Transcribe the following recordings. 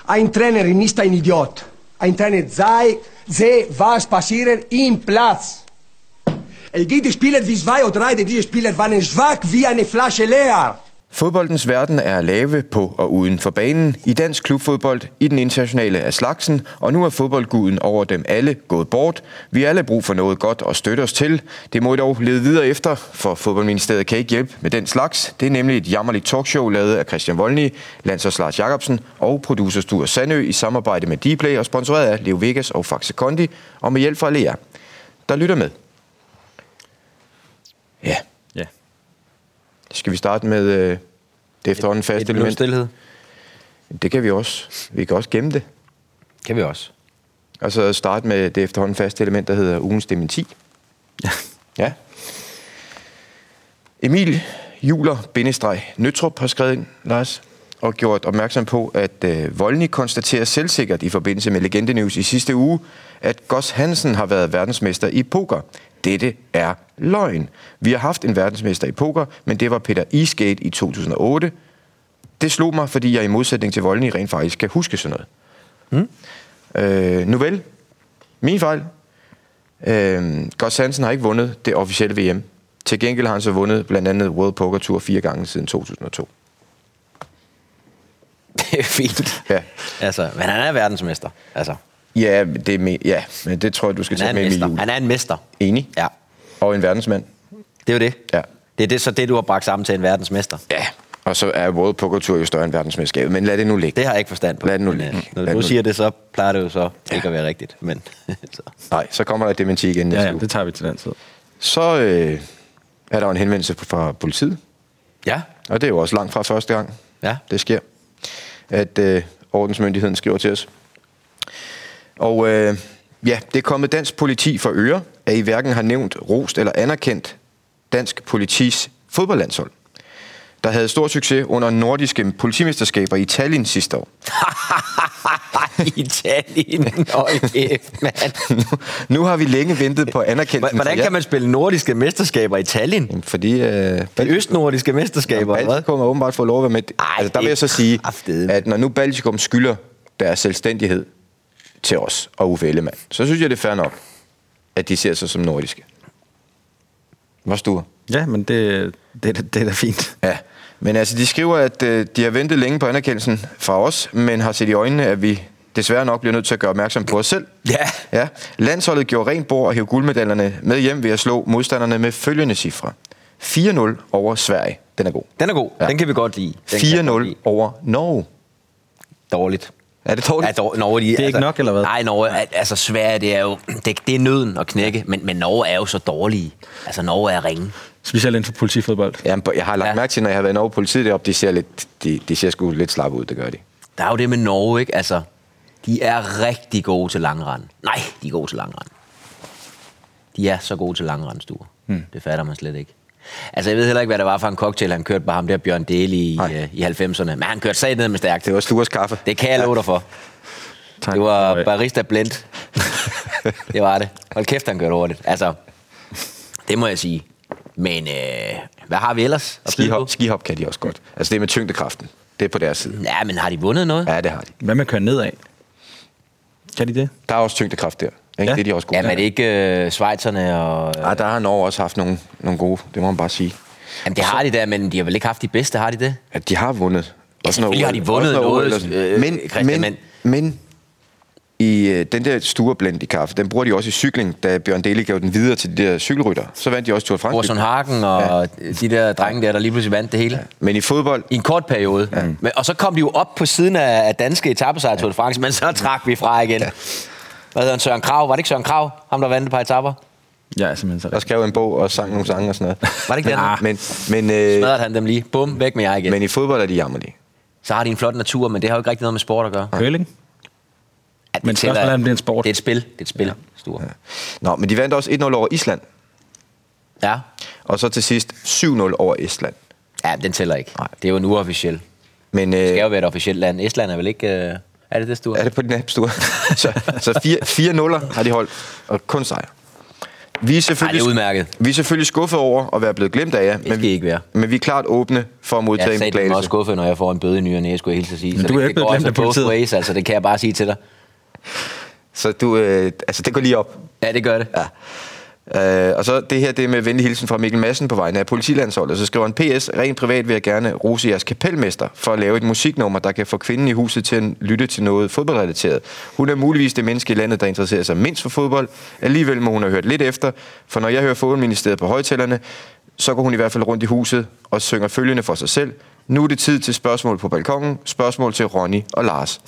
Ein Trainer ist ein Idiot. Ein Trainer sehe, was passiert im Platz. Die Spieler wie 2 oder 3, diese Spieler waren schwach wie eine Flasche leer. Fodboldens verden er lave på og uden for banen. I dansk klubfodbold, i den internationale af slagsen, og nu er fodboldguden over dem alle gået bort. Vi har alle brug for noget godt at støtte os til. Det må I dog lede videre efter, for Fodboldministeriet kan ikke hjælpe med den slags. Det er nemlig et jammerligt talkshow lavet af Christian Voldny, landsholds Lars Jacobsen og producer Sture Sandø i samarbejde med Dplay og sponsoreret af Leo Vegas og Faxe Kondi og med hjælp fra Lea, der lytter med. Ja. Skal vi starte med det efterhånden faste element? Stilhed. Det kan vi også. Vi kan også gemme det. Kan vi også. Og så starte med det efterhånden faste element, der hedder ugens dementi. Ja. Emil Juler-Nøtrup har skrevet ind, Lars, og gjort opmærksom på, at Voldny konstaterer selvsikkert i forbindelse med Legende News i sidste uge, at Gus Hansen har været verdensmester i poker. Dette er løgn. Vi har haft en verdensmester i poker, men det var Peter Eastgate i 2008. Det slog mig, fordi jeg i modsætning til Voldny rent faktisk kan huske sådan noget. Nu vel, min fejl. Gus Hansen har ikke vundet det officielle VM. Til gengæld har han så vundet blandt andet World Poker Tour 4 gange siden 2002. Det er fint. Ja. Altså, men han er verdensmester. Altså. Ja, men det tror jeg, du skal tage med Emil Juhl. Han er en mester. Enig. Ja. Og en verdensmand. Det er jo det. Ja. Det er så det, du har bragt sammen til en verdensmester. Ja, og så er World Poker Tour jo større end verdensmesterskabet, men lad det nu ligge. Det har jeg ikke forstand på. Lad det nu ligge. Når du siger det, så plejer det jo så ikke at være rigtigt. Men, så. Nej, så kommer der et dementi igen næste uge. Det tager vi til den tid. Så er der en henvendelse fra politiet. Ja. Og det er jo også langt fra første gang, det sker, at ordensmyndigheden skriver til os. Og det er kommet dansk politi for øre, at I hverken har nævnt, rost eller anerkendt dansk politis fodboldlandshold, der havde stor succes under nordiske politimesterskaber i Tallinn sidste år. Italien, mand. Nu har vi længe ventet på anerkendelsen. Hvordan kan man spille nordiske mesterskaber i Tallinn? Fordi østnordiske mesterskaber, eller hvad? Baltikum har åbenbart fået lov at være med. Altså, der vil jeg så sige, at når nu Baltikum skylder deres selvstændighed til os og Uffe Ellemann, så synes jeg, det er fair nok, at de ser sig som nordiske. Hvad Sture? Ja, men det er da fint. Ja, men altså, de skriver, at de har ventet længe på anerkendelsen fra os, men har set i øjnene, at vi desværre nok bliver nødt til at gøre opmærksom på os selv. Ja. Landsholdet gjorde rent bord og hævde guldmedaljerne med hjem ved at slå modstanderne med følgende cifre. 4-0 over Sverige. Den er god. Den er god. Ja. Den kan vi godt lide. 4-0 over Norge. Dårligt. Er det dårligt? Ja, Norge, det er ikke nok, eller hvad? Nej, Norge, altså Sverige, det er jo det er nøden at knække, men Norge er jo så dårlige. Altså Norge er ringe. Specielt inden for politifodbold. Jamen, jeg har lagt mærke til, når jeg har været i Norge politiet deroppe, de ser sgu lidt slappe ud, det gør de. Der er jo det med Norge, ikke? Altså, de er rigtig gode til langrend. Nej, de er gode til langrend. De er så gode til langrendstuer. Det fatter man slet ikke. Altså, jeg ved heller ikke, hvad det var for en cocktail, han kørte bare ham der Bjørn Dæhlie i 90'erne. Men han kørte sat ned med stærkt. Det var Stures kaffe. Det kan jeg love dig for. Tak. Det var Barista Blend. Det var det. Hold kæft, han kørte hurtigt. Altså, det må jeg sige. Men hvad har vi ellers? Skihop kan de også godt. Altså, det er med tyngdekraften. Det er på deres side. Ja, men har de vundet noget? Ja, det har de. Hvad med at køre nedad? Kan de det? Der er også tyngdekraft der. Ikke? Ja. Det er de også gode. Ja, men det ikke schweizerne og... Ja, der har Norge også haft nogle gode, det må man bare sige. Jamen, det har de der, men de har vel ikke haft de bedste, har de det? Ja, de har vundet. Ja, selvfølgelig har de vundet noget, men i den der Sture Blend i kaffe, den bruger de også i cykling, da Bjørn Dæhlie gav den videre til de der cykelrytter. Så vandt de også Tour de France. Orson Hagen og de der drenge der lige pludselig vandt det hele. Ja. Men i fodbold... I en kort periode. Ja. Men, og så kom de jo op på siden af danske etapesejre Tour de France, men så trak vi fra igen. Ja. Hvad hedder han? Søren Krag? Var det ikke Søren Krag? Ham, der vandt et par etaper? Ja, simpelthen så. Der skrev en bog og sang nogle sange og sådan noget. Var det ikke den? Men smadrede han dem lige. Bum, væk med jer igen. Men i fodbold er de jammerlige. Så har de en flot natur, men det har jo ikke rigtig noget med sport at gøre. Curling? Ja, men spørgsmålet bliver en sport. Det er et spil. Det er et spil, Sture. Ja. Nå, men de vandt også 1-0 over Island. Ja. Og så til sidst 7-0 over Estland. Ja, den tæller ikke. Nej. Det er jo en uofficiel. Men det skal jo være et officielt land. Estland er vel ikke... Er det Sture? Er det på din app, Sture? så 4-0'er har de holdt, og kun sejr. Vi er selvfølgelig, det er udmærket. Vi er selvfølgelig skuffet over at være blevet glemt af jer. Det skal I ikke være. Men vi er klart åbne for at modtage en beklagelse. Jeg er også skuffet, når jeg får en bøde i ny og næ, skulle jeg hilse at sige. Men så du er det, ikke blevet glemt af politiet. Ways, altså, det kan jeg bare sige til dig. Så du, det går lige op. Ja, det gør det. Ja. Og så det her, det er med venlig hilsen fra Mikkel Madsen på vegne af politilandsholdet. Så skriver han, PS, rent privat vil jeg gerne rose jeres kapelmester for at lave et musiknummer, der kan få kvinden i huset til at lytte til noget fodboldrelateret. Hun er muligvis det menneske i landet, der interesserer sig mindst for fodbold. Alligevel må hun have hørt lidt efter, for når jeg hører fodboldministeriet på højtalerne, så går hun i hvert fald rundt i huset og synger følgende for sig selv. Nu er det tid til spørgsmål på balkongen. Spørgsmål til Ronny og Lars.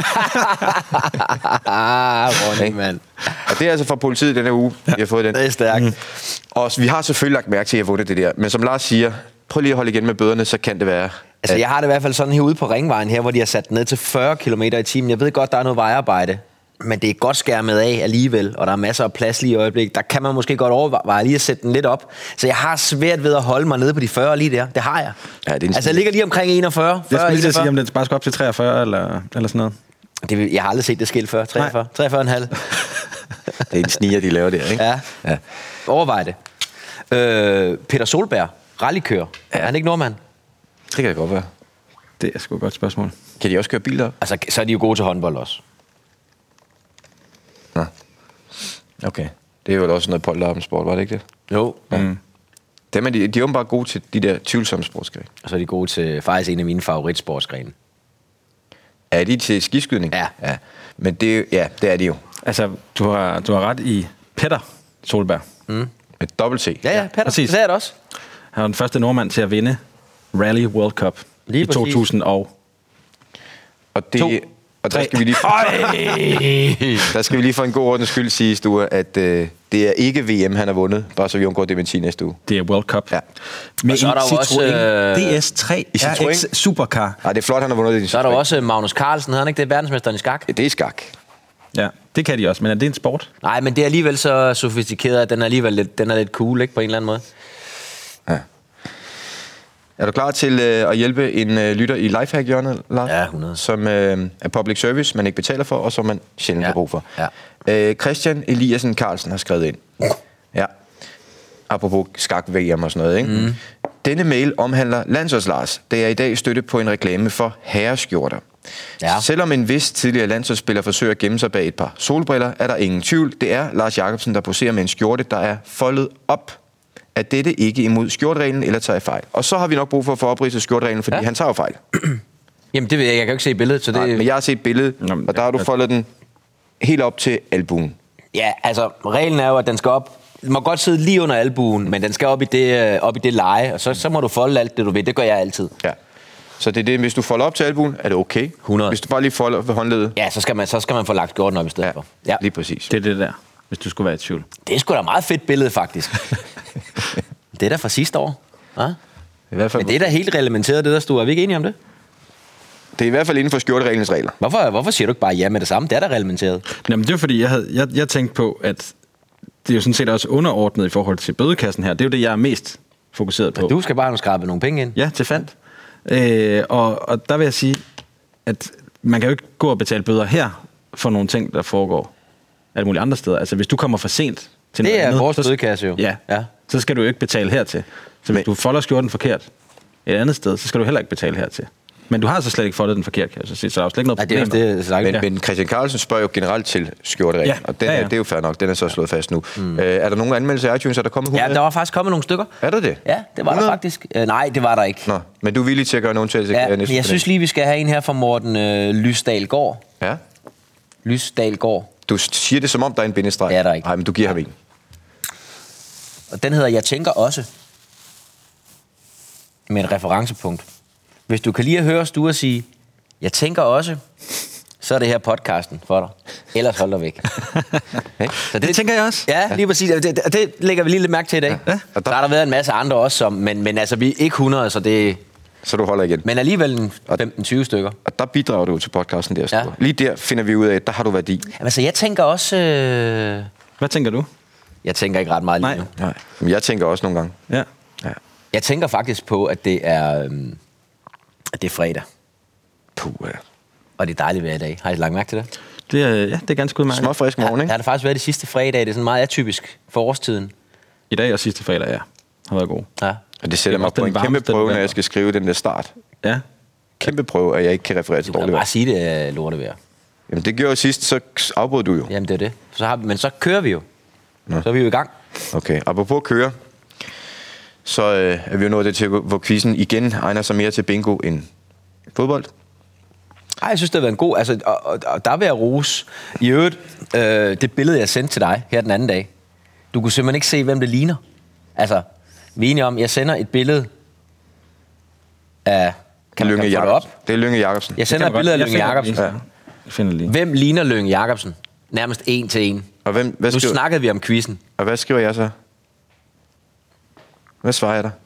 Ronny, mand. Og det er altså fra politiet denne uge, vi har fået den. Det er stærkt. Og vi har selvfølgelig lagt mærke til, at jeg har vundet det der. Men som Lars siger, prøv lige at holde igen med bøderne, så kan det være... Altså, jeg har det i hvert fald sådan herude på Ringvejen her, hvor de har sat ned til 40 km i timen. Jeg ved godt, der er noget vejarbejde, men det er godt skærmet af alligevel, og der er masser af plads lige i øjeblikket. Der kan man måske godt overveje lige at sætte den lidt op. Så jeg har svært ved at holde mig nede på de 40 lige der. Det har jeg. Ja, det altså, jeg ligger lige omkring 41. 40, jeg skulle lige sige, om det bare skal op til 43 eller sådan noget. Jeg har aldrig set det skilt før. 43. 43,5. Det er en sniger, de laver der, ikke? Ja. Overvej det. Peter Solberg, rallykører. Er han ikke nordmand? Det kan det godt være. Det er sgu et godt spørgsmål. Kan de også køre biler? Altså, så er de jo gode til håndbold også. Nå. Okay. Det er jo også noget polterarbensport, var det ikke det? Jo. Ja. Dem er de er åbenbart gode til de der tvivlsomme sportsgrene. Og så er de gode til faktisk en af mine favoritsportsgrene. Er de til skiskydning? Ja. Men det er de jo. Altså, du har ret i Peter Solberg. Med dobbelt C. Ja, Peter. Præcis. Det er det også. Han var den første nordmand til at vinde Rally World Cup lige i 2000 og der skal vi lige der skal vi lige for en god ordens skyld sige, Sture, at det er ikke VM, han har vundet, bare så vi undgår det med 10 næste uge. Det er World Cup. Ja. Med så er der Citroën også, DS3 RX Supercar. Nej, det er flot, han har vundet det. Så er der også Magnus Carlsen, hedder han ikke det? Verdensmesteren i skak? Ja, det er skak. Ja, det kan de også, men er det en sport? Nej, men det er alligevel så sofistikeret, at den er alligevel lidt cool, ikke, på en eller anden måde. Ja. Er du klar til at hjælpe en lytter i Lifehack-hjørnet, Lars? Ja, 100. Som er public service, man ikke betaler for, og som man sjældent har brug for. Ja. Christian Eliassen Carlsen har skrevet ind. Ja. Apropos skak-VM og sådan noget, ikke? Mm. Denne mail omhandler landsholdslars, da jeg i dag støtte på en reklame for herreskjorter. Ja. Selvom en vis tidligere landsholdsspiller forsøger at gemme sig bag et par solbriller, er der ingen tvivl. Det er Lars Jacobsen, der poserer med en skjorte, der er foldet op. Er dette ikke imod skjortreglen, eller tager jeg fejl? Og så har vi nok brug for at få opridset skjortreglen, fordi han tager fejl. Jamen, det ved jeg. Jeg kan jo ikke se billedet, så det... Nej, men jeg har set billedet, og der har du foldet den helt op til albuen. Ja, altså, reglen er jo, at den skal op... Den må godt sidde lige under albuen, men den skal op i det leje, og så må du folde alt det, du vil. Det gør jeg altid. Ja. Så det er det, hvis du folder op til albuen, er det okay? 100. Hvis du bare lige folder ved håndledet... Ja, så skal man få lagt skjorten op i stedet for. Ja, lige præcis. Det er det der, hvis du skulle være i tvivl. Det er sgu da meget fedt billede, faktisk. Det er da fra sidste år. Ja? I hvert fald, men det er da helt reglementeret, det der stod. Er vi ikke enige om det? Det er i hvert fald inden for skjortereglens regler. Hvorfor siger du ikke bare ja med det samme? Det er da reglementeret. Jamen, det er fordi, jeg tænkte på, at det er jo sådan set også underordnet i forhold til bødekassen her. Det er jo det, jeg er mest fokuseret på. Du skal bare skrabe nogle penge ind. Ja, til fandt. Og der vil jeg sige, at man kan jo ikke gå og betale bøder her for nogle ting, der foregår alle mulige andre steder. Altså, hvis du kommer for sent til noget andet... Det er vores bødekasse jo. Ja, så skal du jo ikke betale hertil. Så hvis du folder skjorten forkert et andet sted, så skal du heller ikke betale hertil. Men du har så slet ikke foldet den forkert, kan jeg så sige, så der er jo slet ikke noget problem. Men Christian Carlsen spørger jo generelt til skjortereglen, og det er jo fair nok, den er så slået fast nu. Er der nogen anmeldelser i iTunes, er der kommet 100? Ja, der var faktisk kommet nogle stykker. Er der det? Ja, det var 100? Der faktisk. Nej, det var der ikke. Nå, men du er villig til at gøre en undtagelse? Ja, men jeg synes lige, vi skal have en her fra Morten Lysdalgaard. Ja? Lysdalgaard. Du siger det, som om der er en bindestreg. Ja, der er ikke. Nej, men du giver ham en. Og den hedder Jeg tænker også. Med et referencepunkt. Hvis du kan lige høre Sture sige, jeg tænker også, så er det her podcasten for dig. Ellers hold dig væk. Så det tænker jeg også. Ja, lige præcis. Det lægger vi lige lidt mærke til i dag. Ja. Der har der været en masse andre også, men altså vi er ikke 100, så det... Så du holder igen. Men alligevel 15-20 stykker. Og der bidrager du til podcasten der, Sture. Ja. Lige der finder vi ud af, at der har du værdi. Jamen, så jeg tænker også... Hvad tænker du? Jeg tænker ikke ret meget lige nu. Nej. Men jeg tænker også nogle gange. Ja. Jeg tænker faktisk på, at det er fredag. Puh, ja. Og det er dejligt vejr i dag. Har I lagt mærke til det? Det er ganske udmærket. Småfrisk morgen, ikke? Har det faktisk været de sidste fredag? Det er sådan meget atypisk for årstiden. I dag og sidste fredag, ja. Har været god. Ja. Og det sætter Det er mig op på den en kæmpe varmeste prøve, når november. jeg skal skrive den der start. Ja. Kæmpe prøve, at jeg ikke kan referere til Du kan dårligt bare vejr. sige, det er lortevejr. Jamen, det gjorde jeg sidst, så afbrød du jo. Jamen, det er det. Men så kører vi jo. Nå. Så er vi jo i gang. Okay, apropos at køre, så er vi jo nået det til, hvor quizzen igen egner sig mere til bingo end fodbold. Ej, jeg synes, det har været en god... Altså, og der vil jeg rose. I øvrigt, det billede, jeg sendte til dig her den anden dag. Du kunne simpelthen ikke se, hvem det ligner. Altså, vi er enige om, jeg sender et billede af... Kan man få det op? Det er Lynge Jacobsen. Jeg sender et billede af Lynge Jacobsen. Ja. Jeg finder lige. Hvem ligner Lynge Jacobsen? Nærmest en til en. Og hvad Nu snakkede vi om quizzen. Og hvad skriver jeg så? Hvad svarer jeg der?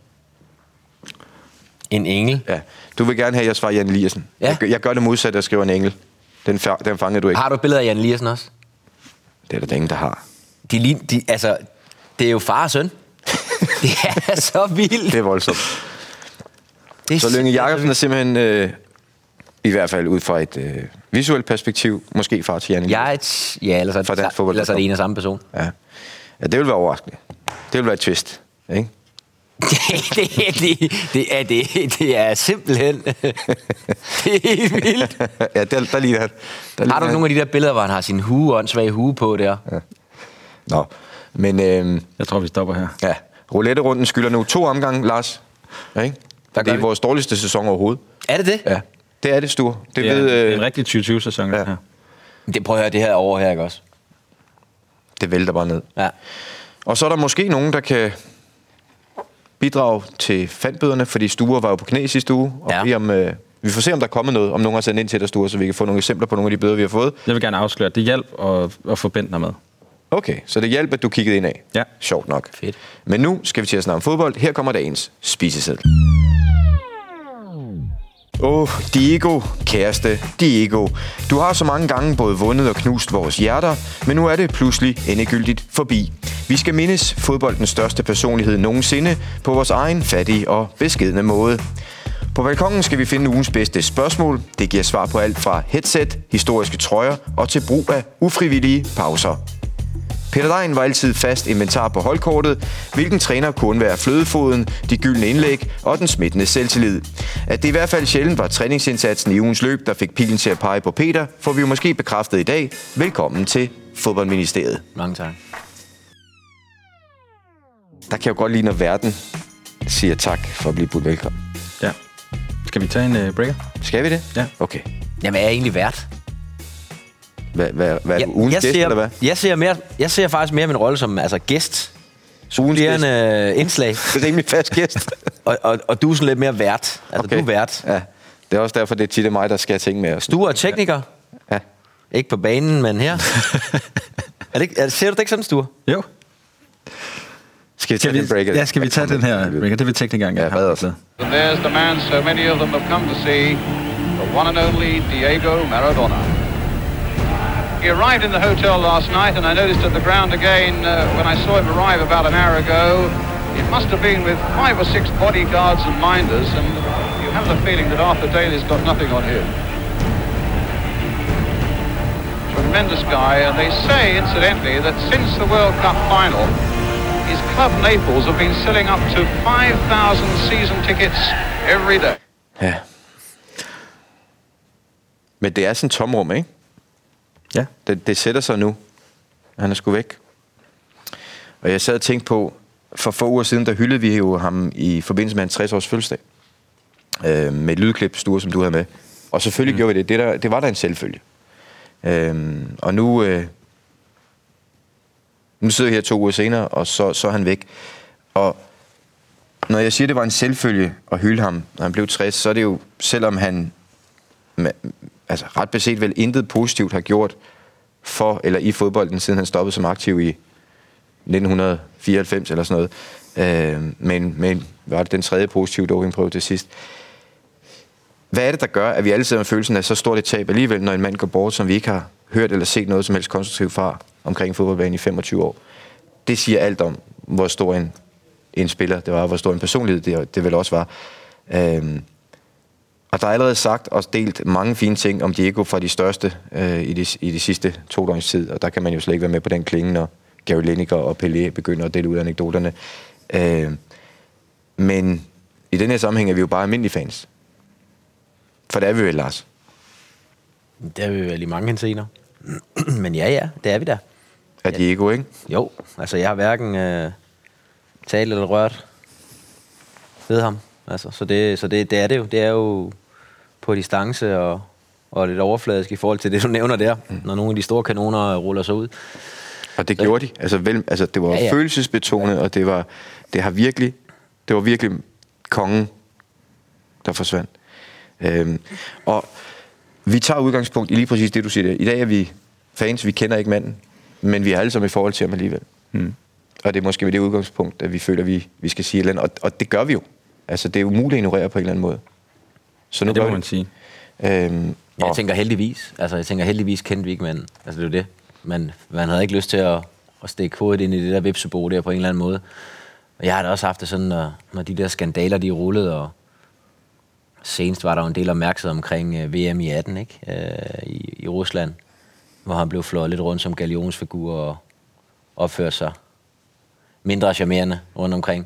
En engel. Ja, du vil gerne have, at jeg svarer Jan Eliassen. Ja. Jeg gør det modsatte, jeg skriver en engel. Den fangede du ikke. Har du et billede af Jan Eliassen også? Det er der ingen, der har. Altså, det er jo far og søn. Det er så vildt. Det er voldsomt. Det er Så Lynge Jacobsen er simpelthen, i hvert fald ud fra et visuelt perspektiv, måske far til Jan Eliassen. Ellers Fra dansk fodbold. er det en og samme person. Ja, det vil være overraskende. Det vil være et twist, ikke? Det er simpelthen... det er helt vildt. Ja, der ligner han. Har du nogle af de der billeder, hvor han har sin åndssvage hue på der? Ja. Nå, men Jeg tror, vi stopper her. ja, roulette-runden skylder nu 2 omgange, Lars. Ja, ikke? Hvad gør Det er vi? vores dårligste sæson overhovedet. Er det det? Ja, det er det, Sture. Det er en rigtig 2020-sæson, ja. ja. Her. Det prøver jeg det her over her, ikke også? Det vælter bare ned. Ja. Og så er der måske nogen, der kan bidrage til fandbøderne, fordi Sture var jo på knæ i sidste uge. Og vi får se, om der er kommet noget, om nogen har sendt ind til dig, Sture, så vi kan få nogle eksempler på nogle af de bøder, vi har fået. Jeg vil gerne afsløre, at det hjalp at få Bentner med. Okay, så det hjælper, at du kiggede ind af. Ja. Sjovt nok. Fedt. Men nu skal vi til at snakke om fodbold. Her kommer dagens spiseseddel. Diego, kæreste Diego. Du har så mange gange både vundet og knust vores hjerter, men nu er det pludselig endegyldigt forbi. Vi skal mindes fodboldens største personlighed nogensinde på vores egen fattige og beskedne måde. På balkongen skal vi finde ugens bedste spørgsmål. Det giver svar på alt fra headset, historiske trøjer og til brug af ufrivillige pauser. Peter Degn var altid fast inventar på holdkortet, hvilken træner kunne være flødefoden, de gyldne indlæg og den smittende selvtillid. At det i hvert fald sjældent var træningsindsatsen i ugens løb, der fik pilen til at pege på Peter, får vi jo måske bekræftet i dag. Velkommen til Fodboldministeriet. Mange tak. Der kan jeg jo godt lide, når verden siger tak for at blive budt velkommen. Ja. Skal vi tage en breaker? Skal vi det? Ja. Okay. Jamen, er jeg egentlig vært? Hvad er du ugens gæst, eller hvad? Jeg ser faktisk mere min rolle som gæst. Supplerende indslag. Det er rimelig fast gæst. og du er sådan lidt mere vært. Altså, Okay. du er vært. Ja, det er også derfor, det er tit mig, der skal have ting med os. Du er tekniker. Ja. Ikke på banen, men her. Ser du det ikke sådan, Sture? Jo. Skal vi tage den breaker? Ja, skal vi tage den her breaker? Det vil teknikeren gerne hvad have. også? And there's the man so many of them have come to see, the one and only Diego Maradona. He arrived in the hotel last night, and I noticed at the ground again when I saw him arrive about an hour ago, it must have been with 5 or 6 bodyguards and minders, and you have the feeling that Arthur Daly's got nothing on him. Tremendous guy, and they say, incidentally, that since the World Cup final, his club Naples have been selling up to 5,000 season tickets every day. Ja. Men det er sådan et tomrum, ikke? Ja. Det sætter sig nu. Han er sgu væk. Og jeg sad og tænkte på, for få uger siden, der hyldede vi jo ham i forbindelse med hans 60-års fødselsdag. Med et lydklip, Sture, som du havde med. Og selvfølgelig gjorde vi det. Det var da en selvfølge. Og nu sidder jeg her 2 uger senere, og så er han væk. Og når jeg siger, det var en selvfølge at hylde ham, når han blev 60, så er det jo, selvom han ret beset vel intet positivt har gjort for eller i fodbolden, siden han stoppede som aktiv i 1994 eller sådan noget. Men var det den 3. positive dopingprøve til sidst. Hvad er det, der gør, at vi alle sidder med følelsen af så stort et tab alligevel, når en mand går bort, som vi ikke har hørt eller set noget som helst konstruktivt fra omkring fodboldbanen i 25 år? Det siger alt om, hvor stor en spiller det var, hvor stor en personlighed det vel også var. Og der er allerede sagt og delt mange fine ting om Diego fra de største i de sidste 2 døgns tid, og der kan man jo slet ikke være med på den klinge, når Gary Lineker og Pelé begynder at dele ud af anekdoterne. Men i den her sammenhæng er vi jo bare almindelige fans. For det er vi vel, Lars. Det er vi vel i mange henseender. Men ja, det er vi da. Af Diego, ikke? Jo, altså jeg har hverken talt eller rørt ved ham. Altså, så det er det jo. Det er jo på distance og lidt overfladisk i forhold til det, du nævner der, når nogle af de store kanoner ruller sig ud. Og det gjorde de. Altså det var følelsesbetonet, og det var virkelig kongen, der forsvandt. Og vi tager udgangspunkt i lige præcis det, du siger der. I dag er vi fans, vi kender ikke manden, men vi er alle sammen i forhold til ham alligevel. Og det er måske med det udgangspunkt, at vi føler, at vi skal sige et eller andet. Og det gør vi jo. Altså, det er umuligt at ignorere på en eller anden måde. Så nu det må man sige. Jeg tænker heldigvis. Altså, jeg tænker heldigvis kendte vi ikke manden. Altså, det er jo det. Men man havde ikke lyst til at stikke hovedet ind i det der vipsebo der på en eller anden måde. Og jeg har da også haft det sådan, når de der skandaler, de rullede, og senest var der jo en del opmærksomhed omkring VM i 18, ikke? I Rusland, hvor han blev flået lidt rundt som galionsfigur og opførte sig mindre charmerende rundt omkring.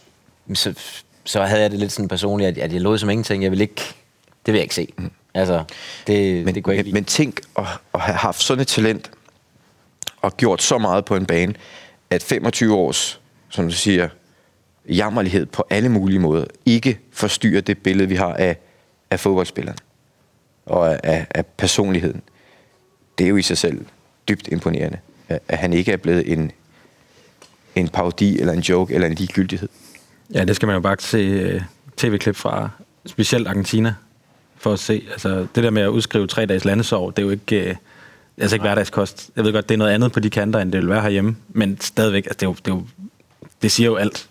Så havde jeg det lidt sådan personligt, at jeg lod som ingenting. Det vil jeg ikke se. Altså, det kunne jeg ikke. Men tænk at have haft sådan et talent og gjort så meget på en bane, at 25 års, som du siger, jammerlighed på alle mulige måder, ikke forstyrrer det billede, vi har af fodboldspilleren og af personligheden. Det er jo i sig selv dybt imponerende, at han ikke er blevet en parodi eller en joke eller en ligegyldighed. Ja, det skal man jo bare se tv-klip fra specielt Argentina for at se. Altså, det der med at udskrive 3 dages landesorg, det er jo ikke, ikke hverdagskost. Jeg ved godt, det er noget andet på de kanter, end det vil være herhjemme, men stadigvæk, altså, det siger jo alt.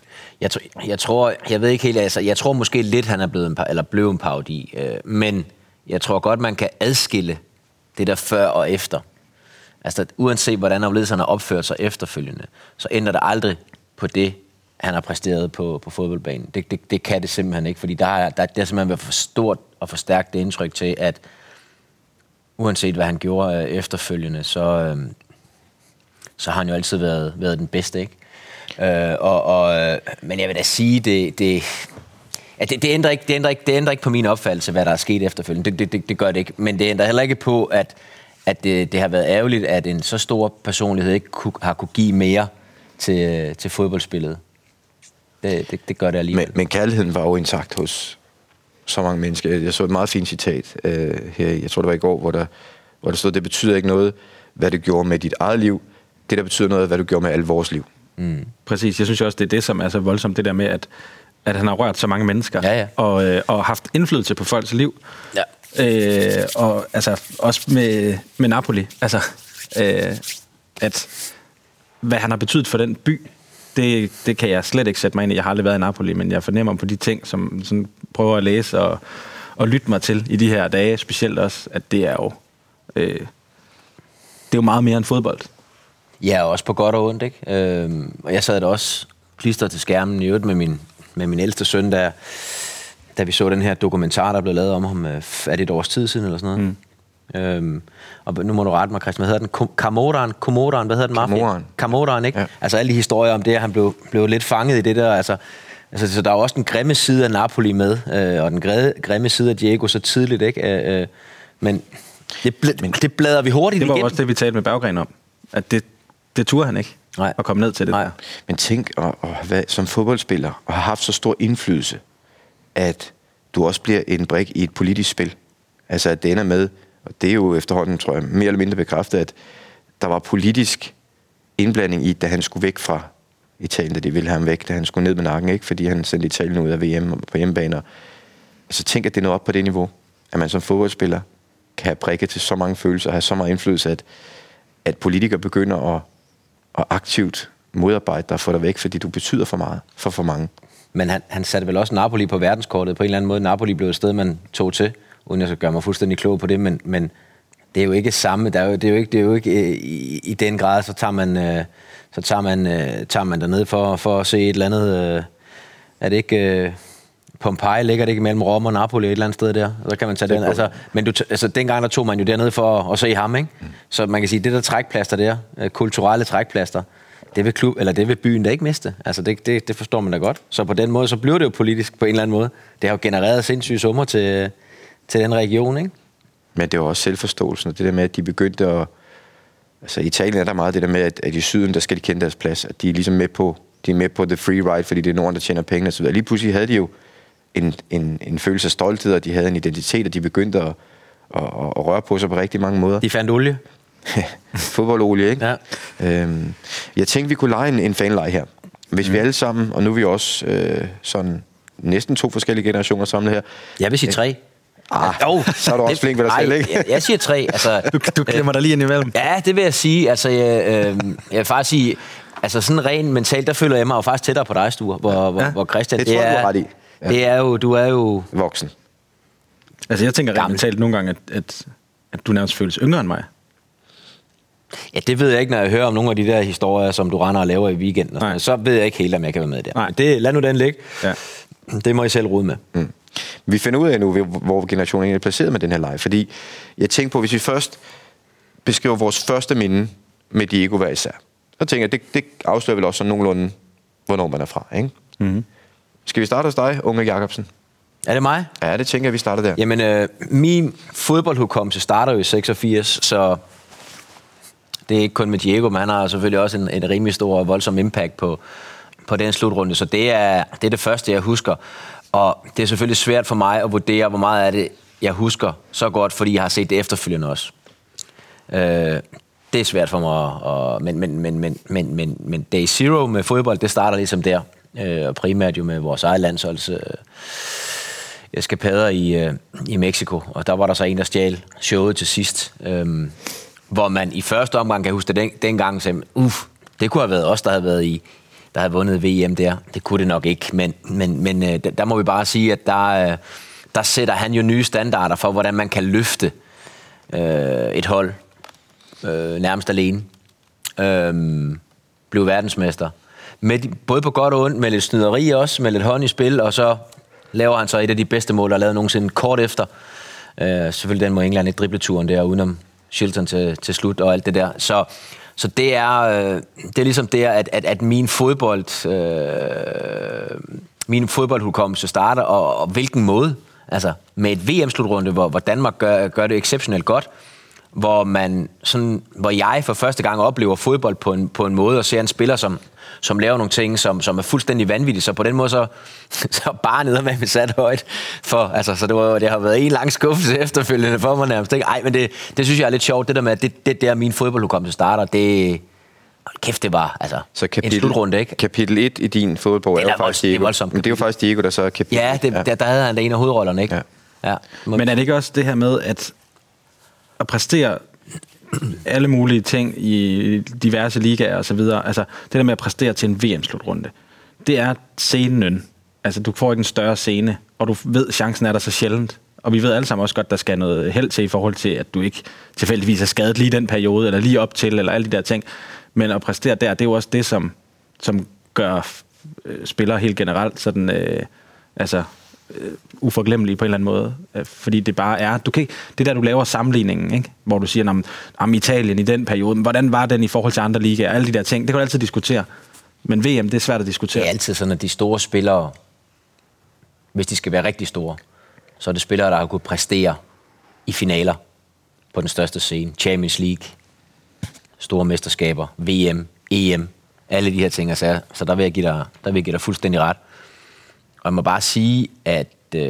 Jeg ved ikke helt, altså, jeg tror måske lidt, han er blevet en parodi, men jeg tror godt, man kan adskille det der før og efter. Altså, uanset hvordan han har opført sig efterfølgende, så ændrer det aldrig på det, han har præsteret på fodboldbanen. Det kan det simpelthen ikke, fordi der er simpelthen været for stort og for stærkt det indtryk til, at uanset hvad han gjorde efterfølgende, så har han jo altid været den bedste, ikke? Men jeg vil da sige, det ændrer ikke på min opfattelse, hvad der er sket efterfølgende. Det gør det ikke. Men det ændrer heller ikke på, at det har været ærgerligt, at en så stor personlighed ikke har kunne give mere til fodboldspillet. Det gør det alligevel. Men kærligheden var jo intakt hos så mange mennesker. Jeg så et meget fint citat her, jeg tror det var i går, hvor der stod, det betyder ikke noget, hvad du gjorde med dit eget liv. Det, der betyder noget, hvad du gjorde med alle vores liv. Præcis. Jeg synes også, det er det, som er så voldsomt, det der med, at han har rørt så mange mennesker, og haft indflydelse på folks liv. Ja. Og altså, også med Napoli. Altså, at hvad han har betydet for den by, det kan jeg slet ikke sætte mig ind i. Jeg har aldrig været i Napoli, men jeg fornemmer på de ting, som sådan prøver at læse og lytte mig til i de her dage, specielt også, at det er jo meget mere end fodbold. Ja, også på godt og ondt, ikke? Og jeg sad da også klistret til skærmen i øvrigt med min ældste søn, da vi så den her dokumentar, der blev lavet om ham, er det et års tid siden eller sådan noget? Og nu må du rette mig, Christian, hvad hedder den? Komoran, hvad hedder den? Komoran, ikke? Ja. Altså alle de historier om det, at han blev lidt fanget i det der, altså så der er jo også den grimme side af Napoli med, og den grimme side af Diego så tidligt, ikke? Men det bladrer vi hurtigt igennem. Det var også det, vi talte med Berggren om, at det turde han ikke at komme ned til det. Nej. Men tænk at som fodboldspiller og have haft så stor indflydelse, at du også bliver en brik i et politisk spil. Altså at det ender med, og det er jo efterhånden, tror jeg, mere eller mindre bekræftet, at der var politisk indblanding i, da han skulle væk fra Italien, da de ville have ham væk, da han skulle ned med nakken, ikke? Fordi han sendte Italien ud af VM på hjemmebaner. Altså tænk, at det er noget op på det niveau, at man som fodboldspiller kan have prikket til så mange følelser og have så meget indflydelse, at politikere begynder at aktivt modarbejde dig og få dig væk, fordi du betyder for meget for mange. Men han satte vel også Napoli på verdenskortet på en eller anden måde. Napoli blev et sted, man tog til, uden jeg skal gøre mig fuldstændig klog på det, men det er jo ikke samme. Det er jo ikke i den grad, så tager man derned for at se et eller andet. Er det ikke Pompeii ligger det ikke mellem Rom og Napoli et eller andet sted der, så kan man tage den. Altså, men dengang der tog man jo dernede for at se ham, ikke? Så man kan sige, det der trækplaster der, kulturelle trækplaster, det vil byen da ikke miste. Altså det forstår man da godt. Så på den måde, så bliver det jo politisk på en eller anden måde. Det har jo genereret sindssyge summer til den region, ikke? Men det var også selvforståelsen, og det der med, at de begyndte at... Altså i Italien er der meget det der med, at i syden, der skal de kende deres plads, at de er ligesom med på the free ride, fordi det er Norden, der tjener penge og så videre. Lige pludselig havde de jo en følelse af stolthed, og de havde en identitet, og de begyndte at røre på sig på rigtig mange måder. De fandt olie. Fodboldolie, ikke? Ja. Jeg tænkte, vi kunne lege en fanlege her. Hvis vi alle sammen, og nu er vi også sådan næsten 2 forskellige generationer samlet her. Jeg vil sige 3. Så er du også flink ved dig selv, ikke? Jeg siger 3. Altså, du glemmer dig lige ind imellem. Ja, det vil jeg sige. Altså, jeg vil faktisk sige, altså sådan rent mentalt, der føler jeg mig jo faktisk tættere på dig, Sture, hvor Christian... Det tror jeg, du er ret i. Ja. Det er jo, du er jo... Voksen. Altså, jeg tænker rent mentalt nogle gange, at du nærmest føles yngre end mig. Ja, det ved jeg ikke, når jeg hører om nogle af de der historier, som du render og laver i weekenden. Så ved jeg ikke helt, om jeg kan være med der. Nej. Lad nu den ligge. Ja. Det må I selv rode med. Mm. Vi finder ud af nu, hvor generationen er placeret med den her live. Fordi jeg tænker på, hvis vi først beskriver vores første minde med Diego hver især, så tænker jeg, det afslører vel også sådan nogenlunde, hvornår man er fra, ikke? Mm-hmm. Skal vi starte hos dig, unge Jacobsen? Er det mig? Ja, det tænker jeg, vi starter der. Jamen, min fodboldhukommelse starter jo i 86, så det er ikke kun med Diego, men han har selvfølgelig også en rimelig stor og voldsom impact på den slutrunde, så det er det første, jeg husker. Og det er selvfølgelig svært for mig at vurdere, hvor meget af det, jeg husker så godt, fordi jeg har set det efterfølgende også. Det er svært for mig, men Day Zero med fodbold, det starter ligesom der. Og primært jo med vores eget landsholds eskapader i Mexico. Og der var der så en, der stjal showet til sidst. Hvor man i første omgang, kan jeg huske det dengang, sagde, det kunne have været os, der havde vundet VM der. Det kunne det nok ikke, men der må vi bare sige, at der sætter han jo nye standarder for, hvordan man kan løfte et hold nærmest alene. Blive verdensmester. Både på godt og ondt, med lidt snyderi også, med lidt hånd i spil, og så laver han så et af de bedste mål, der er lavet nogensinde kort efter. Selvfølgelig den mod England, ikke dribleturen der, udenom Shilton til slut og alt det der. Så det er ligesom der, at min fodboldhukommelse starter, og hvilken måde. Altså med et VM-slutrunde, hvor Danmark gør det exceptionelt godt, hvor jeg for første gang oplever fodbold på en måde, og ser en spiller, som laver nogle ting, som er fuldstændig vanvittige. Så på den måde, så bare ned med sat højt. Så det har været en lang skuffelse efterfølgende for mig nærmest. Ej, men det synes jeg er lidt sjovt, det der med, at det der min fodboldhukommelse starter, det... Kæft, det var så en slutrunde, ikke? Kapitel 1 i din fodboldbog er jo faktisk Diego. Men det er jo faktisk Diego, der så er kapitel 1. Ja, der havde han da en af hovedrollerne, ikke? Ja. Men er det ikke også det her med, at præstere alle mulige ting i diverse ligaer og så videre, altså det der med at præstere til en VM-slutrunde, det er scenen. Altså du får ikke en større scene, og du ved, chancen er der så sjældent. Og vi ved alle sammen også godt, der skal noget held til i forhold til, at du ikke tilfældigvis er skadet lige den periode, eller lige op til, eller alle de der ting. Men at præstere der, det er jo også det, som gør spillere helt generelt sådan, uforglemmelige på en eller anden måde. Fordi det bare er... det der, du laver sammenligningen, ikke? Hvor du siger, om Italien i den periode, hvordan var den i forhold til andre ligaer? Alle de der ting, det kan du altid diskutere. Men VM, det er svært at diskutere. Det er altid sådan, at de store spillere, hvis de skal være rigtig store, så er det spillere, der har kunnet præstere i finaler på den største scene. Champions League, store mesterskaber, VM, EM, alle de her ting. Så der vil jeg give dig fuldstændig ret. Og jeg må bare sige, at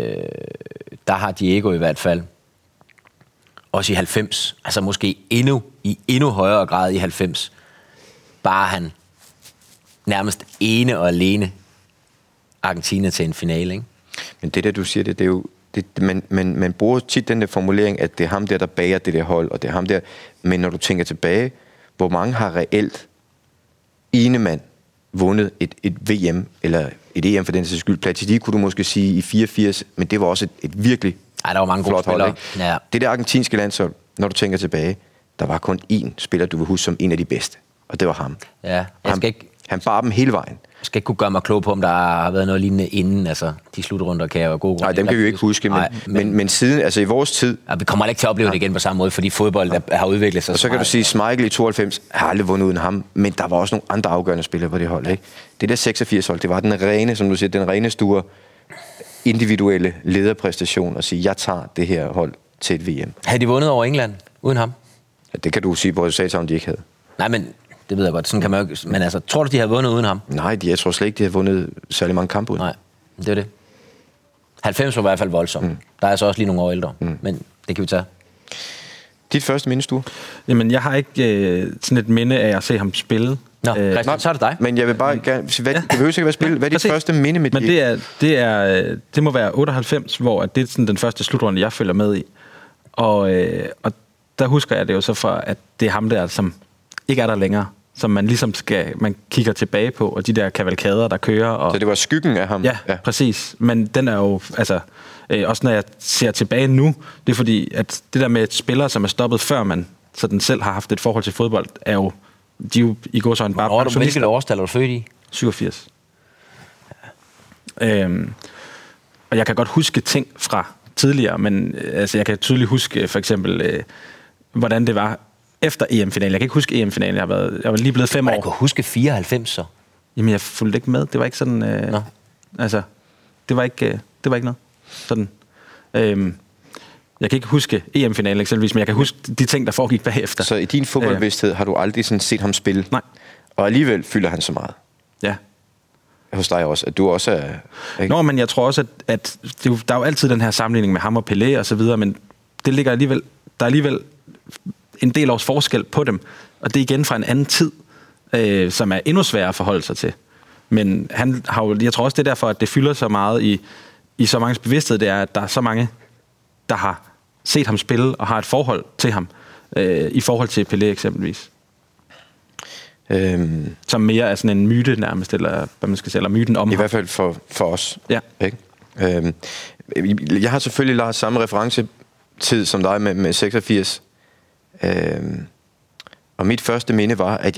der har Diego i hvert fald, også i 90, altså måske i endnu højere grad i 90, bare han nærmest ene og alene Argentina til en finale, ikke? Men det der, du siger, det er jo... Man bruger tit den der formulering, at det er ham der bager det der hold, og det er ham der... Men når du tænker tilbage, hvor mange har reelt ene mand vundet et VM, eller et EM for den sags skyld. Platini kunne du måske sige i 84, men det var også et virkelig der var mange gode spillere. Ja. Det der argentinske landshold, når du tænker tilbage, der var kun én spiller, du vil huske som en af de bedste, og det var ham. Ja, han bar dem hele vejen. skal ikke kunne gøre mig klog på, om der har været noget lignende inden, altså de slutrunder kan jeg jo gode. Nej, dem kan vi jo ikke huske, men siden, altså i vores tid... Ja, vi kommer ikke til at opleve det igen på samme måde, fordi fodbold har udviklet sig. Og så kan du sige, Schmeichel i 92 har aldrig vundet uden ham, men der var også nogle andre afgørende spillere på det hold, ikke? Det der 86-hold, det var den rene, som du siger, den rene store individuelle lederpræstation at sige, jeg tager det her hold til et VM. Havde de vundet over England uden ham? Ja, det kan du sige på resultatet, om de ikke havde. Nej, men det ved jeg godt. Sådan kan man jo ikke... Men altså, tror du, de havde vundet uden ham? Nej, jeg tror slet ikke, de havde vundet særlig mange kampe uden. Nej, det er det. 90 var i hvert fald voldsomt. Der er så også lige nogle år ældre, men det kan vi tage. Dit første mindestue? Jamen, jeg har ikke sådan et minde af at se ham spille. Nå, Christian, så er det dig. Men jeg vil bare gerne... Det behøver ikke være spille. Hvad er dit første minde med Men det må være 98, hvor det er sådan den første slutrunde, jeg følger med i. Og der husker jeg det jo så for, at det er ham der, som ikke er der længere, som man ligesom man kigger tilbage på, og de der kavalkader, der kører. Og så det var skyggen af ham? Ja, præcis. Men den er jo, altså, også når jeg ser tilbage nu, det er fordi, at det der med et spiller, som er stoppet før man sådan selv har haft et forhold til fodbold, er jo, de er jo i gåseøjne bare pensionister. Hvilket årstal er du født i? 87. Ja. Og jeg kan godt huske ting fra tidligere, men altså, jeg kan tydeligt huske for eksempel, hvordan det var efter EM-finalen. Jeg kan ikke huske EM-finalen. Jeg var lige blevet 5 år. Jeg kunne huske 94 så. Jamen, jeg fulgte ikke med. Det var ikke sådan... altså, det var ikke noget. Sådan. Jeg kan ikke huske EM-finalen eksempelvis, men jeg kan huske de ting, der foregik bagefter. Så i din fodboldbevidsthed har du aldrig sådan set ham spille? Nej. Og alligevel fylder han så meget? Ja. Hos dig også, at du også er... Ikke? Nå, men jeg tror også, at der er jo altid den her sammenligning med ham og Pelé og så videre, men det ligger alligevel... Der er alligevel en del års forskel på dem, og det er igen fra en anden tid, som er endnu sværere at forholde sig til. Men han har jo, jeg tror også, det er derfor, at det fylder så meget i så manges bevidsthed, det er, at der er så mange, der har set ham spille og har et forhold til ham, i forhold til Pelé eksempelvis. Som mere er sådan en myte nærmest, eller hvad man skal sige, eller myten om i ham. hvert fald for os. Ja. Ikke? Jeg har selvfølgelig lavet samme referencetid som dig med 86. Og mit første minde var, at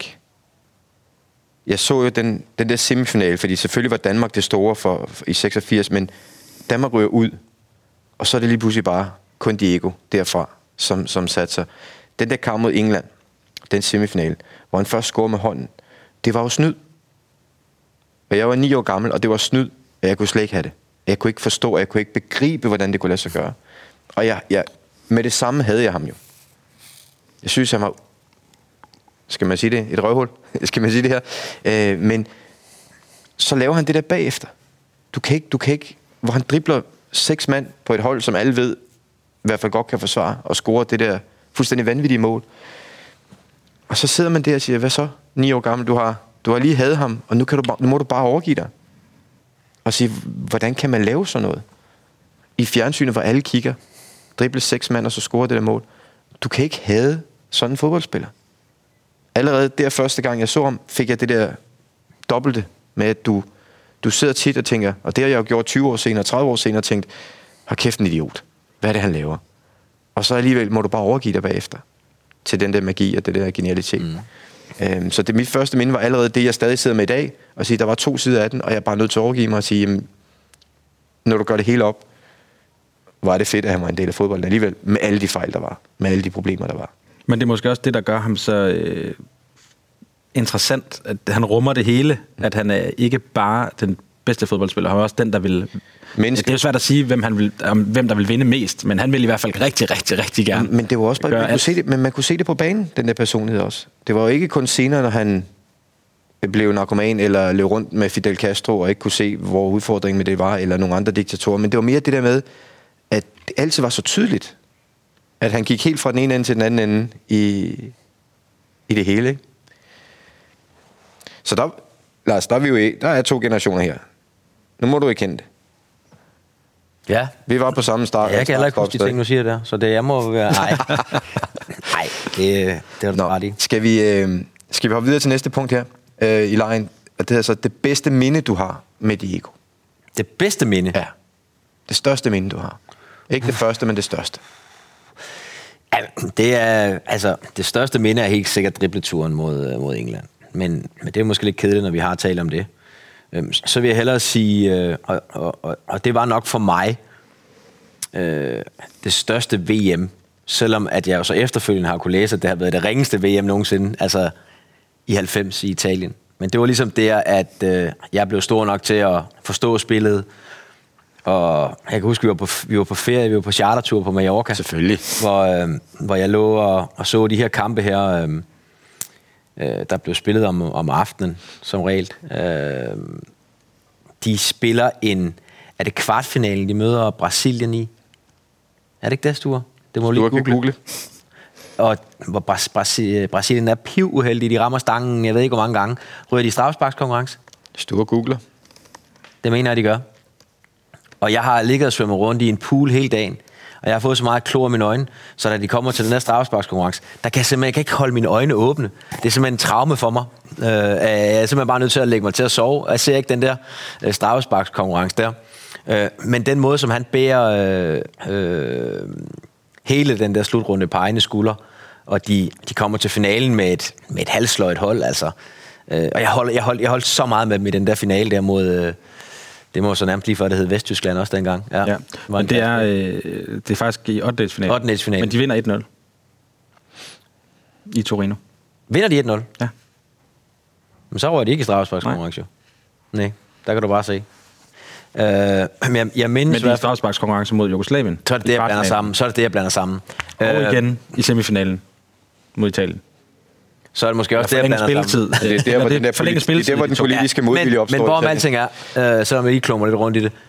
jeg så jo den der semifinale, fordi selvfølgelig var Danmark det store i 86, men Danmark ryger ud, og så er det lige pludselig bare kun Diego derfra, som satte sig. Den der kamp mod England, den semifinale, hvor han først scorede med hånden, det var jo snyd. Og jeg var 9 år gammel, og det var snyd, og jeg kunne slet ikke have det. Jeg kunne ikke forstå, og jeg kunne ikke begribe, hvordan det kunne lade sig gøre. Og jeg med det samme havde jeg ham jo. Jeg synes, han var... Skal man sige det? Et røvhul? Skal man sige det her? Men så laver han det der bagefter. Du kan ikke... Hvor han dribler 6 mand på et hold, som alle ved, i hvert fald godt kan forsvare, og score det der fuldstændig vanvittige mål. Og så sidder man der og siger, hvad så? 9 år gammel, du har lige havde ham, og nu må du bare overgive dig. Og sige, hvordan kan man lave sådan noget? I fjernsynet, hvor alle kigger, drible 6 mand, og så score det der mål. Du kan ikke have sådan en fodboldspiller. Allerede der første gang, jeg så ham, fik jeg det der dobbelte med, at du sidder tit og tænker, og det har jeg jo gjort 20 år senere, 30 år senere, og tænkt, hold kæft en idiot. Hvad er det, han laver? Og så alligevel må du bare overgive dig bagefter til den der magi og det der genialitet. Så det mit første minde var allerede det, jeg stadig sidder med i dag, og sige, der var 2 sider af den, og jeg er bare nødt til at overgive mig og sige, jamen, når du gør det hele op, var det fedt, at han var en del af fodbolden alligevel, med alle de fejl, der var, med alle de problemer, der var. Men det er måske også det, der gør ham så interessant, at han rummer det hele, at han er ikke bare den bedste fodboldspiller, han er også den, der vil... Det er jo svært at sige, hvem der vil vinde mest, men han vil i hvert fald rigtig, rigtig, rigtig gerne. Men det var også bare, man kunne se det på banen, den der personlighed også. Det var jo ikke kun senere, når han blev narkoman, eller løb rundt med Fidel Castro, og ikke kunne se, hvor udfordringen med det var, eller nogle andre diktatorer, men det var mere det der med, at det altid var så tydeligt, at han gik helt fra den ene ende til den anden ende i det hele, ikke? Så der, Lars, der er 2 generationer her. Nu må du ikke kende det. Ja. Vi var på samme start. Jeg kan heller ikke huske de ting, du siger der. Så det jeg må være... Nej, det er du ret i. Skal vi hoppe videre til næste punkt her i lejen? Det er altså det bedste minde, du har med Diego. Det bedste minde? Ja. Det største minde, du har. Ikke det første, men det største. Ja, det er... Altså, det største minde er helt sikkert dribleturen mod England. men det er måske lidt kedeligt, når vi har talt om det. Så vil jeg hellere sige, og det var nok for mig, det største VM, selvom at jeg så efterfølgende har kunne læse, at det har været det ringeste VM nogensinde, altså i 90 i Italien. Men det var ligesom der, at jeg blev stor nok til at forstå spillet. Og jeg kan huske, vi var på ferie, vi var på chartertur på Mallorca. Selvfølgelig. Hvor jeg lå og så de her kampe her, der blev spillet om aftenen, som regel. De spiller er det kvartfinalen, de møder Brasilien i? Er det ikke det, Sture? Det må du lige google. Og hvor Brasilien er pivuheldige, de rammer stangen, jeg ved ikke hvor mange gange. Ryger de i straffesparkskonkurrence? Sture googler. Det mener jeg, de gør. Og jeg har ligget og svømmet rundt i en pool hele dagen, og jeg har fået så meget klor i mine øjne, så da de kommer til den her straffesparkskonkurrence, der kan jeg kan ikke holde mine øjne åbne. Det er simpelthen en traume for mig. Jeg er simpelthen bare nødt til at lægge mig til at sove. Jeg ser ikke den der straffesparkskonkurrence der. Men den måde, som han bærer hele den der slutrunde på egne skulder, og de kommer til finalen med et halvsløjt hold, altså. Og jeg holdt så meget med dem i den der finale der mod... det må så nærmest lige før, det hed Vesttyskland også dengang. Ja. Men det er faktisk i 8-delsfinalen. Men de vinder 1-0 i Torino. Vinder de 1-0? Ja. Men så rører de ikke i straffesparkskonkurrence. Nej, der kan du bare se. Men jeg mindes... Men det er straffesparkskonkurrence mod Jugoslavien. Så er det det, jeg blander sammen. Og igen i semifinalen mod Italien. Så er det måske også det, jeg blander sammen. Det er der, hvor den politiske modvilje opstår. Men hvorom alting er, selvom jeg lige klummer lidt rundt i det,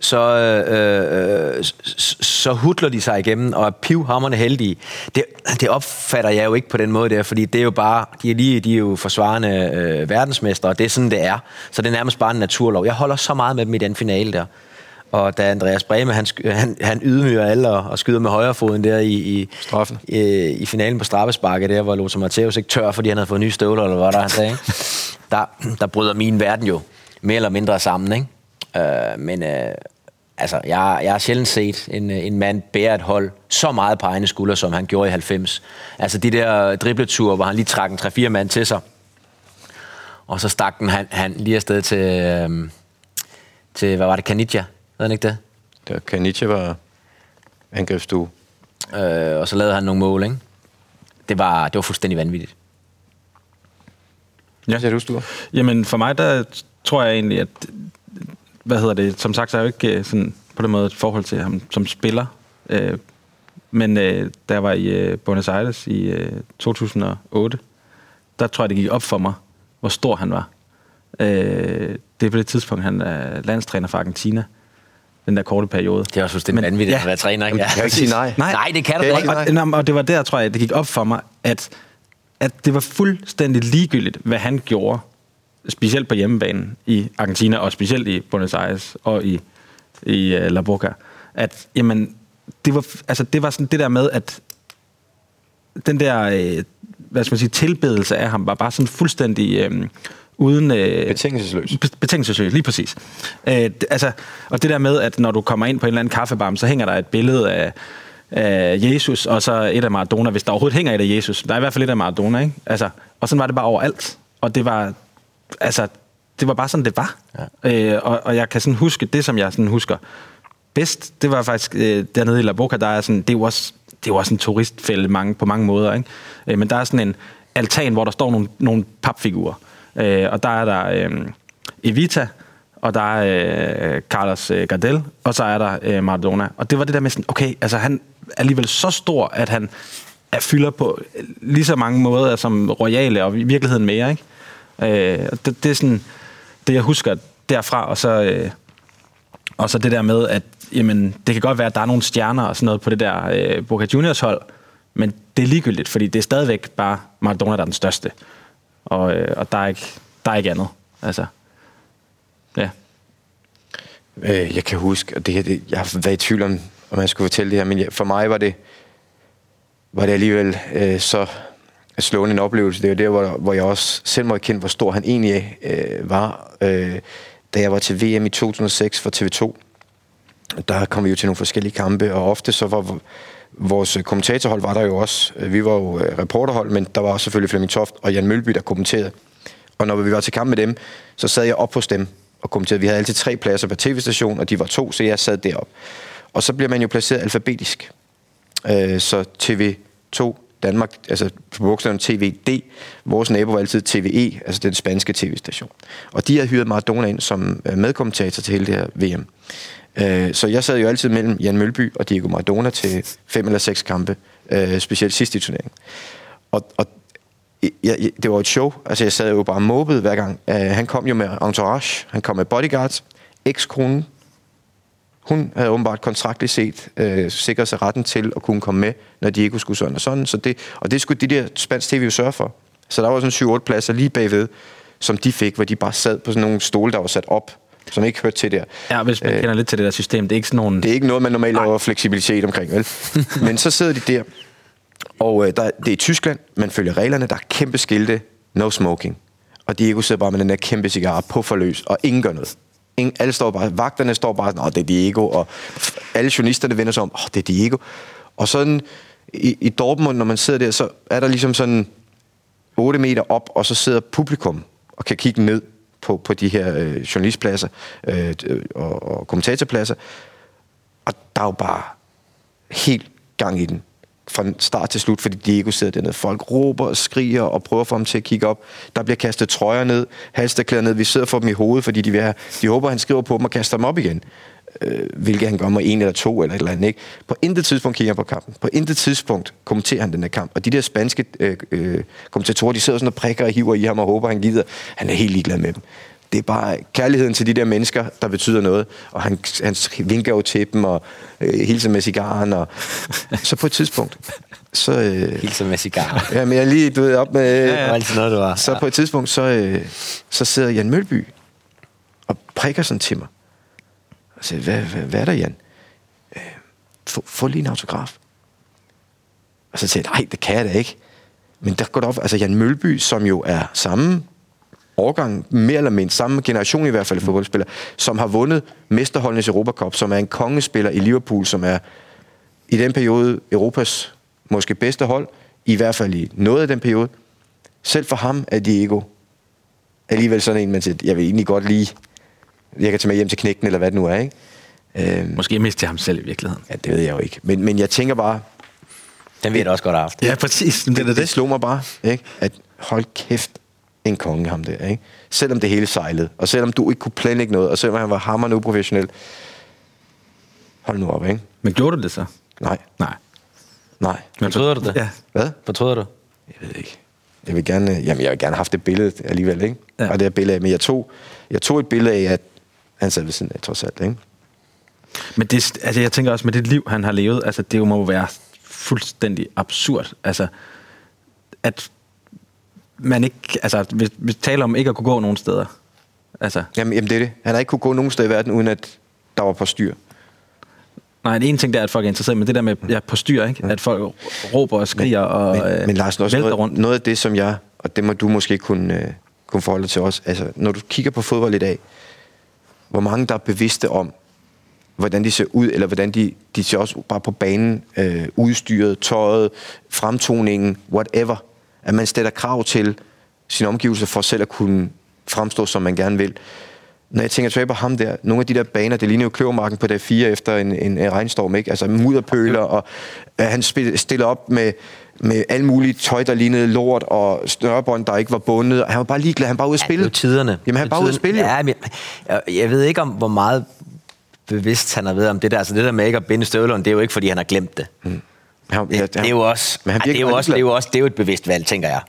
så hudler de sig igennem, og er pivhamrende heldige. Det opfatter jeg jo ikke på den måde der, fordi det er jo bare, de er jo forsvarende verdensmestre, og det er sådan, det er. Så det er nærmest bare en naturlov. Jeg holder så meget med dem i den finale der. Og da Andreas Brehme, han ydmyger alle og skyder med højrefoden der i finalen på straffesparket der, hvor Lothar Matthäus ikke tør, fordi han havde fået nye støvler, eller hvad der han sagde. Der bryder min verden jo mere eller mindre sammen, ikke? Men altså, jeg har sjældent set en mand bære et hold så meget på egne skuldre, som han gjorde i 90. Altså de der dribleture, hvor han lige trak en 3-4 mand til sig, og så stak han lige afsted til hvad var det, Caniggia? Ved han ikke det? Der Caniggia var angrebsstue. Og så lavede han nogle mål, ikke? Det var fuldstændig vanvittigt. Ja, ser du, Sture? Jamen, for mig, der tror jeg egentlig, at som sagt, så er jeg jo ikke sådan, på den måde et forhold til ham som spiller. Men da jeg var i Buenos Aires i 2008, der tror jeg, det gik op for mig, hvor stor han var. Det er på det tidspunkt, han er landstræner for Argentina. Den der korte periode. Det er også fuldstændig vanvittigt at være træner, ikke? Jeg kan ikke sige nej. Nej, det kan du ikke. Og det var der, tror jeg, det gik op for mig, at det var fuldstændig ligegyldigt, hvad han gjorde, specielt på hjemmebanen i Argentina, og specielt i Buenos Aires og i La Boca. At, jamen, det var sådan det der med, at den der, tilbedelse af ham, var bare sådan fuldstændig... uden... Betingelsesløs, lige præcis. Og det der med, at når du kommer ind på en eller anden kaffebar, så hænger der et billede af Jesus, og så et af Maradona, hvis der overhovedet hænger et af Jesus. Der er i hvert fald et af Maradona, ikke? Altså, og sådan var det bare overalt. Og det var bare sådan, det var. Ja. Og jeg kan sådan huske, det som jeg sådan husker bedst, det var faktisk dernede i La Boca, der er sådan, det er jo også en turistfælde på mange måder, ikke? Men der er sådan en altan, hvor der står nogle papfigurer. Og der er der Evita, og der er Carlos Gardel, og så er der Maradona. Og det var det der med sådan, okay, altså han er alligevel så stor, at han fylder på lige så mange måder som royale, og i virkeligheden mere, ikke? Det er sådan det, jeg husker derfra, og så det der med, at jamen, det kan godt være, at der er nogle stjerner og sådan noget på det der Boca Juniors hold, men det er ligegyldigt, fordi det er stadigvæk bare Maradona, der er den største. Og der er ikke andet. Altså, ja. Jeg kan huske, og jeg har været i tvivl om jeg skulle fortælle det her, men for mig var det alligevel så slående en oplevelse. Det var der, hvor jeg også selv måtte kende, hvor stor han egentlig var. Da jeg var til VM i 2006 for TV2, der kom vi jo til nogle forskellige kampe, og ofte så var vores kommentatorhold var der jo også. Vi var jo reporterhold, men der var også selvfølgelig Flemming Toft og Jan Mølby, der kommenterede. Og når vi var til kamp med dem, så sad jeg op hos dem og kommenterede. Vi havde altid 3 pladser per tv-station, og de var 2, så jeg sad derop. Og så bliver man jo placeret alfabetisk. Så TV2 Danmark, altså på bogstaven TVD, vores nabo var altid TVE, altså den spanske tv-station. Og de havde hyret Maradona ind som medkommentator til hele det her VM. Så jeg sad jo altid mellem Jan Mølby og Diego Maradona til 5 eller 6 kampe, specielt sidst i turneringen. Og det var et show, altså jeg sad jo bare mobbet hver gang. Han kom jo med entourage, han kom med bodyguards, ekskonen. Hun havde åbenbart kontraktligt set sikret sig retten til at kunne komme med, når Diego skulle sådan og sådan. Så det skulle de der spansk tv jo sørge for. Så der var sådan 7-8 pladser lige bagved, som de fik, hvor de bare sad på sådan nogle stole, der var sat op, som ikke hørte til der. Ja, hvis man kender lidt til det der system, det er ikke sådan nogle... Det er ikke noget, man normalt laver fleksibilitet omkring, vel? Men så sidder de der, og det er i Tyskland, man følger reglerne, der er kæmpe skilte, no smoking. Og Diego sidder bare med den der kæmpe cigaret på forløs, og ingen gør noget. Alle står bare, vagterne står bare sådan, det er Diego, og alle journalisterne vender sig om, det er Diego. Og sådan i Dortmund, når man sidder der, så er der ligesom sådan 8 meter op, og så sidder publikum og kan kigge ned på de her journalistpladser og kommentatorpladser. Og der er jo bare helt gang i den fra start til slut, fordi Diego sidder dernede. Folk råber og skriger og prøver for ham til at kigge op. Der bliver kastet trøjer ned, halsterklæder ned. Vi sidder for dem i hovedet, fordi de håber, han skriver på dem og kaster dem op igen. Hvilket han gør med 1 eller 2 eller et eller andet. Ikke? På intet tidspunkt kigger han på kampen. På intet tidspunkt kommenterer han den her kamp. Og de der spanske kommentatorer, de sidder sådan og prikker og hiver i ham og håber, han gider. Han er helt ligeglad med dem. Det er bare kærligheden til de der mennesker, der betyder noget. Og han vinker jo til dem og hilser med cigaren. Og så på et tidspunkt... hilser med cigaren. Ja, men jeg lige døde op med... altid noget, du var. Så på et tidspunkt, så sidder Jan Mølby og prikker sådan til mig. Og siger, hvad er der, Jan? Få lige en autograf. Og så siger jeg, nej, det kan jeg da ikke. Men der går det op... Altså Jan Mølby, som jo er samme... årgang, mere eller mindre, samme generation i hvert fald fodboldspiller, som har vundet mesterholdenes Europa Cup, som er en kongespiller i Liverpool, som er i den periode Europas måske bedste hold, i hvert fald i noget af den periode. Selv for ham er Diego alligevel sådan en, man siger, jeg vil egentlig godt lige, jeg kan tage med hjem til knægten, eller hvad det nu er, ikke? Måske mest til ham selv i virkeligheden. Ja, det ved jeg jo ikke. Men jeg tænker bare... Den vil jeg da også godt have haft. Ja, præcis. Det slog mig bare, ikke? At hold kæft, en konge ham der, ikke? Selvom det hele sejlede, og selvom du ikke kunne planlægge noget, og selvom han var hammerende uprofessionel. Hold nu op, ikke? Men gjorde du det så? Nej. Fortryder du det? Ja. Hvad? Fortryder du? Jeg ved ikke. Jeg vil gerne have haft det billede alligevel, ikke? Ja. Og det her billede af, men jeg tog et billede af, at han sad ved siden af, trods alt, ikke? Men det, altså jeg tænker også, med det liv, han har levet, altså det må være fuldstændig absurd. Altså, at man ikke, altså hvis vi taler om ikke at kunne gå nogen steder. Altså. Jamen det er det. Han har ikke kunne gå nogen sted i verden, uden at der var på styr. Nej, en ting der er, at folk er interesseret, men det der med på styr, ikke? At folk råber og skriger men Larsen, også vælter rundt. Noget af det, som jeg, og det må du måske kunne forholde dig til os, altså når du kigger på fodbold i dag, hvor mange der er bevidste om, hvordan de ser ud, eller hvordan de ser også bare på banen, udstyret, tøjet, fremtoningen, whatever, at man stiller krav til sine omgivelser for selv at kunne fremstå, som man gerne vil. Når jeg tænker tilbage på ham der, nogle af de der baner, det ligner jo Kløvermarken på dag 4 efter en regnstorm, ikke? Altså mudderpøler, og han stiller op med alt muligt tøj, der lignede lort, og snørbånd, der ikke var bundet, og han var bare ligeglad, han var ude at spille. Ja, det er jo tiderne. Jamen han var bare ude at spille. Ja, men jeg ved ikke om, hvor meget bevidst han har været om det der. Altså det der med ikke at binde støvlerne, det er jo ikke, fordi han har glemt det. Det er jo også, det er jo et bevidst valg, tænker jeg.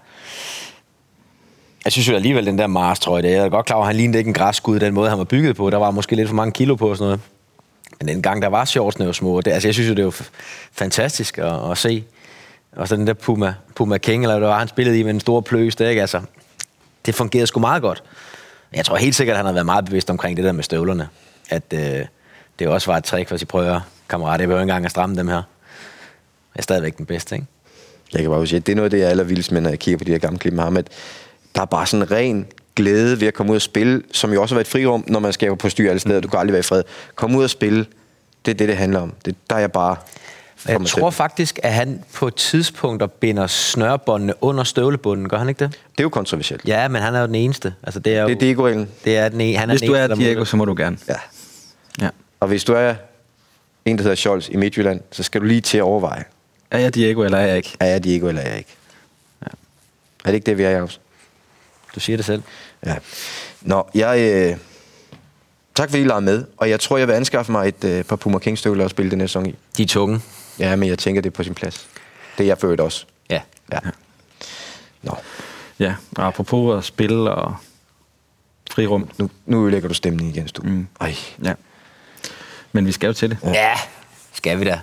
Jeg synes jo alligevel, den der Mars-trøje, jeg er godt klar over, at han lignede ikke en græsskud, den måde, han var bygget på. Der var måske lidt for mange kilo på og sådan noget. Men den gang, der var shortsene jo små. Altså, jeg synes jo, det er jo fantastisk at se. Og så den der Puma King, eller der var han spillede i med en stor pløs, det, ikke? Altså, det fungerede sgu meget godt. Jeg tror helt sikkert, at han har været meget bevidst omkring det der med støvlerne. At det også var et trick for at sige, prøv at høre, kammerat, jeg behøver ikke engang at stramme dem her. Jeg er stadigvæk den bedste, ikke? Jeg kan bare sige, at det er noget af det, jeg er allervildest med, når jeg kigger på de her gamle klip med ham, at der er bare sådan en ren glæde ved at komme ud og spille, som jo også har været et frirum, når man skal på styr alle steder. Du kan aldrig være i fred. Kom ud og spille. Det er det handler om. Der er jeg bare... Jeg tror faktisk, at han på tidspunkter binder snørebåndene under støvlebunden. Gør han ikke det? Det er jo kontroversielt. Ja, men han er jo den eneste. Altså, det er Diego-reglen. Det er den han er hvis du er Diego, så må du gerne. Ja. Og hvis du er en, der hedder Scholz i Midtjylland, så skal du lige til at overveje. Er jeg Diego, eller er jeg ikke? Er jeg Diego, eller er jeg ikke? Ja. Er det ikke det, vi er, Jacobs? Du siger det selv. Ja. Nå, jeg... tak fordi I lavede med, og jeg tror, jeg vil anskaffe mig et par Puma King-støvler og spille den næste sæson i. De er tunge. Ja, men jeg tænker, det er på sin plads. Det er jeg følt også. Ja. Nå. Ja, og apropos at spille og frirum. Nu ødelægger du stemningen igen, Stu. Ej. Ja. Men vi skal jo til det. Ja, skal vi da.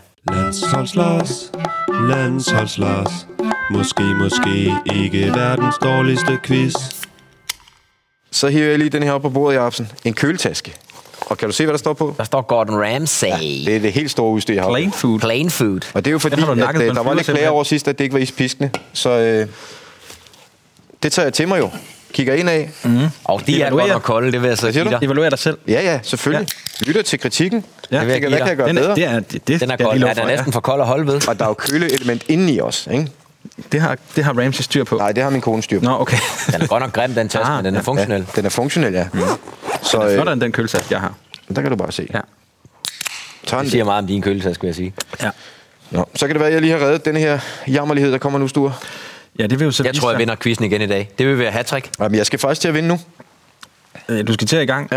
Landsholds-Lars. Måske ikke verdens dårligste quiz. Så hiver jeg lige den her op på bordet, Jacobsen. En køletaske. Og kan du se, hvad der står på? Der står Gordon Ramsay. Ja, det er det helt store udstyr, jeg har. Plain food. Plain food. Og det er jo fordi, at der var lidt klager over sidst, at det ikke var ispiskende. Så det tager jeg til mig jo. Kigger ind af. Og de er godt nok kolde, det vil jeg så sige dig. Evaluer dig selv. Ja, selvfølgelig. Lytter til kritikken. Ja. Hvad kan jeg gøre bedre? Den er kold. Den er næsten for kold at holde ved. Og der er jo køleelement inde i os, ikke? Det har Ramsay styr på. Nej, det har min kone styr på. Nå, okay. Den er godt nok grim, den taske, men den er funktionel. Ja, den er funktionel, ja. Så den er flottere end den køletaske, jeg har. Der kan du bare se. Ja. Det siger meget om din køletaske, vil jeg sige. Ja. Nå, så kan det være, at jeg lige har reddet den her jammerlighed, der kommer nu, Sture. Ja, det vil jo så jeg tror, jeg vinder quizzen igen i dag. Det vil være hat-trick. Jamen, jeg skal faktisk til at vinde nu. Du skal til i gang. Ja.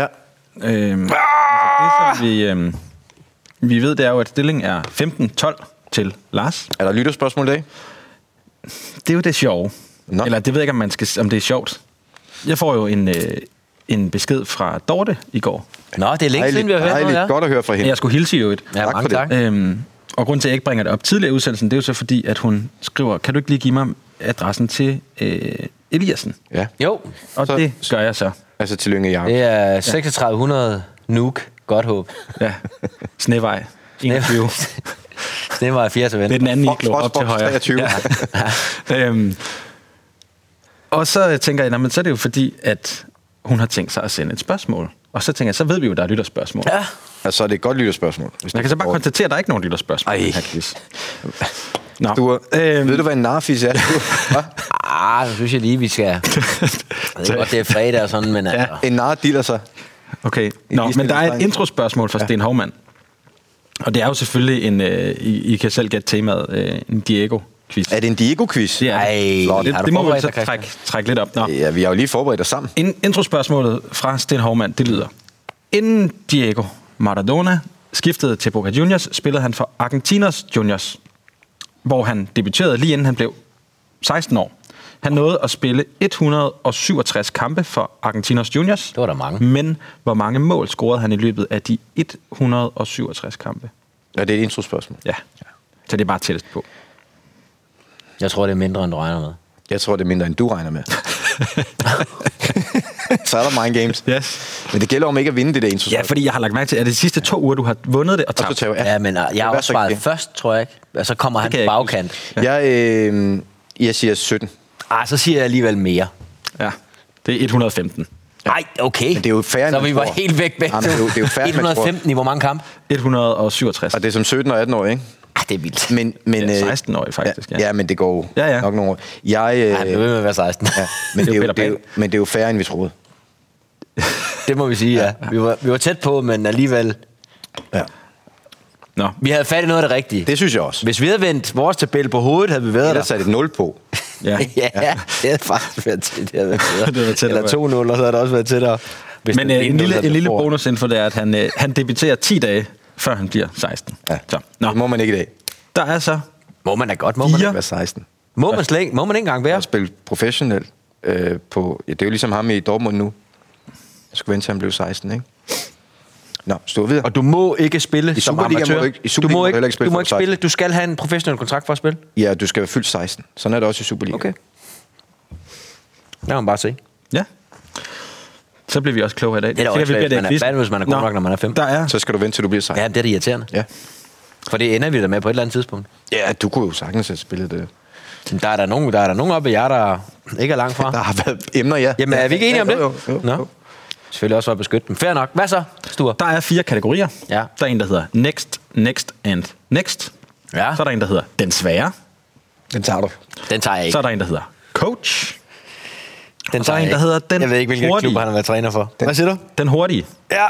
Det, som vi ved, det er jo, at stillingen er 15-12 til Lars. Er der lytterspørgsmål i dag? Det er jo det sjove. Nå. Eller det ved jeg ikke, om det er sjovt. Jeg får jo en besked fra Dorte i går. Nå, det er længe siden, vi har hørt noget, ja. Godt at høre fra hende. Jeg skulle hilse jo et. Ja, mange tak. Og grunden til, at jeg ikke bringer det op tidligere i udsendelsen, det er jo så fordi, at hun skriver, kan du ikke lige give mig adressen til Eliassen? Ja. Jo. Og så, det gør jeg så. Altså til Lynge Jacob. Det er 3600 Nuuk. Godt håb. Ja. Snevej. 21. Snevej 4 til venstre. Det er den anden iglo op til højre. 23. Ja. Og så tænker jeg, men så er det jo fordi, at hun har tænkt sig at sende et spørgsmål. Og så tænker jeg, så ved vi jo, der er lytterspørgsmål. Ja. Altså, det er et godt lytterspørgsmål. Jeg kan så bare konstatere, at der er ikke nogen lytterspørgsmål. Ej. Nå. Ved du, hvad en narfis er? Så synes jeg lige, vi skal... Jeg ved godt, det er fredag og sådan, men ja. Altså... En nar diller sig. Okay. Nå, men der er et introspørgsmål fra Sten Hovmand. Og det er jo selvfølgelig en... I kan selv gætte temaet. En Diego-quiz. Er det en Diego-quiz? Ja. Det må vi så trække lidt op. Nå. Ja, vi har jo lige forberedt os sammen. Introspørgsmålet fra Sten Hovmand, det lyder. Inden Diego Maradona skiftede til Boca Juniors, spillede han for Argentinos Juniors, hvor han debuterede lige inden han blev 16 år. Han nåede at spille 167 kampe for Argentinos Juniors. Det var der mange. Men hvor mange mål scorede han i løbet af de 167 kampe? Ja, det er et introspørgsmål. Ja. Så det er bare tættest på. Jeg tror, det er mindre, end du regner med. Jeg tror, det er mindre, end du regner med. Så er der mind games. Yes. Men det gælder om ikke at vinde det der introspørgsmål. Ja, fordi jeg har lagt mærke til, at det de sidste 2 uger, du har vundet det og tabt. Ja, men jeg har også svaret først, tror jeg ikke. Og så kommer han på bagkant. Ja. Jeg siger 17. Så siger jeg alligevel mere. Ja, det er 115. Nej, okay. Men det er jo færre, så vi var helt væk med. Jamen, det er jo færre, 115 i hvor mange kampe? 167. Og det er som 17 og 18 år, ikke? Det er vildt. Men, 16 år faktisk. Ja, men det går nok nogle år. Han blev ved med at være 16. Ja, men, det er jo færre, end vi troede. Det må vi sige, ja. Vi var tæt på, men alligevel... Ja. Nå. Vi havde fat i noget af det rigtige. Det synes jeg også. Hvis vi havde vendt vores tabel på hovedet, havde vi været der. sat et 0 på. Ja, det havde faktisk været tæt. Det havde været tæt. Eller 2-0, og så havde det også været tættere. Men en lille bonusinfo, det er, at han debuterer 10 dage, før han bliver 16. Ja. Så. Det må man ikke i dag. Der er så... Må man da godt, må man ikke være 16. Må man ikke engang være? Jeg spille professionelt på... Ja, det er jo ligesom ham i Dortmund nu. Jeg skulle vente til, han blev 16, ikke? Nå, stå videre. Og du må ikke spille i som amatør. Du må ikke spille. Du skal have en professionel kontrakt for at spille. Ja, du skal være fyldt 16. Sådan er det også i Superliga. Okay. Lad mig bare se. Ja. Så bliver vi også klogere i dag. Det er da også hvad hvis man er god nok, når man er 15? Så skal du vente til du bliver 16. Ja, det er det irriterende. Ja. For det ender vi da med på et eller andet tidspunkt. Ja, du kunne jo sagtens have spillet det. Der er der nogen oppe i jer, der ikke er langt fra. Der har været emner, ja. Jamen, er vi ikke enige om det? Jo. Nå. Selvfølgelig også for at beskytte dem. Fair nok. Hvad så, Sture? Der er 4 kategorier. Ja. Der er en, der hedder Next, Next and Next. Ja. Så er der en, der hedder Den Svære. Den tager du. Den tager jeg ikke. Så er der en, der hedder Coach. Den Og så er tager en, jeg der hedder Den Jeg ved ikke, hvilken Hurtige. klub han har været træner for. Hvad siger du? Den Hurtige. Ja.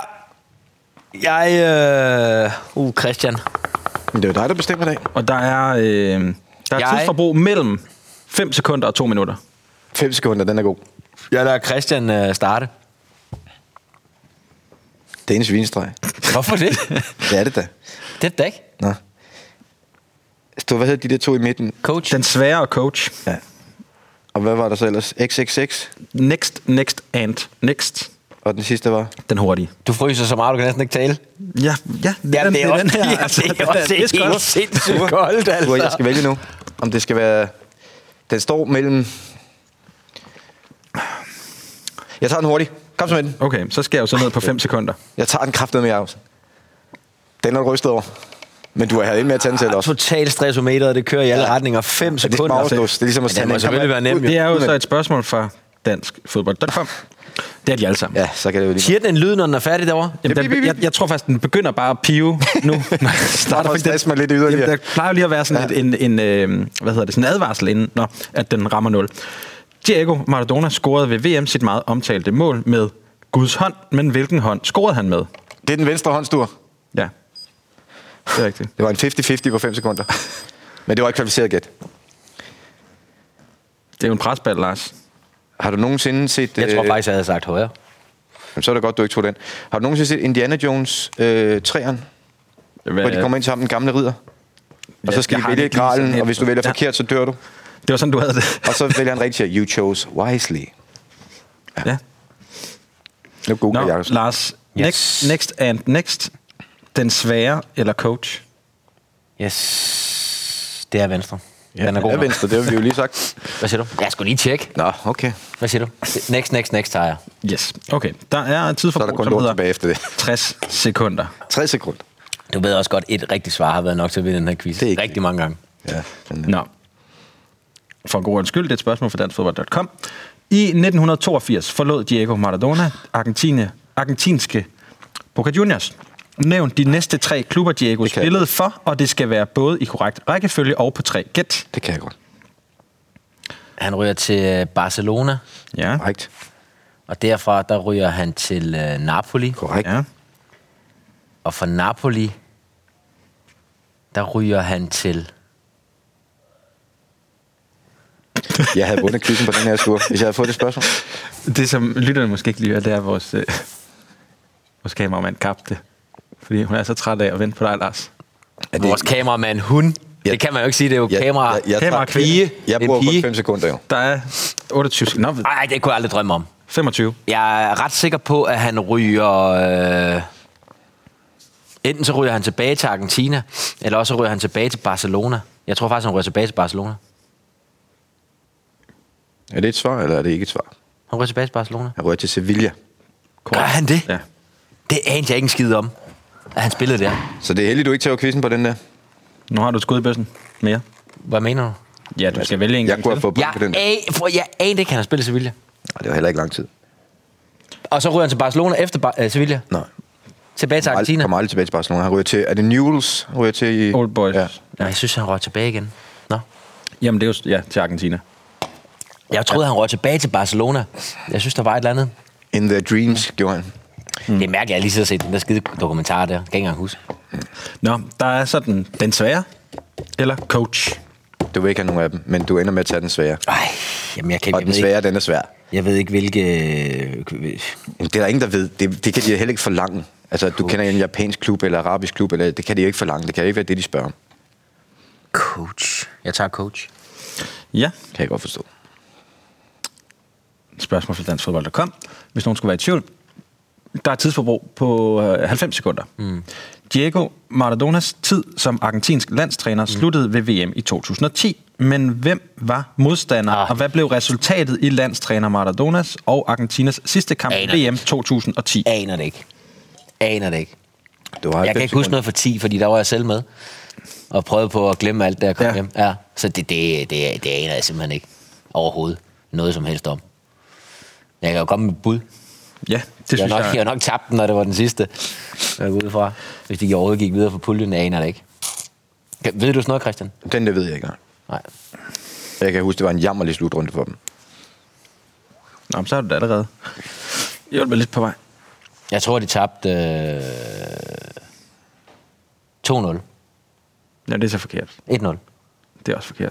Christian. Men det er jo dig, der bestemmer det. Og der er tidsforbrug mellem 5 sekunder og 2 minutter. 5 sekunder, den er god. Jeg lader Christian starte. Det er en svinestreg. Hvorfor det? Det er det da. Det er det ikke. Nå. Hvad hedder de der to i midten? Coach. Den Svære og Coach. Ja. Og hvad var der så ellers? XXX? Next and next. Og den sidste var? Den Hurtige. Du fryser så meget, du kan næsten ikke tale. Ja, Det er også den her. Altså, det er også helt sindssygt koldt, altså. Jeg skal vælge nu, om det skal være... Den står mellem... Jeg tager den hurtigt. Kom så med den. Okay, så skal jeg jo så ned på 5 sekunder. Jeg tager den kraftet med Jacobsen. Den er du rystet over. Men du har ind med at tage den selv også. Totalt stressometeret, det kører i alle retninger. 5 sekunder. Det er ligesom at Det må selvfølgelig være nemt. Det er jo så et spørgsmål fra danskfodbold.com. Det er de alle sammen. Ja, så kan det jo lige... Siger den en lyd, når den er færdig derovre? Jamen, jeg tror faktisk, den begynder bare at pive nu. Starter for stress mig lidt yderligere. Der plejer jo lige at være sådan en sådan en advarsel inden, at den rammer 0. Diego Maradona scorede ved VM sit meget omtalte mål med Guds hånd, men hvilken hånd scorede han med? Det er den venstre håndstur. Ja, det er rigtigt. Det var en 50-50 på 5 sekunder. Men det var et kvalificeret gæt. Det er jo en presbal, Lars. Har du nogensinde set... Jeg tror faktisk, jeg havde sagt højere. Jamen, så er det godt, du ikke tog den. Har du nogensinde set Indiana Jones 3'eren? Hvor de kommer ind til ham, den gamle ridder? Og så skal de vælge gralen, og hvis du vælger forkert, så dør du. Det var sådan, du havde det. Og så vælger han rigtig, you chose wisely. Ja. Nu googler jeg. Lars, next and next. Den Svære eller Coach? Yes, det er venstre. Den er god det er nok. venstre, det har vi jo lige sagt. Hvad siger du? Jeg skulle lige tjekke. Nå, okay. Hvad siger du? Next tager jeg. Yes. Okay, der er et Så er der tidsforbrug, kun som lort hedder tilbage efter det. 60 sekunder. 60 sekunder. Du ved også godt, et rigtigt svar har været nok til at vinde den her quiz. Det er ikke rigtig mange gange. Ja, Nå. For en god skyld, det er et spørgsmål fra danskfodbold.com. I 1982 forlod Diego Maradona argentinske Boca Juniors. Nævn de næste 3 klubber, Diego spillede for, og det skal være både i korrekt rækkefølge og på 3 gæt. det kan jeg godt. Han ryger til Barcelona, Ja. Korrekt. og derfra der ryger han til Napoli. Korrekt. Ja. Og fra Napoli, der ryger han til... Jeg havde vundet quizzen på den her skur, hvis jeg havde fået det spørgsmål. Det, som lytterne måske ikke lige hører, det er vores kameramand Kapte. Fordi hun er så træt af at vente på dig, Lars. Vores kameramand, hun. Ja. Det kan man jo ikke sige, det er jo Kamerakvinde. Jeg bruger kun 5 sekunder jo. Der er 28... Nå, Nej, det kunne jeg aldrig drømme om. 25. Jeg er ret sikker på, at han ryger... Enten så ryger han tilbage til Argentina, eller også ryger han tilbage til Barcelona. Jeg tror faktisk, han ryger tilbage til Barcelona. Er det et svar, eller er det ikke et svar? Han ryger tilbage til Barcelona. Jeg rører til Sevilla. Gør han det? Ja. Det anede jeg ikke en skid om, at han spillede der. Så det er heldigt, du ikke tager quizzen på den der. Nu har du et skud i bøssen. Mere. Hvad mener du? Ja, du skal vælge en Jeg gang kunne have til. fået point på den. Jeg anede ikke, at han har spillet i Sevilla. Nej, det var heller ikke lang tid. Og så ryger han til Barcelona efter Sevilla. Nej. Tilbage til Argentina. Kommer aldrig tilbage til Barcelona. Han ryger til... Er det Newell's? Han ryger til i... Old Boys. Ja. Ja. Nej, jeg synes, han røg tilbage igen. Nå. Jamen, det er jo til Argentina. Jeg troede, han røg tilbage til Barcelona. Jeg synes, der var et eller andet. In the Dreams gjorde han. Det er mærkeligt, at jeg lige så set den der skide dokumentar der. Kan ikke engang huske. Nå, der er sådan Den Svære eller Coach. Du vil ikke have nogen af dem, men du ender med at tage den svære. Ej, jamen jeg kan Og jeg den ved svære, ikke, den er svær. jeg ved ikke, hvilke... Jamen, det er der ingen, der ved. Det kan de heller ikke forlange. Altså, du kender en japansk klub eller arabisk klub, eller det kan de jo ikke forlange. Det kan ikke være det, de spørger om. Coach. Jeg tager Coach. Ja, Kan jeg godt forstå. spørgsmål fra danskfodbold.com. Hvis nogen skulle være i tvivl. Der er et tidsforbrug på 90 sekunder. Diego Maradonas tid som argentinsk landstræner sluttede ved VM i 2010. Men hvem var modstander, og hvad blev resultatet i landstræner Maradonas og Argentinas sidste kamp i VM 2010? Aner det ikke. Du har Jeg kan ikke huske noget for 10, fordi der var jeg selv med. Og prøvede på at glemme alt, da jeg kom hjem. Ja. Så det aner jeg simpelthen ikke overhovedet noget som helst om. Jeg kan jo komme med bud. Ja, det synes Jeg har nok tabt den, når det var den sidste. Jeg går ud fra. Hvis de overhovedet gik videre for puljen, aner det ikke. Ved du sådan noget, Christian? Den der ved jeg ikke. Nej. Jeg kan huske, det var en jammerlig slutrunde for dem. Nå, men så er du da allerede hjulpet lidt på vej. Jeg tror, de tabte 2-0. Ja, det er så forkert. 1-0. Det er også forkert.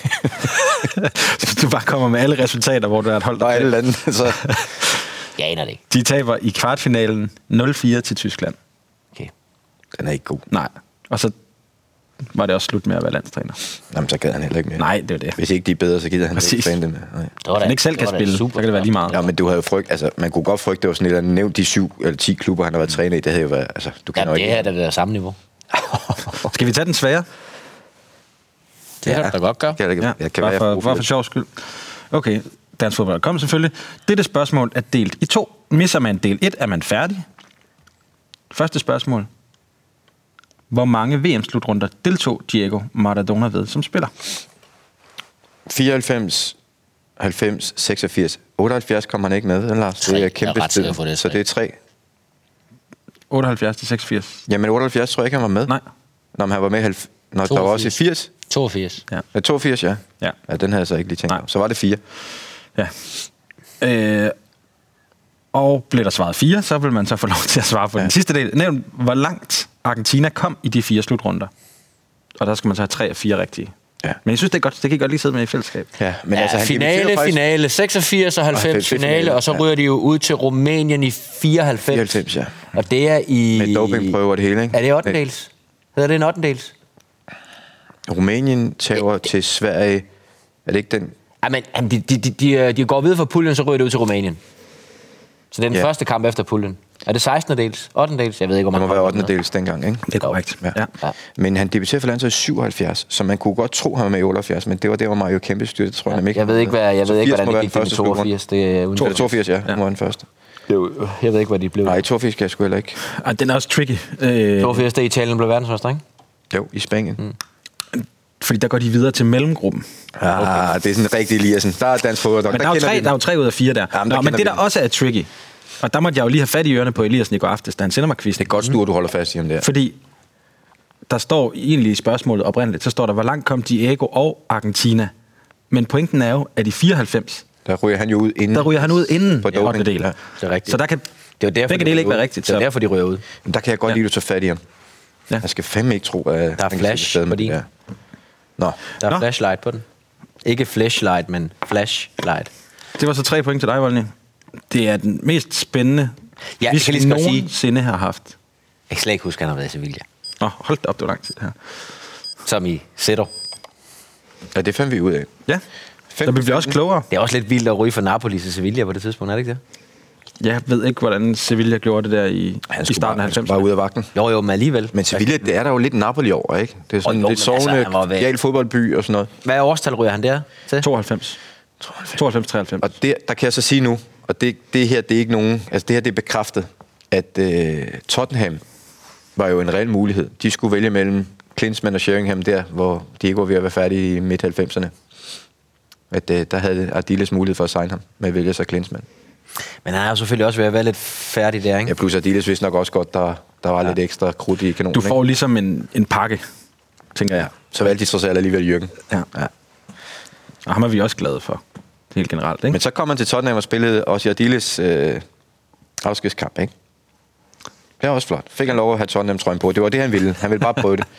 Så du bare kommer med alle resultater, hvor du er et hold, der alle lande, så... Jeg aner det ikke. De taber i kvartfinalen 0-4 til Tyskland. Okay. Den er ikke god. Nej. Og så var det også slut med at være landstræner. Jamen, så gad han heller ikke mere. Nej, det er det. Hvis ikke de er bedre, så gider han ikke træne dem med. Hvis han ikke selv kan spille, så kan det være lige meget. Ja, men du havde jo man kunne godt frygte, det var sådan et eller andet, nævnt de 7 eller 10 klubber, han har været træner i. Det havde jo været, altså, du kan jo ikke... det her er det samme niveau. Skal vi tage den svære? Det kan du da godt gøre. Bare for sjov skyld. Okay, Dansk Fodbold kom selvfølgelig. Dette spørgsmål er delt i 2. Misser man del 1, er man færdig. Første spørgsmål. Hvor mange VM-slutrunder deltog Diego Maradona ved som spiller? 94, 90, 86. 78 kom han ikke med, Lars. Det er kæmpe sted. Så det er 3. 78 til 86. Jamen 78 tror jeg ikke, han var med. Nej. Når han var med når der var også i 80. 82. Ja, 82, ja. Ja. Ja, den havde jeg så ikke lige tænkt. Så var det 4. Ja. Og blev der svaret 4, så vil man så få lov til at svare på den sidste del. Nævn, hvor langt Argentina kom i de 4 slutrunder. Og der skal man så have 3 af 4 rigtige. Ja. Men jeg synes, det er godt. Det kan I godt lige sidde med i fællesskab. Ja, men altså, han finale, 86 og 90 finale, og så ryger de jo ud til Rumænien i 94. 94, ja. Og det er i... Med dopingprøver det hele, ikke? Er det 8. Hedder det en 8. Rumænien tager til Sverige. Er det ikke den? Ja, men de går videre fra puljen, så ryger det ud til Rumænien. Så det er den første kamp efter puljen. Er det 16. dels? 8. dels? Jeg ved ikke, hvor man må være 8. dels dengang, ikke? Det er korrekt. Ja. Men han debuterede for landsholdet i 77, så man kunne godt tro, han var med i 78, men det var der, hvor Mario Kæmpe styrte, tror jeg. Jeg ved ikke, hvordan det gik i 82. Det er 82, ja. Han var den første. Jeg ved ikke, hvad de blev. Nej, i 82 kan jeg sgu heller ikke. Den er også tricky. 82, det Italien blev verdensmester, ikke? Jo, i Spanien. Fordi der går de videre til mellemgruppen. Okay. Det er sådan rigtig Eliassen. Der er dansk fodbold. Men der er jo 3 ud af 4 der. Men det der også er tricky, og der måtte jeg jo lige have fat i ørerne på Eliassen i går aftes, da han sender mig quizzen. Det er godt du holder fast i ham der. Fordi der står egentlig i spørgsmålet oprindeligt, så står der, hvor langt kom Diego og Argentina. Men pointen er jo, at i 94... Der ryger han jo ud inden. På 8. del. Ja. Det er rigtigt. Så der kan begge dele ikke være rigtigt. Det er derfor, de ryger ud. Men der kan jeg godt lide, at du tager fat i ham. Ja. Jeg skal fandme ikke tro, at... Der er flash på din. Nå. Der er flashlight på den. Ikke flashlight, men flashlight. Det var så 3 point til dig, Voldning. Det er den mest spændende, vi nogensinde har haft. Jeg kan slet ikke huske, at han har været i Sevilla. Hold da op, det var lang tid her. Som i Sætter. Ja, det fandt vi ud af. Ja, så bliver vi også klogere. Det er også lidt vildt at ryge fra Napoli til Sevilla på det tidspunkt, er det ikke det? Jeg ved ikke, hvordan Sevilla gjorde det der i starten af 90'erne. Bare ude af vagten. Jo, men alligevel. Men Sevilla, det er der jo lidt Napoli over, ikke? Det er sådan lidt sovende, galt fodboldby og sådan noget. Hvad årstal ryger han der til? 92. 92-93. Og der kan jeg så sige nu, og det her, det er ikke nogen... Altså det her, det er bekræftet, at Tottenham var jo en reel mulighed. De skulle vælge mellem Klinsmann og Sheringham der, hvor Diego var ved at være færdig i midt-90'erne. At der havde Ardiles mulighed for at signe ham, med at vælge sig Klinsmann. Men han er jo selvfølgelig også ved at være lidt færdig der, ikke? Ja, plus Ardiles vidste nok også godt, der var lidt ekstra krudt i kanonen. Du får ligesom en pakke, tænker jeg. Så valgte de trods alt alligevel Jürgen. Ja. Og ham er vi også glade for, helt generelt, ikke? Men så kom han til Tottenham og spillede også i Ardiles afskedskamp, ikke? Det var også flot. Fik han lov at have Tottenham-trøjen på. Det var det, han ville. Han ville bare prøve det.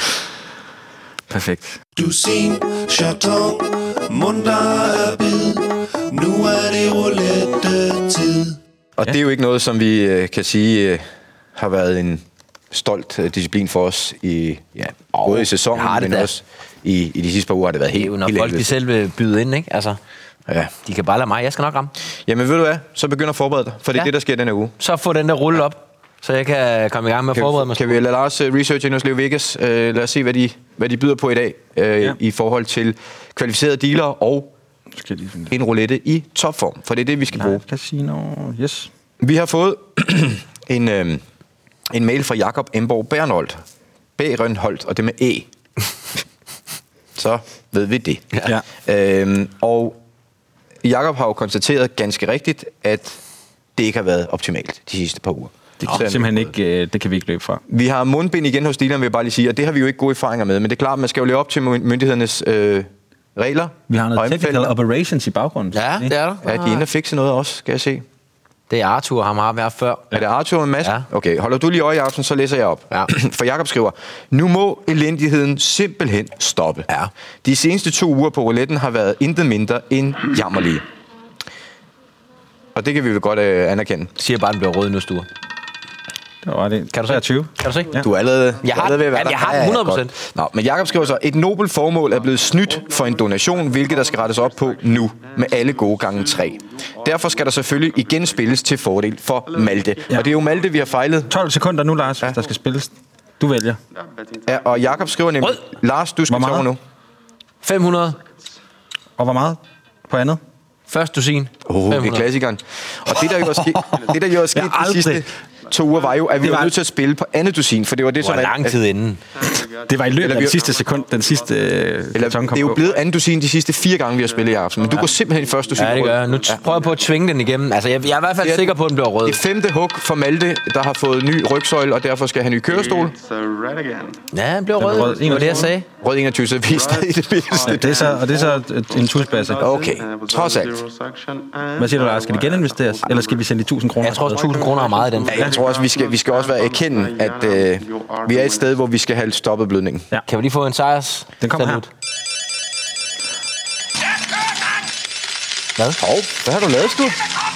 Perfekt. Dusin, chaton, munter er bid. Nu er det roulette-tid. Og det er jo ikke noget, som vi kan sige har været en stolt disciplin for os i både i sæsonen, men også i de sidste par uger har det været helt når folk de selv vil byde ind, ikke? Altså, de kan bare lade mig. Jeg skal nok ramme. Jamen ved du hvad? Så begynder at forberede dig, for det er det, der sker denne uge. Så få den der rulle op, så jeg kan komme i gang med at forberede mig. Kan vi lade Lars research ind hos Leo Vegas? Lad os se, hvad de byder på i dag i forhold til kvalificerede dealer og en roulette i topform. For det er det, vi skal bruge. Casino, yes. Vi har fået en mail fra Jakob Emborg Bernholdt. Bernholdt, og det med E. Så ved vi det. Ja. Og Jakob har jo konstateret ganske rigtigt, at det ikke har været optimalt de sidste par uger. Det kan simpelthen ikke, det kan vi ikke løbe fra. Vi har mundbind igen hos dealeren, vil jeg bare lige sige, og det har vi jo ikke gode erfaringer med, men det er klart, man skal jo leve op til myndighedernes regler. Vi har noget technical operations i baggrunden. Ja, det er der. Ja, de er inde og fikse noget også, skal jeg se. Det er Arthur, ham har været før. Er det Arthur med maske? Ja. Okay, holder du lige øje, Jacobsen, så læser jeg op. Ja. For Jakob skriver, nu må elendigheden simpelthen stoppe. Ja. De seneste 2 uger på rouletten har været intet mindre end jammerlige. Og det kan vi vel godt anerkende. Siger bare, den bliver rød nu, Sture. Det var det. Kan du se? 20? Kan du se? Ja. Du er allerede, Jeg har den 100%. Nå, men Jakob skriver så, et nobelt formål er blevet snydt for en donation, hvilket der skal rettes op på nu, med alle gode gange 3. Derfor skal der selvfølgelig igen spilles til fordel for Malte. Ja. Og det er jo Malte, vi har fejlet. 12 sekunder nu, Lars, hvis der skal spilles. Du vælger. Ja, og Jakob skriver nemlig, Lars, du skal tage nu. 500. Og hvor meget på andet? Først dusin. Det er klassikeren. Og det, der jo er sket de sidste 2 uger, var jo, at vi var nødt til at spille på andet dusin, for det var det, som... Det var lang tid inden. Det var i løbet af den sidste sekund, den sidste det er jo blevet anden dusin de sidste 4 gange, vi har spillet i aften, men du går simpelthen i første dusin. Ja, det gør jeg. Nu prøver jeg på at tvinge den igennem. Altså, jeg er i hvert fald sikker på, at den bliver rød. Det 5. hug for Malte, der har fået ny rygsøjle, og derfor skal have ny kørestol. Ja, den bliver rød. Det var det, jeg sagde. Rød 21, så vi stadig det bedste. Ja, det er så en tusbasse. Okay, trods alt. Hvad siger du, Lars? Skal det geninvesteres, eller skal vi sende de 1.000 kroner? Jeg tror, 1.000 kroner er meget i den. Ja, jeg tror også, vi skal også være erkende, at vi er et sted, hvor vi skal have stoppet blødningen. Ja. Kan vi lige få en sejrs? Den kommer her. Hvad? Hvad har du lavet, Stu?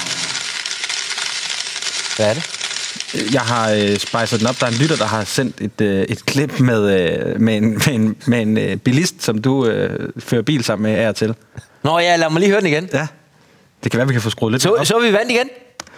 Hvad er det? Jeg har spejset den op. Der er en lytter, der har sendt et klip med en bilist, som du fører bil sammen med af og til. Nå ja, lad mig lige høre den igen. Ja. Det kan være, vi kan få skruet lidt op. Så vi vandt igen?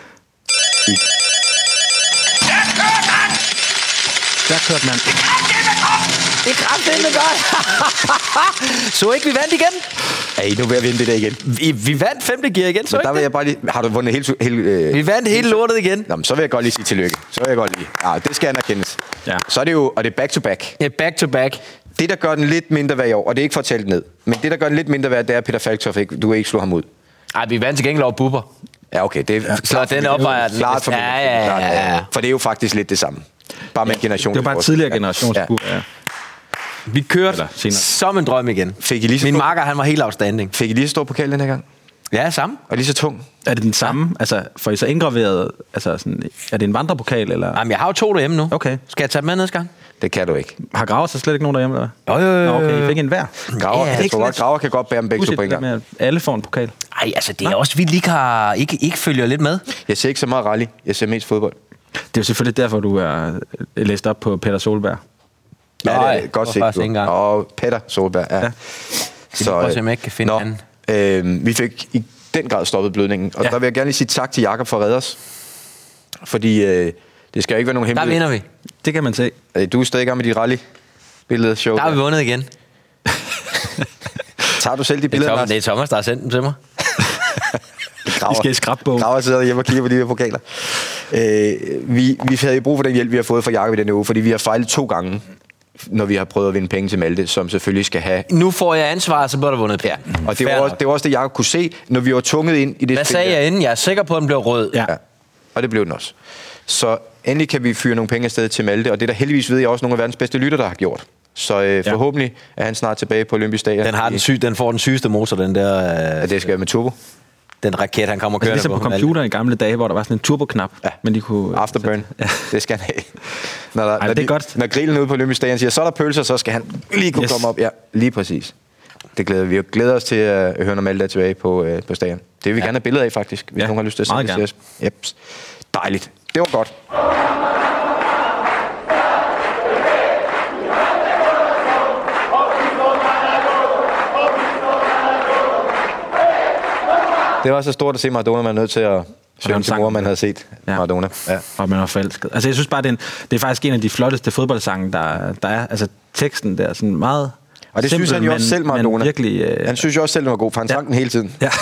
Der kørte man. Det er kraftedeme godt. Så ikke vi vandt igen? Ej, nu vil jeg vinde det der igen. Vi vandt 5. gear igen, så men der ikke vil jeg bare lige... Har du vundet hele vi vandt hele lortet igen. Nå, men så vil jeg godt lige sige tillykke. Ja, det skal anerkendes. Ja. Så er det jo... Og det er back to back. Ja, back to back. Det, der gør den lidt mindre værd i år, og det er ikke for at tale ned, men det, der gør den lidt mindre værd, det er, at Peter Falktoft du ikke slog ham ud. Ej, vi vandt til gengæld over Bubber. Ja, okay. Det er så den opvejer den. Klart for mig. Ja. For det er jo faktisk lidt det samme. Bare med en generation. Det var bare en tidligere generationsbub, ja. Vi kørte som en drøm igen. Min marker, han var helt outstanding. Fik I lige så stor pokal den her gang? Ja, samme. Og lige så tung? Er det den samme? Ja. Altså, får I så indgraveret... Altså, sådan, er det en vandrepokal, eller...? Jamen, jeg har jo 2 derhjemme nu. Okay. Skal jeg tage dem med næste gang? Det kan du ikke. Har Graver så slet ikke nogen derhjemme, eller hvad? Jo. Okay, I fik en hver. Graver kan godt bære dem begge to på en gang. Med, at alle får en pokal. Ej, altså, det er også vildt, ikke følger lidt med. Jeg ser ikke så meget rally. Jeg ser mest fodbold. Det er jo selvfølgelig derfor, du er læst op på Peter Solberg. Ja, det er godt set. Og Peter Solberg, ja. Så prøv at se, om jeg ikke kan finde han. Vi fik i den grad stoppet blødningen. Og der vil jeg gerne lige sige tak til Jakob for at redde os. Fordi det skal jo ikke være nogen hemmelighed. Der vinder vi. Det kan man se. Du er stadig i gang med dit rally-billede-show. Der har vi vundet igen. Tager du selv de billeder, Lars? Det er Thomas, der har sendt dem til mig. Vi skal i skrabbogen. Graver sidder hjemme og kigger på de her pokaler. Vi havde jo brug for den hjælp, vi har fået fra Jakob i denne uge, fordi vi har fejlet 2 gange, når vi har prøvet at vinde penge til Malte, som selvfølgelig skal have... Nu får jeg ansvar, så bliver der vundet penge. Ja. Og det var også det, Jakob kunne se, når vi var tvunget ind i det. Hvad sagde jeg inden? Jeg er sikker på, at den blev rød. Ja. Og det blev den også. Så endelig kan vi fyre nogle penge afsted til Malte, og det der heldigvis ved jeg også nogle af verdens bedste lytter, der har gjort. Så forhåbentlig er han snart tilbage på Olympisk Stadion. Den får den sygeste motor, den der... Ja, det skal være med turbo. Den raket, han kommer kørende ligesom på computeren i gamle dage, hvor der var sådan en turboknap. Ja. Men de kunne... Afterburn. Ja. Det skal han have. Det er godt. Når grillen ude på Olympisk Stadion siger, så er der pølser, så skal han lige kunne komme op. Ja, lige præcis. Det glæder vi. Vi glæder os til at høre, når Malte er tilbage på stadion. Det vil vi gerne have billeder af, faktisk, hvis nogen har lyst til at se det til os. Yep. Dejligt. Det var godt. Det var så stort at se Maradona, man er nødt til at synge til mor, man havde set Maradona. Ja. Og man var forelsket. Altså, jeg synes bare, det er faktisk en af de flotteste fodboldsange, der er. Altså, teksten der er sådan meget og det simpel, synes han jo også selv, Maradona. Virkelig, han synes jo også selv, den var god, for han sang den hele tiden. Ja.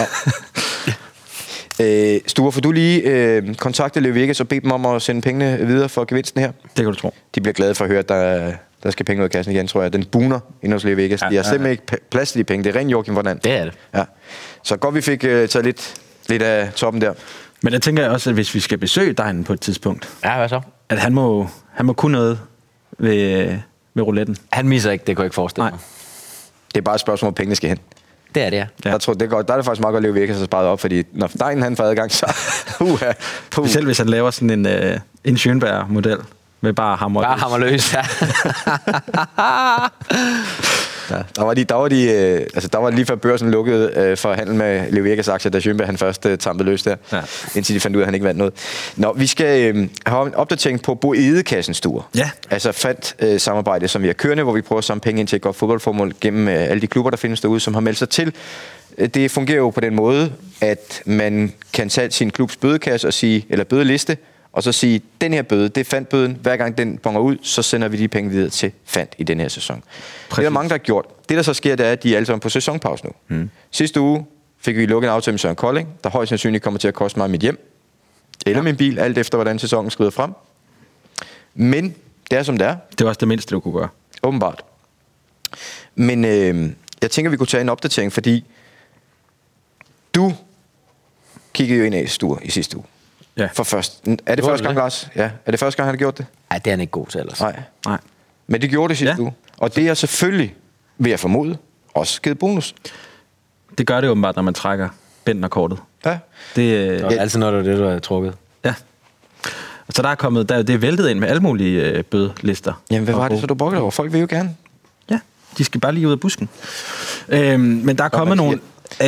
Sture, får du lige kontakte Leo Vegas og bede dem om at sende pengene videre for gevinsten her? Det kan du tro. De bliver glade for at høre, at der skal penge ud af kassen igen, tror jeg. Den buner ind hos Leo Vegas. De har simpelthen ikke plads til de penge. Det er ren Joachim Fernand. Det er det. Ja. Så godt, vi fik taget lidt af toppen der. Men jeg tænker også, at hvis vi skal besøge Dejen på et tidspunkt... Ja, hvad så? At han må kunne noget ved rouletten. Han misser ikke, det kan jeg ikke forestille mig. Det er bare et spørgsmål, hvor pengene skal hen. Det er det, ja. Jeg tror, der er det faktisk meget godt, at Leo Vegas har sparet op, fordi når Dejen han får adgang, så... Specielt hvis han laver sådan en Schönberg-model med bare hammer. Bare hammer løs, ja. Ja, der var lige før børsen lukkede for handel med Leo Vegas aktier, da Schönberg han først tampede løs der, indtil de fandt ud af, at han ikke vandt noget. Nå, vi skal have en opdatering på Bo Edekassens stuer. Ja. Altså fandt samarbejde, som vi har kørende, hvor vi prøver at samle penge ind til et godt fodboldformål gennem alle de klubber, der findes derude, som har meldt sig til. Det fungerer jo på den måde, at man kan tage sin klubs bødekasse og sige, eller bødeliste, og så sige, den her bøde, det er Fandt-bøden. Hver gang den bonger ud, så sender vi de penge videre til Fandt i den her sæson. Præcis. Det er der mange, der har gjort. Det, der så sker, det er, at de er alle sammen på sæsonpause nu. Sidste uge fik vi lukket en aftale med Søren Kolding, der højst sandsynligt kommer til at koste mig mit hjem, eller min bil, alt efter, hvordan sæsonen skrider frem. Men det er, som det er. Det var også det mindste, du kunne gøre. Åbenbart. Men jeg tænker, vi kunne tage en opdatering, fordi du kiggede jo ind af stuer i sidste uge. Ja. For først. Er det første gang, Lars? Ja. Er det første gang, han har gjort det? Nej, det er han ikke god til ellers. Nej. Men det gjorde det sidste uge. Og det er selvfølgelig, ved at formode, også givet bonus. Det gør det åbenbart, når man trækker Bentner-kortet. Ja. Det er altid noget, det du har trukket. Ja. Så der er kommet, det er væltet ind med alle mulige bødelister. Jamen, hvad var det så, du brugte over? Folk vil jo gerne. Ja, de skal bare lige ud af busken. Men der er kommet nogle,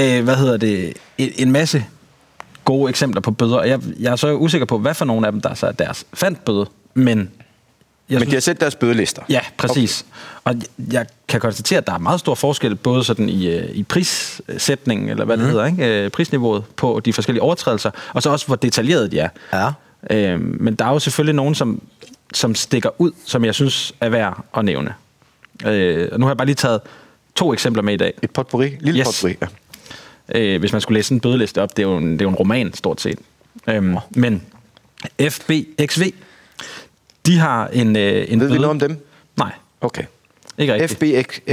en masse gode eksempler på bøder. Jeg er så usikker på, hvad for nogle af dem, der så er deres Fandt-bøde. Men de har set deres bødelister? Ja, præcis. Okay. Og jeg kan konstatere, at der er meget stor forskel, både sådan i prissætningen, eller hvad det hedder, ikke? Prisniveauet på de forskellige overtrædelser, og så også, hvor detaljeret de er. Ja. Men der er jo selvfølgelig nogen, som stikker ud, som jeg synes er værd at nævne. Og nu har jeg bare lige taget 2 eksempler med i dag. Et potpourri? Lille potpourri, ja. Hvis man skulle læse en bødeliste op, det er jo en roman, stort set. Men FBXV, de har en Ved bøde. vi noget om dem? Nej. Okay. Ikke rigtigt.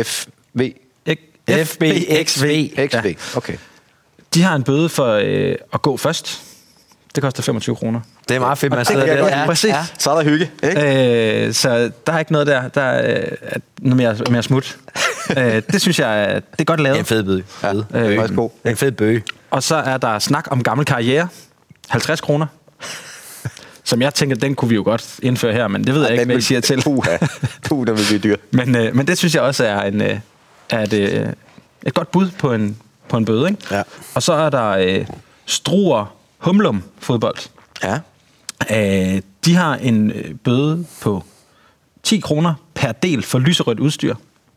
FBXV. Ja. Okay. De har en bøde for at gå først. Det koster 25 kroner. Det er meget fedt, man sidder der. Ja, præcis. Ja. Så er der hygge, ikke? Så der er ikke noget der. Der er noget mere smut. Det synes jeg, det er godt lavet. Det er en fed bøde. Det er en fed bøge. Og så er der snak om gammel karriere. 50 kroner. Som jeg tænker, den kunne vi jo godt indføre her, men det ved jeg ikke, hvad I siger til. Der vil blive dyr. Men det synes jeg også er et godt bud på en bøde, ikke? Ja. Og så er der Struer Humlum fodbold. Ja. De har en bøde på 10 kroner per del for lyserødt udstyr.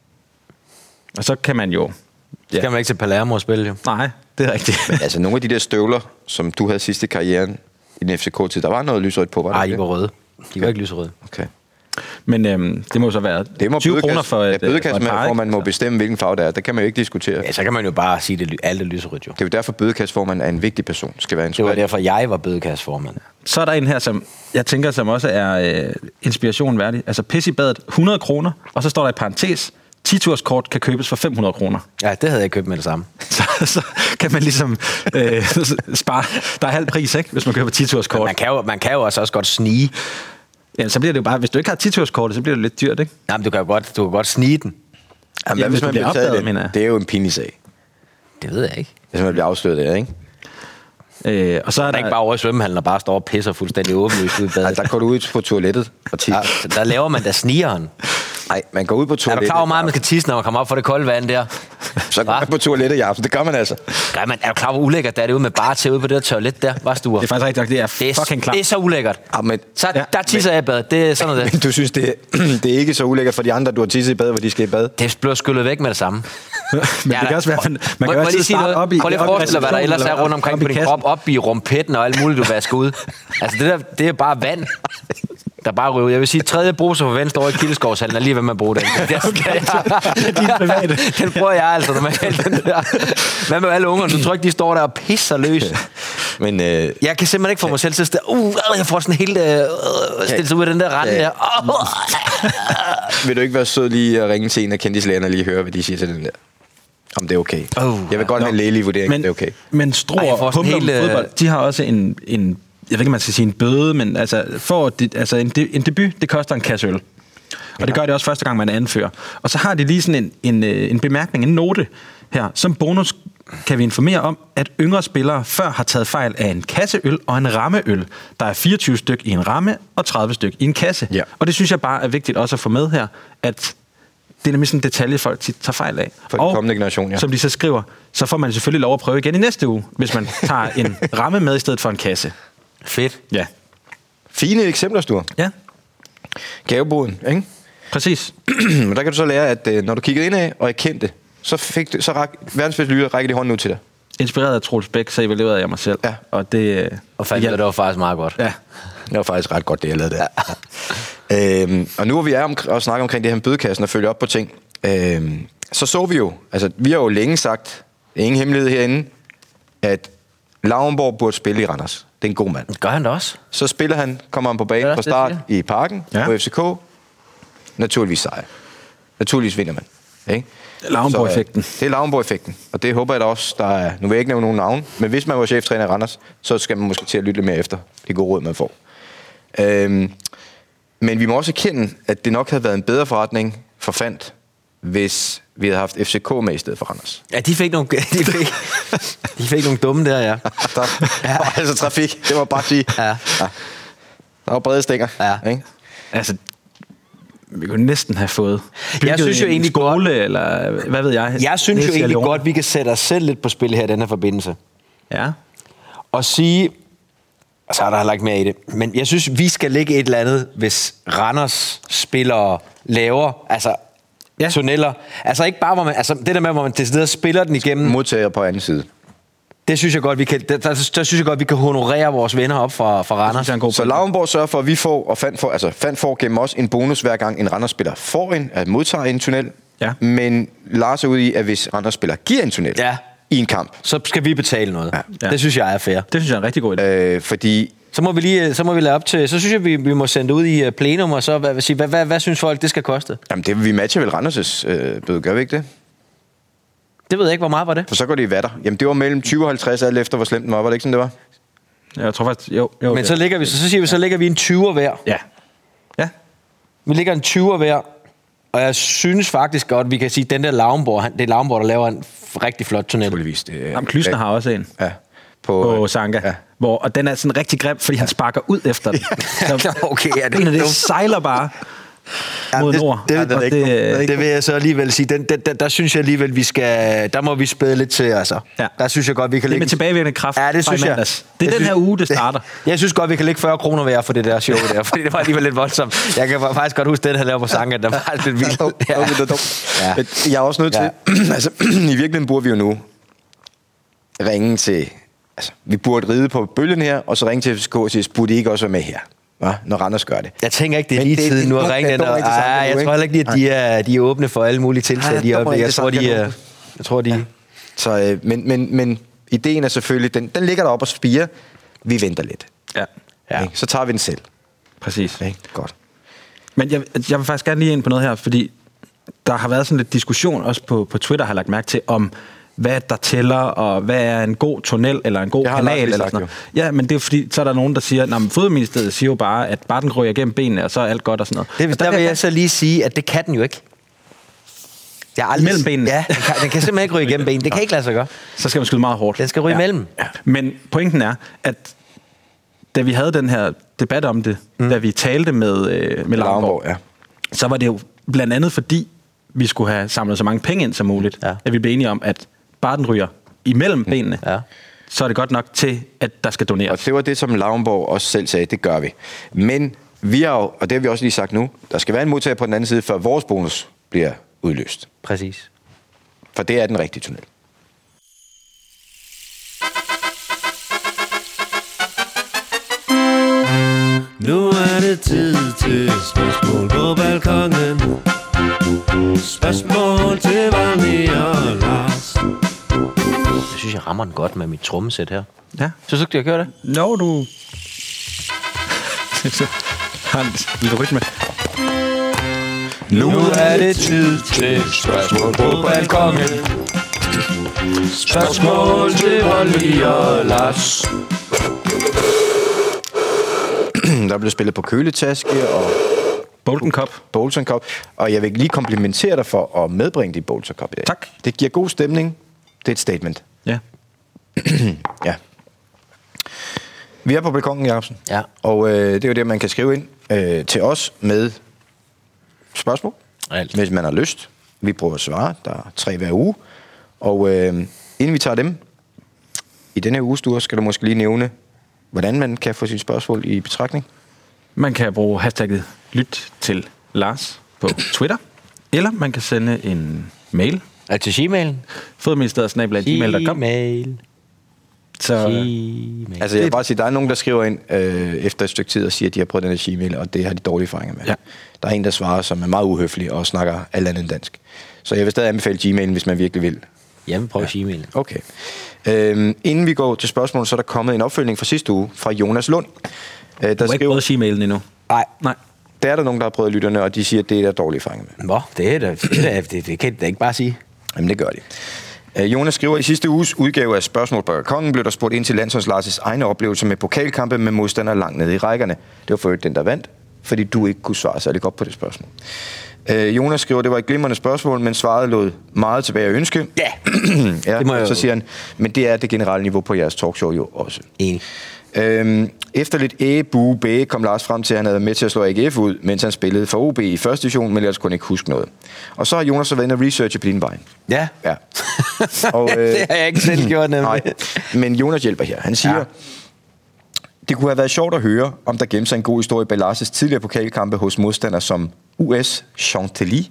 Og så kan man jo... Så kan man ikke til Palermo og spille, jo. Nej, det er rigtigt. Men altså, nogle af de der støvler, som du havde sidste i karrieren i den FCK-tid, der var noget lyserødt på, var det? Nej, de var røde. De var ikke lyserøde. Okay. Men det må så være 20 kroner for et bødekassen, par, hvor man må bestemme, hvilken farve det er. Det kan man jo ikke diskutere. Ja, så kan man jo bare sige, at alt er lyserødt, jo. Det er jo derfor, bødekasseformand er en vigtig person. Skal være en det var derfor, jeg var bødekasseformand. Så er der en her, som jeg tænker, som også er inspiration værdig. Altså pis i badet, 100 kroner, og så står der i parentes, 10-turskort kan købes for 500 kroner. Ja, det havde jeg købt med det samme. Så kan man ligesom spare. Der er halv pris, ikke, hvis man køber 10-turskort. Man kan jo også godt snige. Ja, så bliver det jo bare, hvis du ikke har 10-turskortet, så bliver det lidt dyrt, ikke? Nej, men du kan godt snige den. Jamen, hvis man bliver opdaget, det er jo en pinlig sag. Det ved jeg ikke. Hvis man bliver afsløret der, ikke? Og så er der ikke bare over i svømmehallen og bare står og pisser fuldstændig åbenlyst ud i badet. Der går du ud på toilettet og tisser. Ja, der laver man da snigeren. Nej, man går ud på toilettet. Er du klar over meget, man skal tisse, når man kommer op for det kolde vand der? Så går man på toilettet i aften. Det gør man altså. Ja, men er du klar, hvor ulækkert det er det ude med bare til ude på det der toilet der? Hvad stuer? Det er faktisk rigtigt, det er fucking klart. Det er så ulækkert. Ja, men, så der tisser jeg i bad. Det er sådan noget. Men du synes, det er ikke så ulækkert for de andre, du har tisset i bad, hvor de skal i bad? Det bliver skyllet væk med det samme. Men det kan også være, man kan også starte op i... Prøv lige at forestille dig, hvad der ellers er rundt omkring på din krop, op i rumpetten og alt muligt, du vasker ud. Altså det der, det er bare vand. Der bare ryger. Jeg vil sige, tredje bruser for venstre over i Kildeskovshallen er lige ved med at bruge den. Den bruger jeg altså normalt. Hvad med alle ungerne? Du tror ikke, de står der og pisser løs. Men, jeg kan simpelthen ikke få mig selv til at jeg får sådan helt stille sig ud af den der rende der. Vil du ikke være sød lige at ringe til en af kendislægerne og lige høre, hvad de siger til den der? om det er okay. Jeg vil godt have en lægelig vurdering, men, det er okay. Men Struer og Humlum Fodbold, de har også en, jeg ved ikke, om man skal sige en bøde, men altså, en debut, det koster en kasse øl. Og det gør det også første gang, man anfører. Og så har de lige sådan en bemærkning, en note her. Som bonus kan vi informere om, at yngre spillere før har taget fejl af en kasseøl og en rammeøl. Der er 24 styk i en ramme og 30 styk i en kasse. Ja. Og det synes jeg bare er vigtigt også at få med her, at det er nemlig sådan en detalje, folk tager fejl af. For den kommende generation, ja. Som de så skriver, så får man selvfølgelig lov at prøve igen i næste uge, hvis man tager en ramme med i stedet for en kasse. Fedt. Ja. Fine eksempler, Sture. Ja. Gaveboden, ikke? Præcis. Men der kan du så lære, at når du kiggede indad og kendte, så verdens bedste lytter rækker de hånden ud til dig. Inspireret af Troels Bæk, så evaluerede jeg mig selv. Ja. Og det... Og fandt det var faktisk meget godt. Ja. Det var faktisk ret godt, det jeg lavede der. Og nu hvor vi er og snakker omkring det her med bødekassen og følger op på ting, så vi jo, altså vi har jo længe sagt, ingen hemmelighed herinde, at Lauenborg burde spille i Randers. Det er en god mand. Gør han det også? Så kommer han på banen fra start i Parken på FCK. Naturligvis sejr. Naturligvis vinder man. Ikke? Lauenborg-effekten. Det er Lauenborg-effekten. Og det håber jeg da også, der er... Nu vil jeg ikke nævne nogen navn, men hvis man var cheftræner i Randers, så skal man måske til at lytte lidt mere efter de gode råd, man får. Men vi må også erkende, at det nok havde været en bedre forretning for Fandt, hvis vi havde haft FCK med i stedet for Randers. Ja, de fik nogle dumme der, ja. Der altså trafik, det var bare sige. Ja. Der var brede stænger. Ja. Ikke? Altså, vi kunne næsten have fået jeg synes jo en egentlig skole, godt, eller hvad ved jeg. Jeg synes jo egentlig godt, vi kan sætte os selv lidt på spil her i den her forbindelse. Ja. Og sige, og så er der heller ikke mere i det, men jeg synes, vi skal lægge et eller andet, hvis Randers spillere laver, altså tunneller. Altså ikke bare, hvor man, altså det der med, hvor man decideret spiller den igennem. Modtager på anden side. Det synes jeg godt, vi kan, der synes jeg godt, vi kan honorere vores venner op fra Randers. Så Lauenborg sørger for, at vi får, og Fandt får gennem os en bonus, hver gang en Randers-spiller får at modtager en tunnel. Ja. Men Lars er ude i, at hvis Randers-spiller giver en tunnel i en kamp, så skal vi betale noget. Ja. Det synes jeg er fair. Det synes jeg er en rigtig god idé. Fordi... Så må vi lade op til, så synes jeg, vi må sende ud i plenum, og så hvad synes folk, det skal koste? Jamen, vi matcher vel Randers' bøde, gør vi ikke det? Det ved jeg ikke, hvor meget var det? For så går det i vatter. Jamen, det var mellem 20 og 50, alt efter hvor slemt den var. Var det ikke sådan, det var? Ja, jeg tror faktisk, jo. Men så lægger vi en 20'er hver. Ja. Ja. Vi lægger en 20'er hver, og jeg synes faktisk godt, vi kan sige, at den der Lauenborg, det er Lauenborg, der laver en rigtig flot tunnel. Jamen, Klysner har også en. Ja. På Sanka. Ja. Og den er sådan rigtig grim, fordi han sparker ud efter den. Så okay, det sejler bare mod nord. Det vil jeg så alligevel sige. Der synes jeg alligevel, vi skal... Der må vi spæde lidt til, altså. Ja. Der synes jeg godt, vi kan lægge... Det med tilbagevirkende kraft. Ja, det synes jeg. Det er den her uge, det starter. Jeg synes godt, vi kan lægge 40 kroner hver for det der show der, fordi det var alligevel lidt voldsomt. Jeg kan faktisk godt huske den, han lavede på Sanka, der var lidt vildt. Jeg er også nødt til... Altså, i virkeligheden burde vi jo nu ringe til... Altså, vi burde ride på bølgen her, og så ringe til FCK og sige, burde I ikke også være med her? Hva? Når Randers gør det. Jeg tænker ikke, det er lige tiden nu at ringe den. Jeg tror heller ikke, at de er åbne for alle mulige tiltag. Jeg tror, de... Så, men ideen er selvfølgelig, den ligger deroppe og spirer. Vi venter lidt. Ja. Så tager vi den selv. Præcis. Godt. Men jeg vil faktisk gerne lige ind på noget her, fordi der har været sådan lidt diskussion, også på Twitter har jeg lagt mærke til, om hvad der tæller, og hvad er en god tunnel, eller en god kanal, eller sådan noget. Ja, men det er fordi, så er der nogen, der siger, Fodboldministeriet siger jo bare, at bare den ryger igennem benene, og så er alt godt og sådan noget. Der vil jeg så lige sige, at det kan den jo ikke. Mellem benene? Ja, den kan simpelthen ikke ryge igennem benene. Det kan ikke lade sig gøre. Så skal man skyde meget hårdt. Den skal ryge imellem. Ja. Men pointen er, at da vi havde den her debat om det, da vi talte med Lauenborg, så var det jo blandt andet fordi, vi skulle have samlet så mange penge ind som muligt, at vi blev enige om, at bare den ryger imellem benene, så er det godt nok til, at der skal doneres. Og det var det, som Lauenborg også selv sagde, det gør vi. Men vi har jo, og det har vi også lige sagt nu, der skal være en modtager på den anden side, før vores bonus bliver udløst. Præcis. For det er den rigtige tunnel. Nu er det tid til spørgsmål på balkongen. Spørgsmål til Valmi og Lars. Jeg synes, jeg rammer den godt med mit trommesæt her. Ja. Synes du ikke, jeg gør det? No, du... har en lille rytme. Nu er det tid til spørgsmål på balkongen. Spørgsmål til Volny og Lars. Der blev spillet på køletaske og Bolton Cup. Og jeg vil lige komplimentere dig for at medbringe dit Bolton Cup i dag. Tak. Det giver god stemning. Det er et statement. Ja. Ja. Vi er på balkonen, Jacobsen. Ja. Og det er jo det, man kan skrive ind til os med spørgsmål, hvis man har lyst. Vi prøver at svare. Der er 3 hver uge. Og inden vi tager dem, i denne her ugestuer, skal du måske lige nævne, hvordan man kan få sine spørgsmål i betragtning. Man kan bruge hashtagget lyt til Lars på Twitter, eller man kan sende en mail. Til Gmailen? Fodministeriet@gmail.com. Gmail. Så, altså jeg vil bare sige, der er nogen, der skriver ind efter et stykke tid og siger, at de har prøvet den her Gmail, og det har de dårlige erfaringer med. Ja. Der er en, der svarer, som er meget uhøflig og snakker alt andet end dansk. Så jeg vil stadig anbefale Gmailen, hvis man virkelig vil. Jamen, prøv Gmailen. Okay. Inden vi går til spørgsmålet, så er der kommet en opfølgning fra sidste uge fra Jonas Lund. Der du har ikke prøvet Gmailen endnu? Nej. Der er der nogen, der har prøvet lytterne, og de siger, at det er der dårlige erfaringer med. Hvor? Det kan jeg ikke bare sige. Jamen, det gør de. Jonas skriver, i sidste uges udgave af Spørgsmål på Kongen blev der spurgt ind til landsholds Lars' egne oplevelser med pokalkampe med modstandere langt nede i rækkerne. Det var for øvrigt den, der vandt, fordi du ikke kunne svare særlig godt på det spørgsmål. Jonas skriver, det var et glimrende spørgsmål, men svaret lod meget tilbage at ønske. Ja, det må jeg så siger han, men det er det generelle niveau på jeres talkshow jo også. Enig. Efter lidt æge kom Lars frem til, at han havde været med til at slå AGF ud, mens han spillede for OB i første division, men ellers kunne han ikke huske noget. Og så har Jonas så været inde og researche på din vej. Ja. Og, det har jeg ikke selv gjort nemlig. Nej, men Jonas hjælper her. Han siger, det kunne have været sjovt at høre, om der gemte sig en god historie bag Lars' tidligere pokalkampe hos modstandere som US Chantilly,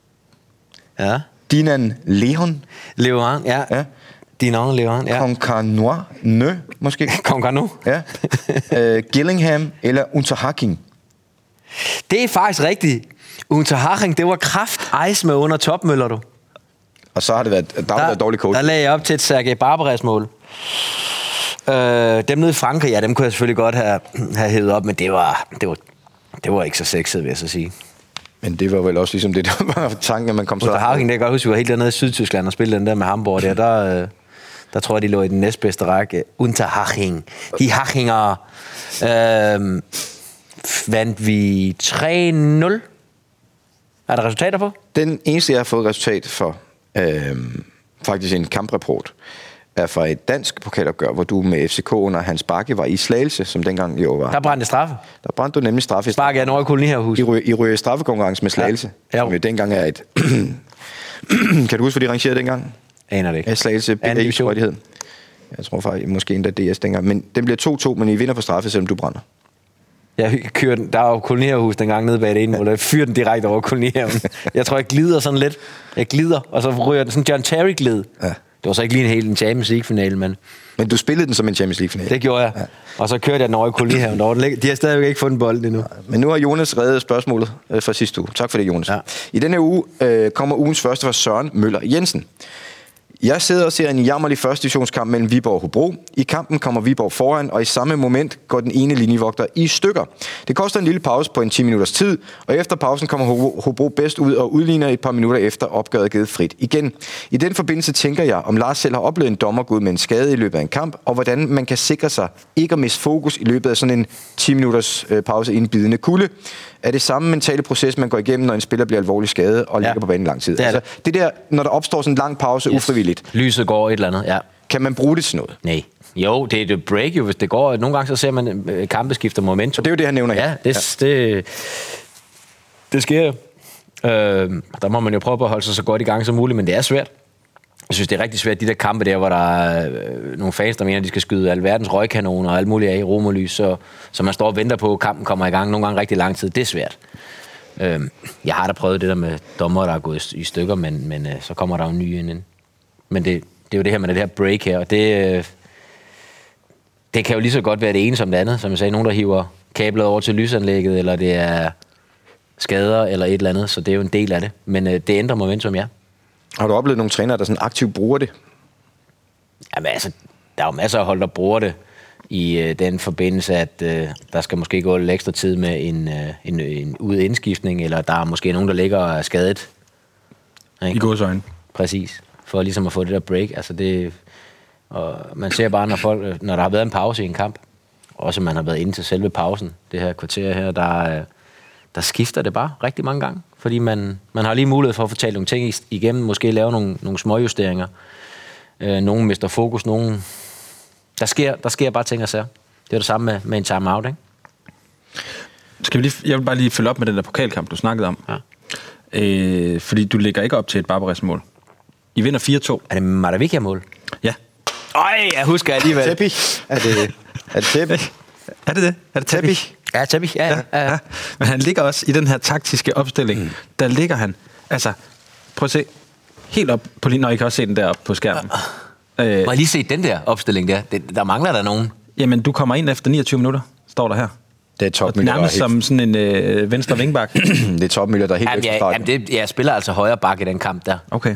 Dinan Leon, ja. Dinan Leon, ja. Concarneau, måske. Concarneau. Ja. Gillingham eller Unterhaching. Det er faktisk rigtigt. Unterhaching, det var kraft-ice med under topmøller, du. Og så har det været dårlig coach. Der lagde jeg op til et Sergej Barbaras-mål. Dem nede i Frankrig, ja, dem kunne jeg selvfølgelig godt have hævet op, men det var ikke så sexet, vil jeg så sige. Men det var vel også ligesom det, der var tanken, at man kom så... Unterhaching, det kan jeg godt huske, vi var helt dernede i Sydtyskland og spillede den der med Hamburg der tror jeg, de lå i den næstbedste række. Unterhaching. De Hachinger vandt vi 3-0. Er der resultater på? Den eneste, jeg har fået resultat for, faktisk en kamprapport, er fra et dansk pokalopgør, hvor du med FCK under Hans Bakke var i Slagelse, som dengang jo var... Der brændte straffe. Der brændte du nemlig straffe. Bakke er Norge Kolonihavehus. I røg straffekonkurrence med Slagelse, som jo dengang er et... Kan du huske, hvor de rangerede dengang? Aner det ikke. Ja, Slagelse, B1-tror jeg tror faktisk, måske endda DS dengang. Men den bliver 2-2, men I vinder på straffe, selvom du brænder. Jeg kører den. Der var jo kolonihavehus dengang nede bag det ene, hvor jeg fyrer den direkte over kolonihaven. Jeg tror, jeg glider sådan lidt. Og så ryger den sådan John Terry-glid. Ja. Det var så ikke lige en Champions League-finale, men du spillede den som en Champions League-finale? Det gjorde jeg. Ja. Og så kørte jeg den over i kolonihaven. De har stadigvæk ikke fundet bolden endnu. Men nu har Jonas reddet spørgsmålet fra sidste uge. Tak for det, Jonas. Ja. I denne uge kommer ugens første fra Søren Møller Jensen. Jeg sidder og ser en jammerlig første divisionskamp mellem Viborg og Hobro. I kampen kommer Viborg foran, og i samme moment går den ene linjevogter i stykker. Det koster en lille pause på en 10 minutters tid, og efter pausen kommer Hobro bedst ud og udligner et par minutter efter opgøret givet frit igen. I den forbindelse tænker jeg, om Lars selv har oplevet en dommergud med en skade i løbet af en kamp, og hvordan man kan sikre sig ikke at miste fokus i løbet af sådan en 10 minutters pause i en bidende kulde. Er det samme mentale proces, man går igennem, når en spiller bliver alvorligt skadet og ligger på banen lang tid? Det der, når der opstår sådan en lang pause ufrivilligt. Lyset går et eller andet, ja. Kan man bruge det til noget? Nej. Jo, det er et break jo, hvis det går. Nogle gange så ser man kampe skifter momentum. Og det er jo det, han nævner her. Ja, det sker. Der må man jo prøve at holde sig så godt i gang som muligt, men det er svært. Jeg synes, det er rigtig svært, de der kampe der, hvor der er nogle fans, der mener, at de skal skyde alverdens røgkanoner og alt muligt af i romerlys, så man står og venter på, at kampen kommer i gang nogle gange rigtig lang tid. Det er svært. Jeg har da prøvet det der med dommer, der er gået i stykker, men så kommer der jo nye ind. Men det er jo det her med det her break her, og det kan jo lige så godt være det ene som det andet. Som jeg sagde, nogen der hiver kablet over til lysanlægget, eller det er skader eller et eller andet, så det er jo en del af det. Men det ændrer momentum, ja. Har du oplevet nogle trænere, der sådan aktivt bruger det? Jamen altså, der er jo masser af hold, der bruger det i den forbindelse, at der skal måske gå lidt ekstra tid med en udindskiftning, eller der er måske nogen, der ligger skadet. I gåseøjne. Præcis. for ligesom at få det der break. Altså det, og man ser bare, når der har været en pause i en kamp, også man har været inde til selve pausen, det her kvarter her, der skifter det bare rigtig mange gange. Fordi man har lige mulighed for at fortælle nogle ting igennem, måske lave nogle småjusteringer. Nogle mister fokus, nogen... Der sker bare ting og sager. Det er det samme med en time-out, ikke? Jeg vil bare lige følge op med den der pokalkamp, du snakkede om. Ja. Fordi du lægger ikke op til et Barbares-mål. I vinder 4-2. Er det Maravikia-mål? Ja. Jeg husker alligevel. Teppich. Er det Teppich? Er det? Er det Teppich? Ja, Teppich, ja. Men han ligger også i den her taktiske opstilling. Der ligger han. Altså, prøv at se. Helt op på linjen, når I kan også se den der op på skærmen. Må jeg lige se den der opstilling der? Der mangler der nogen. Jamen, du kommer ind efter 29 minutter, står der her. Det er topmøller, nærmest som sådan en venstre vingbak. Det er topmøller, der er helt jamen, jeg spiller altså højre bak i den kamp der. Okay.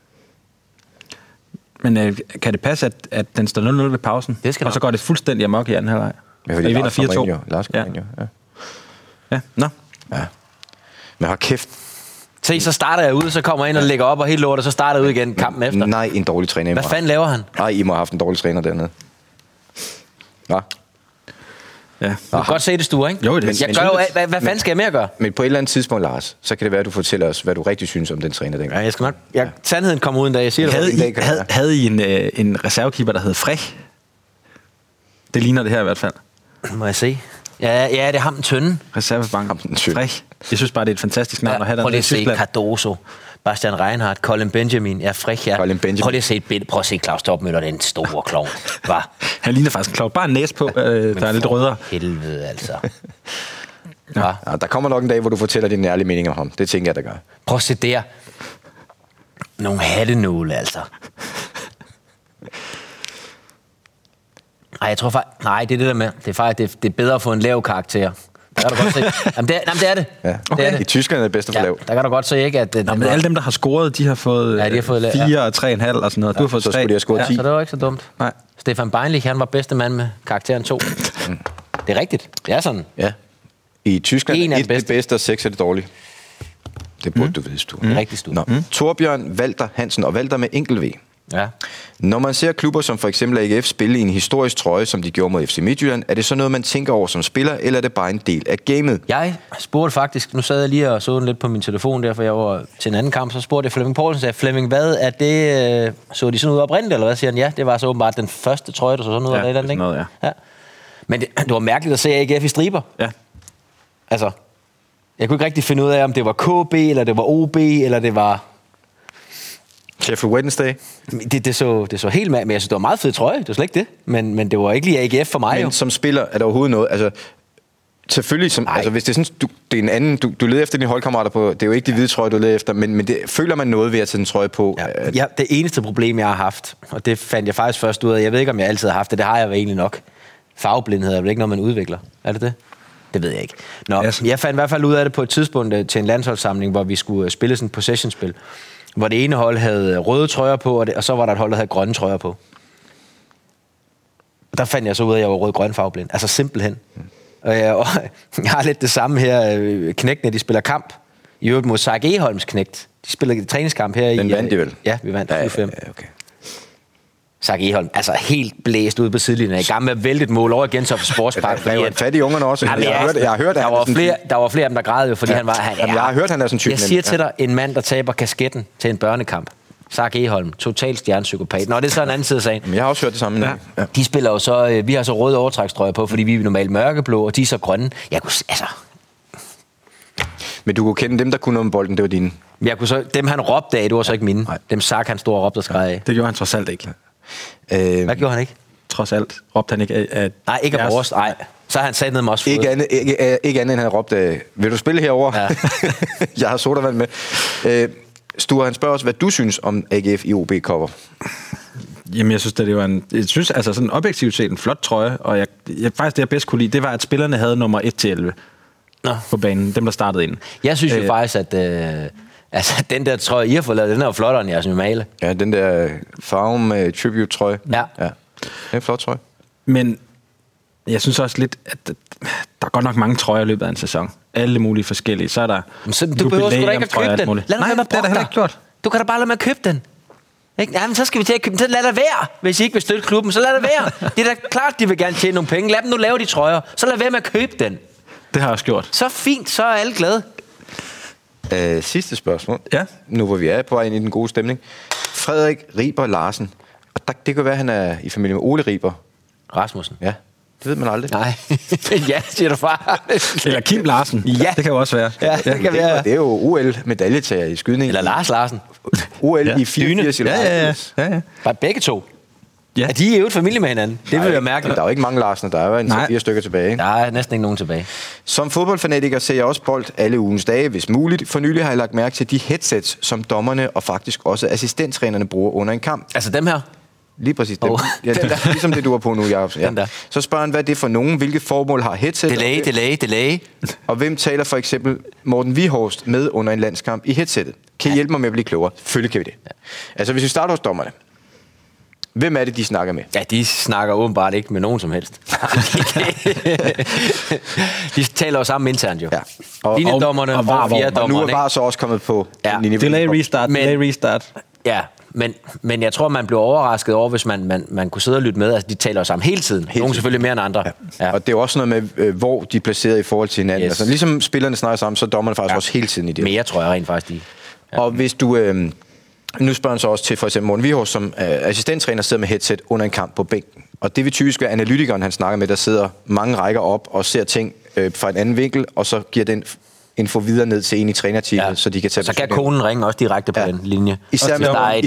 Men kan det passe, at den står 0-0 ved pausen? Det skal og så går det fuldstændig amok i anden halvleg? Ja, fordi I vinder 4-2. Lars Mourinho, ja. Ja, nå. Ja. Men har kæft. Se, så starter jeg ud, så kommer jeg ind og lægger op og helt lort, og så starter jeg ud igen kampen efter. Nej, en dårlig træner. Hvad fanden laver han? Nej, I må have haft en dårlig træner dernede. Ja. Ja. Du kan godt se det, Sture, ikke? Jo, det jeg gør jo, hvad fanden skal jeg mere gøre? Men på et eller andet tidspunkt, Lars, så kan det være, at du fortæller os, hvad du rigtig synes om den træner dengang. Ja, jeg skal nok... Sandheden kommer ud en dag, jeg siger det. Havde I en reservekeeper, der hed Frech? Det ligner det her i hvert fald. Må jeg se? Ja, det er ham den tynde. Reservebanken. Frech. Jeg synes bare, det er et fantastisk navn at have. Prøv lige at se Cardoso, Bastian Reinhardt, Colin Benjamin. Ja, Frech, ja. Prøv lige at se et billede. Prøv at se Claus Topmøller, den store klovn. Han ligner faktisk en klovn. Bare en næse på, der er lidt rødere. Helvede, altså. Ja, der kommer nok en dag, hvor du fortæller din ærlige mening om ham. Det tænker jeg, der gør. Prøv at se der. Nogle hattenåle, altså. Nej, jeg tror faktisk... Nej, det er det der med. Det er faktisk det er bedre at få en lav karakter. Der kan du godt se. Jamen, det er det. Ja. Okay. Det er det. I Tyskland er det bedste for lav. Der kan du godt se, ikke? At men alle dem, der har scoret, de har fået, 4 og 3,5 og sådan noget. Du har fået 3. Så skulle de have scoret 10. Så det var ikke så dumt. Nej. Stefan Beinlich, han var bedste mand med karakteren 2. Det er rigtigt. Det er sådan. Ja. I Tyskland er det bedste, og 6 er det dårlige. Det burde du vide, Sture. Rigtig, Sture. Torbjørn Walter Hansen, og Walter med enkel V. Ja. Når man ser klubber som for eksempel AGF spille i en historisk trøje, som de gjorde mod FC Midtjylland, er det så noget, man tænker over som spiller, eller er det bare en del af gamet? Jeg spurgte faktisk, nu sad jeg lige og så den lidt på min telefon der, for jeg var til en anden kamp, så spurgte jeg Flemming Poulsen, sagde, Flemming, hvad er det, så de sådan ud oprindeligt, eller hvad siger han? Ja, det var så åbenbart den første trøje, der så sådan ud af det, ikke? Noget, ja. Men det var mærkeligt at se AGF i striber. Ja. Altså, jeg kunne ikke rigtig finde ud af, om det var KB, eller det var OB, eller det var... Sheffield Wednesday. Det så helt med, men jeg synes, det var meget fed trøje, det var slet ikke det. Men det var ikke lige AGF for mig. Men jo. Som spiller er der overhovedet noget, altså selvfølgelig, altså, hvis det er sådan, det er en anden, du leder efter dine holdkammerater på, det er jo ikke de hvide trøje, du leder efter, men det, føler man noget ved at tage den trøje på? Ja, det eneste problem, jeg har haft, og det fandt jeg faktisk først ud af, jeg ved ikke, om jeg altid har haft det jeg egentlig nok. Farveblindhed er vel ikke noget, man udvikler, er det det? Det ved jeg ikke. Jeg fandt i hvert fald ud af det på et tidspunkt til en landsholdssamling, hvor vi skulle spille sådan et possession-spil, hvor det ene hold havde røde trøjer på, og så var der et hold, der havde grønne trøjer på. Der fandt jeg så ud af, at jeg var rød-grøn farveblind. Altså simpelthen. Og jeg har lidt det samme her. Knægtene, de spiller kamp. I øvrigt mod Sark Egholms knægt. De spiller træningskamp her. Den vandt de vel? Ja, vi vandt 4-5. Ja, okay. Sark Egholm, altså helt blæst ude på sidelinjen. I gang med at vælte et mål over igen så for Sportspark. Der er jo en fattig ungerne også. Jeg har hørt, at der var flere af dem, der græd jo, fordi han var... Jeg har hørt, han er sådan en type. Jeg siger til dig, en mand, der taber kasketten til en børnekamp. Sark Egholm, total stjernepsykopat. Nå, det er så en anden side af sagen. Jeg har også hørt det samme. Ja. De spiller jo så... Vi har så røde overtrækstrøjer på, fordi vi er normalt mørkeblå, og de er så grønne. Jeg kunne... Altså... Men du kunne kende dem, der kunne om bolden, det var dine. Jeg kunne så... Dem, han råbte af, det var så ikke mine. Nej. Dem Sark, han stod og råbte og skreg af. Det gjorde han trods alt ikke. Hvad gjorde han ikke? Trods alt råbte han ikke af... Nej, ikke af vores. Nej. Så har han sat ned med os. Ikke andet, end han råbte, vil du spille herover? Ja. Jeg har sodavand med. Sture, han spørger os, hvad du synes om AGF i OB-cover. Jamen, jeg synes, det var jeg synes, altså sådan objektivt set en flot trøje, og jeg faktisk det, jeg bedst kunne lide, det var, at spillerne havde nummer 1-11 på banen, dem, der startede ind. Jeg synes jo faktisk, at altså, den der trøje, I har fået lavet, den er jo flottere end jeres normale. Ja, den der farve med tribute-trøje. Ja. Det er en flot trøje. Men jeg synes også lidt, at der er godt nok mange trøjer i løbet af en sæson. Alle mulige forskellige. Så er der du behøver sgu da ikke at købe den. Lad Nej, det er der heller ikke gjort. Du kan da bare lade mig købe den. Ikke? Jamen, så skal vi til at købe. Så lad det være, hvis I ikke vil støtte klubben. Så lad det være. Det er da klart, de vil gerne tjene nogle penge. Lad dem nu lave de trøjer. Så lad være med at købe den. Det har jeg også gjort. Så fint, så er alle glade. Sidste spørgsmål. Ja. Nu hvor vi er på vej ind i den gode stemning. Frederik Riber Larsen. Og det kan være, han er i familie med Ole Riber. Rasmussen. Ja, det ved man aldrig. Nej. Ja, siger du far. Eller Kim Larsen. Ja. Det kan jo også være. Ja, det kan være. Det er jo OL-medaljetager i skydning. Eller Lars Larsen. OL i 84 Ja. Bare begge to. Ja. Er de jo familie med hinanden? Det vil jeg mærke. Der er jo ikke mange Larsen, der er jo 4 stykker tilbage. Ikke? Der er næsten ikke nogen tilbage. Som fodboldfanatiker ser jeg også bold alle ugens dage, hvis muligt. For nylig har jeg lagt mærke til de headsets, som dommerne og faktisk også assistenttrænerne bruger under en kamp. Altså dem her? Lige præcis dem. Ja, ligesom det, du har på nu, Jacob. Ja. Så spørger han, hvad det er for nogen, hvilke formål har headset? Delay. Og hvem taler for eksempel Morten Vihorst med under en landskamp i headsettet? Kan I hjælpe mig med at blive klogere? Selvfølgelig kan vi det. Ja. Altså, hvis vi starter hos dommerne. Hvem er det, de snakker med? Ja, de snakker åbenbart ikke med nogen som helst. De taler jo sammen internt jo. Ja. Linjedommerne og VAR-dommerne. Og nu er VAR så også kommet på niveau. Delay restart. Ja, men jeg tror, man blev overrasket over, hvis man kunne sidde og lytte med. Altså, de taler jo sammen hele tiden. Nogle selvfølgelig mere end andre. Ja. Og det er også noget med, hvor de er placeret i forhold til hinanden. Yes. Altså, ligesom spillerne snakker sammen, så er dommerne faktisk også hele tiden i det. Mere tror jeg rent faktisk, Ja. Og hvis du... nu spørger han så også til for eksempel Morten Vihorst, som assistenttræner sidder med headset under en kamp på bænken. Og det vil typisk være analytikeren, han snakker med, der sidder mange rækker op og ser ting fra en anden vinkel, og så giver den info videre ned til en i trænerteamet, så de kan tage... Så kan konen ringe også direkte på den linje. Især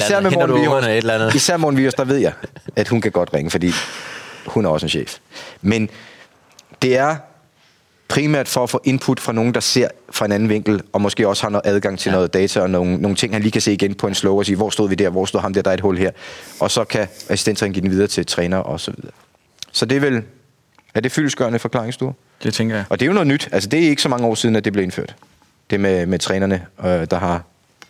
Morten Vihorst, der ved jeg, at hun kan godt ringe, fordi hun er også en chef. Men det er primært for at få input fra nogen, der ser fra en anden vinkel, og måske også har noget adgang til noget data, og nogle ting, han lige kan se igen på en slow, og sige, hvor stod vi der, hvor stod ham der er et hul her. Og så kan assistenttræneren give den videre til træner, og så videre. Så det er vel... Er det fyldestgørende forklaringsstue? Det tænker jeg. Og det er jo noget nyt. Altså, det er ikke så mange år siden, at det blev indført. Det med trænerne, der har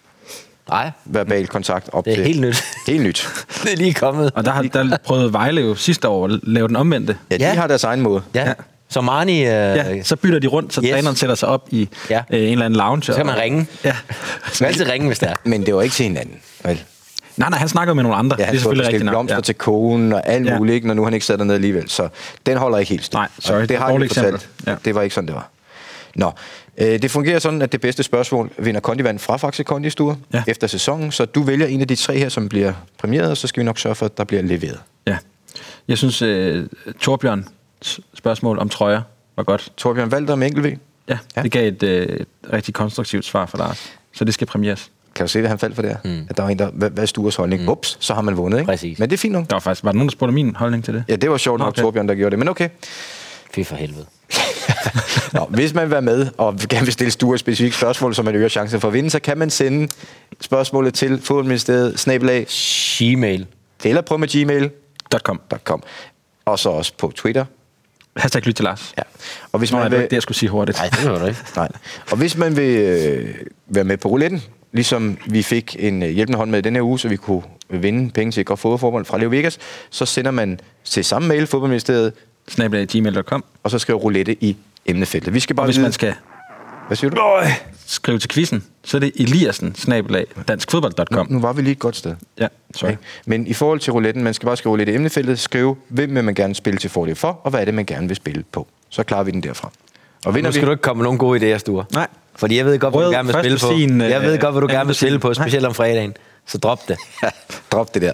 verbal kontakt op til... Det er helt nyt. Helt nyt. Det er lige kommet. Og der prøvede Vejle jo sidste år at lave den omvendte. Ja, de har deres egen måde. Ja. Så Marni... så bytter de rundt, så træneren sætter sig op i en eller anden lounge. Så kan man ringe. Ja. Man kan altid ringe, hvis det er. Men det var ikke til hinanden, vel? Nej, han snakker med nogle andre. Ja, han skulle have blomster til kogen og alt muligt, når nu han ikke sætter ned alligevel. Så den holder ikke helt stille. Nej, sorry. Det har jeg fortalt. Ja. Det var ikke sådan, det var. Nå, det fungerer sådan, at det bedste spørgsmål vinder Kondivand fra Faxe Kondi-stuer efter sæsonen. Så du vælger en af de 3 her, som bliver præmieret, og så skal vi nok sørge for, at der bliver leveret. Ja. Jeg synes, Torbjørns spørgsmål om trøjer var godt. Torbjørn Valter med enkeltv? Ja, det gav et rigtig konstruktivt svar for Lars. Så det skal præmieres. Kan du se, hvad han faldt for der? At der var en, der... Hvad er Stures holdning? Ups, så har man vundet, ikke? Præcis. Men det er fint nok. Var der nogen, der spurgte min holdning til det? Ja, det var sjovt nok Torbjørn, der gjorde det, men okay. Fy for helvede. Nå, hvis man vil være med og gerne vil stille Stures specifikke spørgsmål, så man øger chancen for at vinde, så kan man sende spørgsmålet til fodboldministeriet @gmail. Eller prøv med gmail.com. Og så også på Twitter. #lyt til Lars. Ja. Og hvis man vil... det jeg skulle sige hurtigt. Nej, det var det ikke. Nej. Og hvis man vil være med på rouletten, ligesom vi fik en hjælpende hånd med i denne her uge, så vi kunne vinde penge til et godt fodboldformål fra Leo Vegas, så sender man til samme mail, fodboldministeriet, @gmail.com. og så skriver roulette i emnefeltet. Vi skal bare og hvis man skal... Hvad siger du? Skriv til quizzen, så er det Eliassen@danskfodbold.com. Nu var vi lige et godt sted. Ja, sorry. Okay. Men i forhold til rouletten, man skal bare skrive roulette i emnefeltet, skrive, hvem vil man gerne spille til fordel for, og hvad er det, man gerne vil spille på. Så klarer vi den derfra. Og nu skal du ikke komme med nogle gode idéer, Sture. Nej. Fordi jeg ved godt, hvad du gerne vil spille på. Jeg ved godt, hvad du gerne vil spille på, specielt om fredagen. Så drop det. Drop det der.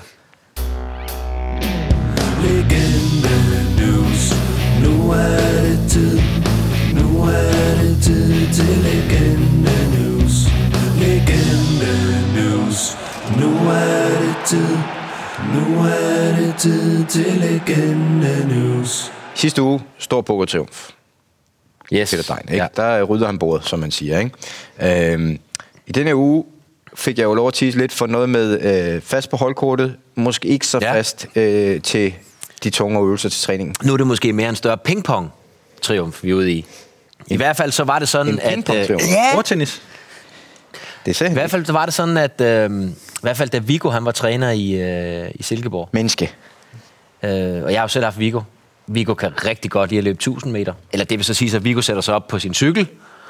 Legende News. Nu er det tid. Nu er det tid til Legende News. Legende News. Nu er det tid. Nu er det tid til Legende News. Sidste uge, stor pokertriumf. Yes. Peter Degn, ikke? Ja. Der rydder han bordet, som man siger, ikke? I denne uge fik jeg jo lov at tease lidt for noget med fast på holdkortet. Måske ikke så fast til de tunge øvelser til træningen. Nu er det måske mere en større pingpong-triumf, vi er ude i. I hvert fald så var det sådan, at... Bordtennis. Det sagde I hvert fald så var det sådan, at... I hvert fald da Viggo, han var træner i Silkeborg. Menneske. Og jeg har jo selv haft Viggo. Viggo kan rigtig godt lide at løbe 1000 meter. Eller det vil så sige, at Viggo sætter sig op på sin cykel,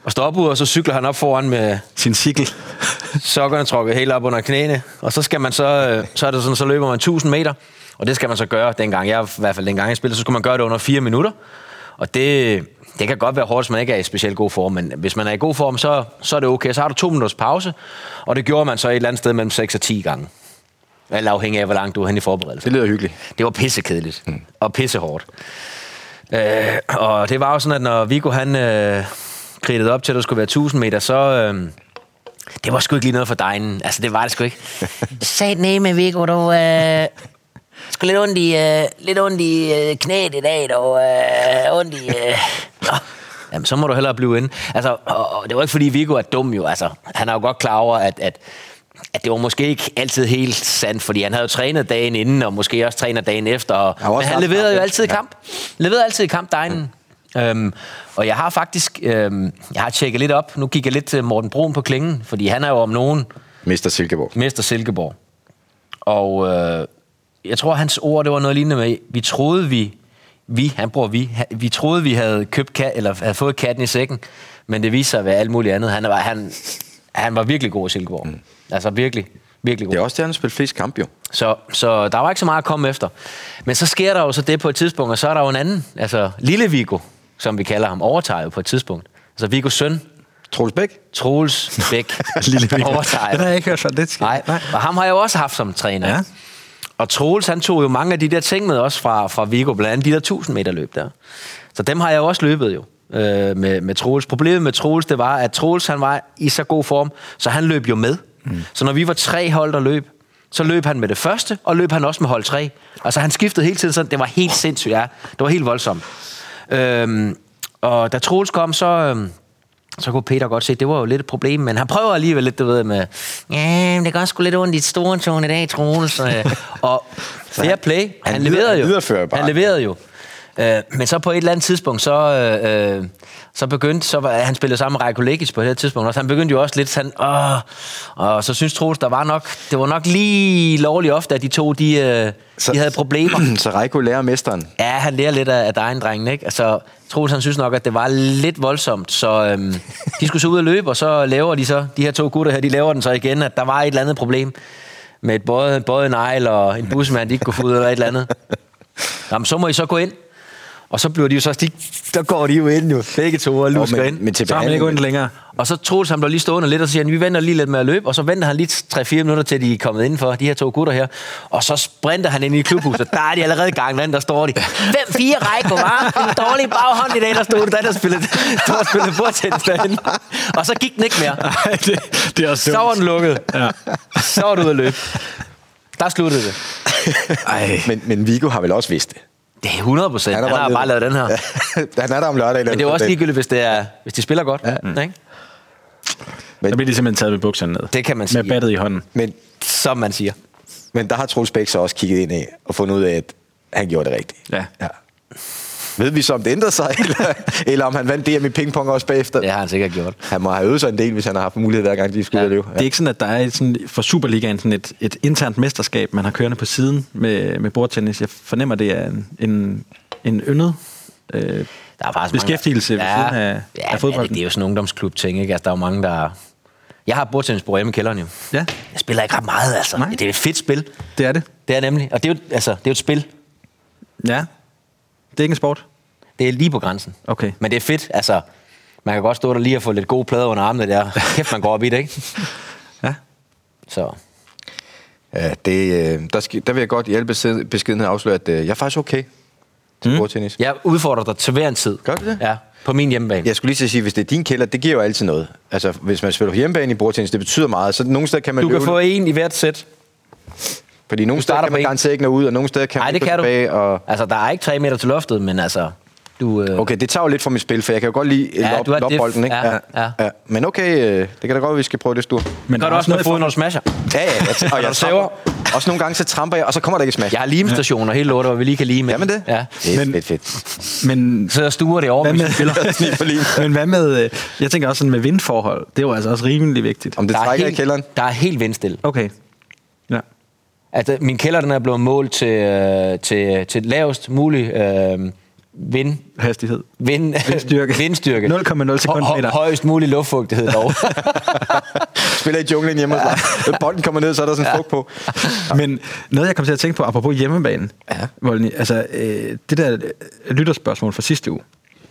og står ud, og så cykler han op foran med sin cykel. Sokkerne trukket helt op under knæene, og så skal man så er det sådan, så løber man 1000 meter, og det skal man så gøre dengang, i hvert fald dengang jeg spillede, så skulle man gøre det under 4 minutter, og det kan godt være hårdt, hvis man ikke er i specielt god form, men hvis man er i god form, så er det okay. Så har du 2 minutters pause, og det gjorde man så et eller andet sted mellem 6 og 10 gange. Alt afhængig af, hvor langt du er hen i forberedelse. Det lyder hyggeligt. Det var pissekedeligt og pissehårdt. Og det var jo sådan, at når Viggo han kridtede op til, at der skulle være 1000 meter, så det var sgu ikke lige noget for dejen. Altså, det var det sgu ikke. Sat ned med Viggo, du sgu lidt ondt i knæet i dag, dog. Ondt i... Jamen, så må du hellere blive inde. Altså, og det var ikke, fordi Viggo er dum jo. Altså, han er jo godt klar over, at det var måske ikke altid helt sandt, fordi han havde jo trænet dagen inden, og måske også trænet dagen efter. Men han leverede jo altid i kamp. Leverede altid i kamp, dejen. Og jeg har faktisk jeg har tjekket lidt op. Nu kigger jeg lidt til Morten Brun på klingen, fordi han er jo om nogen... Mester Silkeborg. Og jeg tror, hans ord, det var noget lignende med, vi troede, vi troede, vi havde købt eller havde fået katten i sækken, men det viste sig at være alt muligt andet. Han var virkelig god i Silkeborg. Altså virkelig, virkelig god. Det er også det, han spillede flest kamp jo. Så der var ikke så meget at komme efter. Men så sker der jo så det på et tidspunkt, og så er der jo en anden, altså lille Viggo, som vi kalder ham, overtager jo på et tidspunkt. Altså Viggos søn. Troels Bæk. Lille Viggo. Overtager. Det har jeg ikke hørt fra det. Nej, og ham har jeg jo også haft som træner. Ja. Og Troels, han tog jo mange af de der ting med også fra Viggo, blandt andet de der 1000 meter løb der. Så dem har jeg jo også løbet jo. Med Troels. Problemet med Troels, det var, at Troels, han var i så god form, så han løb jo med. Så når vi var 3 hold, der løb, så løb han med det første, og løb han også med hold 3. Altså han skiftede hele tiden, så det var helt sindssygt, ja. Det var helt voldsomt. Og da Troels kom, så kunne Peter godt se, at det var jo lidt et problem, men han prøver alligevel lidt, du ved, med, ja, det går sgu lidt ondt i store tårn i dag, Troels. Og fair play, han leverede jo. Men så på et eller andet tidspunkt, så begyndte, han spillede sammen med Rajko Lekic på det tidspunkt, og han begyndte jo også lidt sådan, og så synes Troels, det var nok lige lovligt ofte, at de to, de havde problemer. Så Rajko lærer mesteren? Ja, han lærer lidt af drengen, ikke? Altså, Troels, han synes nok, at det var lidt voldsomt, så de skulle så ud og løbe, og så laver de her 2 gutter her, de laver den så igen, at der var et eller andet problem med et både en negl og en busmand, de ikke kunne få ud, eller et eller andet. Jamen, så må I så gå ind. Og så bliver de jo så går de jo ind jo, begge to og lusker ind. Men så har man ikke gå ind længere. Og så Troels, han blev lige stående lidt og siger, vi venter lige lidt med at løbe, og så venter han lige 3-4 minutter til de er kommet indenfor, de her 2 gutter her. Og så sprinter han ind i klubhuset, der er de allerede i gang, der står de. 5-4 Rajko, var en dårlig baghånd i dag, der stod der spillede bordtennis derinde. Og så gik den ikke mere. Det er også så var den lukket. Ja. Så var du ude at løbe. Der sluttede det. Men Viggo har vel også vidst det. Det er 100%. Han har bare lavet den her. Han er der om lørdag. Men det er jo også ligegyldigt, hvis de spiller godt. Ja. Ikke? Men, der bliver de simpelthen taget med bukserne ned. Det kan man sige. Med battet i hånden. Men, som man siger. Men der har Troels Bæk så også kigget ind i og fundet ud af, at han gjorde det rigtigt. Ja. Ved vi så, om det ændrede sig, eller om han vandt DM i pingpong også bagefter? Det har han sikkert gjort. Han må have øvet sig en del, hvis han har haft mulighed hver gang, de skulle ud og løbe. Det er ikke sådan, at der er sådan, for Superligaen sådan et internt mesterskab, man har kørende på siden med bordtennis. Jeg fornemmer, det er en yndet der er beskæftigelse ved siden af fodbolden. Det er jo sådan en ungdomsklub-ting, ikke? Altså, der er jo mange, der... Jeg har bordtennisbord hjemme i kælderen jo. Ja. Jeg spiller ikke ret meget, altså. Nej. Det er et fedt spil. Det er det. Det er nemlig. Og det er jo et spil. Ja. Det er ikke en sport? Det er lige på grænsen. Okay. Men det er fedt, altså. Man kan godt stå der lige og få lidt gode plader under armene der. Kæft, man går op i det, ikke? Ja. Så. Ja, der vil jeg godt i al beskedenhed afsløre, at jeg er faktisk okay til bordtennis. Jeg udfordrer dig til hver en tid. Gør du det? Ja, på min hjemmebane. Jeg skulle lige til sige, hvis det er din kælder, det giver jo altid noget. Altså, hvis man spiller på hjemmebane i bordtennis, det betyder meget. Så nogle steder kan man Du kan få en i hvert sæt. Fordi nogle steder kan man garanteret ikke nå ud, og nogle steder kan man ikke gå tilbage. Og... Altså, der er ikke 3 meter til loftet, men altså... Okay, det tager jo lidt fra mit spil, for jeg kan jo godt lide lopbolden, ikke? Ja. Men okay, det kan da godt, at vi skal prøve det stur. Men gør du også noget fod, når du smasher? Ja, og jeg saver. Også nogle gange, så tramper jeg, og så kommer der ikke smash. Jeg har limestationer hele lortet, hvor vi lige kan lime. Jamen det? Ja. Det er fedt. Men så stuer det over, hvis vi spiller. Men hvad med... Jeg tænker også sådan med vindforhold. Det er jo altså også rimelig vigtigt. Om det trækker i kælderen? Der er helt vindstille. Okay. Ja. Altså, min kælder, den er blevet målt til lavest mulig Hastighed. Vindstyrke. 0,0 sekundmeter. Højst mulig luftfugtighed dog. Spiller i junglen hjemme hos dig. Bolden kommer ned, så er der sådan en fugt på. Men noget, jeg kom til at tænke på, apropos hjemmebanen, Volny, altså det der lytterspørgsmål fra sidste uge,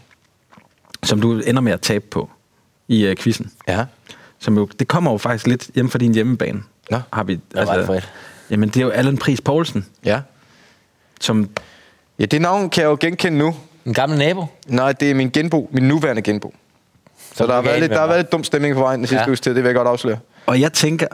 som du ender med at tabe på i quizzen. Ja. Som jo, det kommer jo faktisk lidt hjemme fra din hjemmebane. Nå. Har vi, altså, jamen, det er jo Allan Friis Poulsen. Ja. Som... Ja, det navn kan jeg jo genkende nu. En gammel nabo? Nej, det er min nuværende genbo. Så der har været lidt dum stemning på vejen den sidste uges tid, det vil jeg godt afsløre. Og jeg tænker,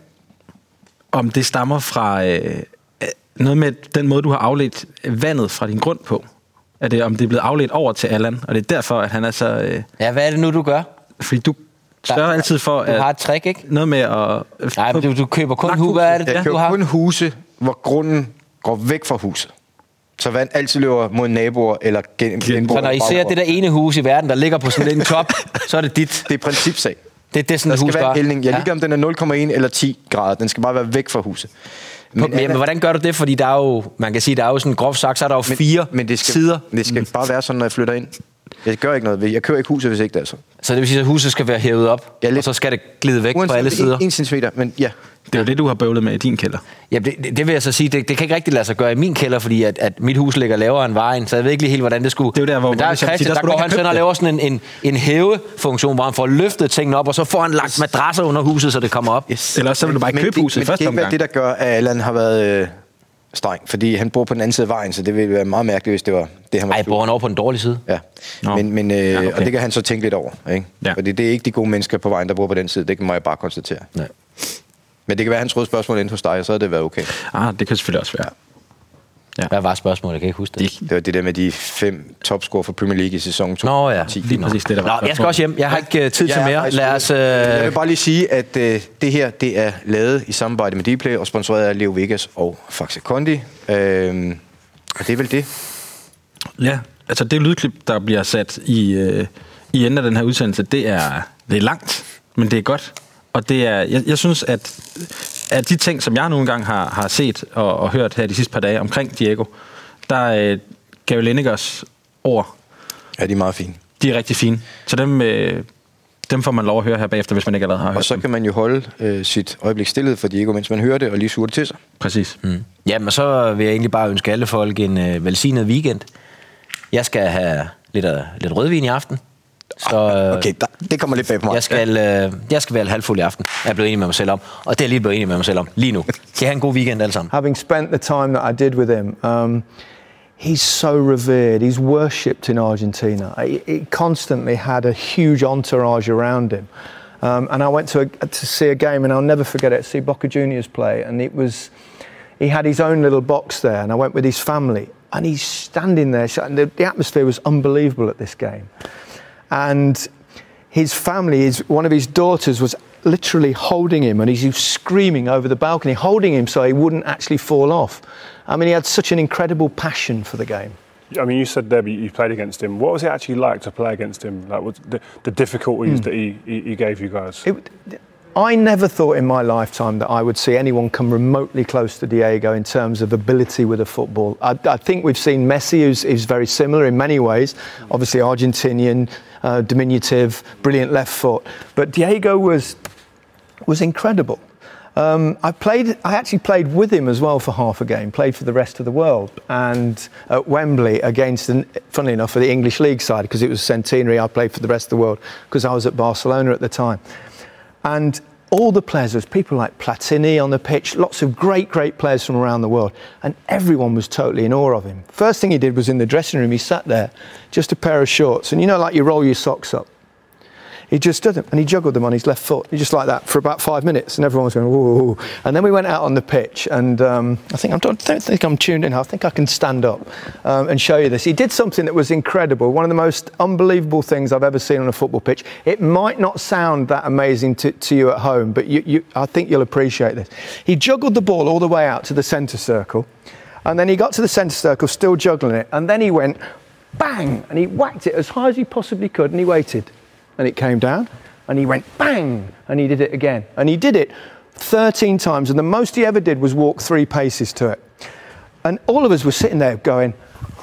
om det stammer fra noget med den måde, du har afledt vandet fra din grund på. Om det er blevet afledt over til Allan, og det er derfor, at han er så... Ja, hvad er det nu, du gør? Fordi du sørger altid for... Du har et trick, ikke? Noget med at... Nej, men du køber kun huse. Hvad er det, jeg køber kun huse, hvor grunden går væk fra huset. Så vand altid løber mod naboer eller genboer. Så når I ser det der ene hus i verden, der ligger på sådan en top, så er det dit. Det er principsag. Det er sådan der et hus skal være en hældning. Jeg ligeglad om den er 0,1 eller 10 grader. Den skal bare være væk fra huset. Men hvordan gør du det? Fordi der er jo, man kan sige, der er jo sådan groft sagt, så er der jo 4 sider. Det skal bare være sådan, når jeg flytter ind. Jeg gør ikke noget. Jeg kører ikke huset, hvis ikke det er så. Så det vil sige, at huset skal være hævet op, og så skal det glide væk på alle sider? 1 centimeter, men ja. Det er jo det, du har bøvlet med i din kælder. Ja, det vil jeg så sige, det kan ikke rigtig lade sig gøre i min kælder, fordi at mit hus ligger lavere end vejen, så jeg ved ikke lige helt, hvordan det skulle... Det er jo der, hvor... Men der er Christian, der går han sådan og laver sådan en hævefunktion, hvor han får løftet tingene op, og så får han lagt madrasser under huset, så det kommer op. Yes. Eller så vil du bare ikke købe huset i første omgang. Men det ikke være det, der gør, at Allan har været streng, fordi han bor på den anden side af vejen, så det ville være meget mærkeligt, hvis det var det, han var... Ej, bor han over på den dårlige side? Ja. Okay. Og det kan han så tænke lidt over, ikke? Ja. Fordi det er ikke de gode mennesker på vejen, der bor på den side, det må jeg bare konstatere. Ja. Men det kan være, han troede spørgsmålet inde hos dig, og så havde det været okay. Det kan selvfølgelig også være. Ja. Hvad var spørgsmålet? Jeg kan ikke huske det. Det var det der med de 5 topscorer for Premier League i sæson 2. Nå ja, lige præcis det, der var. Nå, jeg skal også hjem. Jeg har ikke tid til mere. Lad os... Jeg vil bare lige sige, at det her, det er lavet i samarbejde med Dplay og sponsoreret af Leo Vegas og Faxe Kondi. Og det er vel det. Ja, altså det lydklip, der bliver sat i enden af den her udsendelse, det er langt, men det er godt. Og det er, jeg synes, at de ting, som jeg nogle gange har set og hørt her de sidste par dage omkring Diego, der Gary Linekers ord... Ja, de er meget fine. De er rigtig fine. Så dem får man lov at høre her bagefter, hvis man ikke allerede har hørt Og så kan man jo holde sit øjeblik stillhed for Diego, mens man hører det, og lige suge det til sig. Præcis. Jamen, så vil jeg egentlig bare ønske alle folk en velsignet weekend. Jeg skal have lidt rødvin i aften. Så, okay, det kommer lidt bag på mig. Jeg skal være halvfuld i aften. Jeg er blevet enig med mig selv om. Og det er lige blevet enig med mig selv om lige nu. Kan I have en god weekend alle sammen? Having spent the time that I did with him, he's so revered. He's worshipped in Argentina. He constantly had a huge entourage around him. And I went to see a game, and I'll never forget it. See Boca Juniors play, and he had his own little box there, and I went with his family, and he's standing there. And the atmosphere was unbelievable at this game. And his family, one of his daughters was literally holding him, and he was screaming over the balcony, holding him so he wouldn't actually fall off. I mean, he had such an incredible passion for the game. I mean, you said there you played against him. What was it actually like to play against him? Like, what the difficulties that he gave you guys? I never thought in my lifetime that I would see anyone come remotely close to Diego in terms of ability with a football. I think we've seen Messi, who's very similar in many ways. Obviously Argentinian, diminutive, brilliant left foot. But Diego was incredible. I actually played with him as well for half a game, played for the rest of the world, and at Wembley against, funnily enough, for the English League side, because it was centenary, I played for the rest of the world, because I was at Barcelona at the time. And all the players, there was people like Platini on the pitch, lots of great players from around the world, and everyone was totally in awe of him. First thing he did was in the dressing room, he sat there, just a pair of shorts, and you know, like you roll your socks up. He just stood them and he juggled them on his left foot. He just like that for about 5 minutes, and everyone was going, whoa. And then we went out on the pitch, and I don't think I'm tuned in. I think I can stand up and show you this. He did something that was incredible, one of the most unbelievable things I've ever seen on a football pitch. It might not sound that amazing to you at home, but I think you'll appreciate this. He juggled the ball all the way out to the centre circle, and then he got to the centre circle, still juggling it, and then he went bang, and he whacked it as high as he possibly could, and he waited. And it came down, and he went bang, and he did it again. And he did it 13 times, and the most he ever did was walk 3 paces to it. And all of us were sitting there going, huh,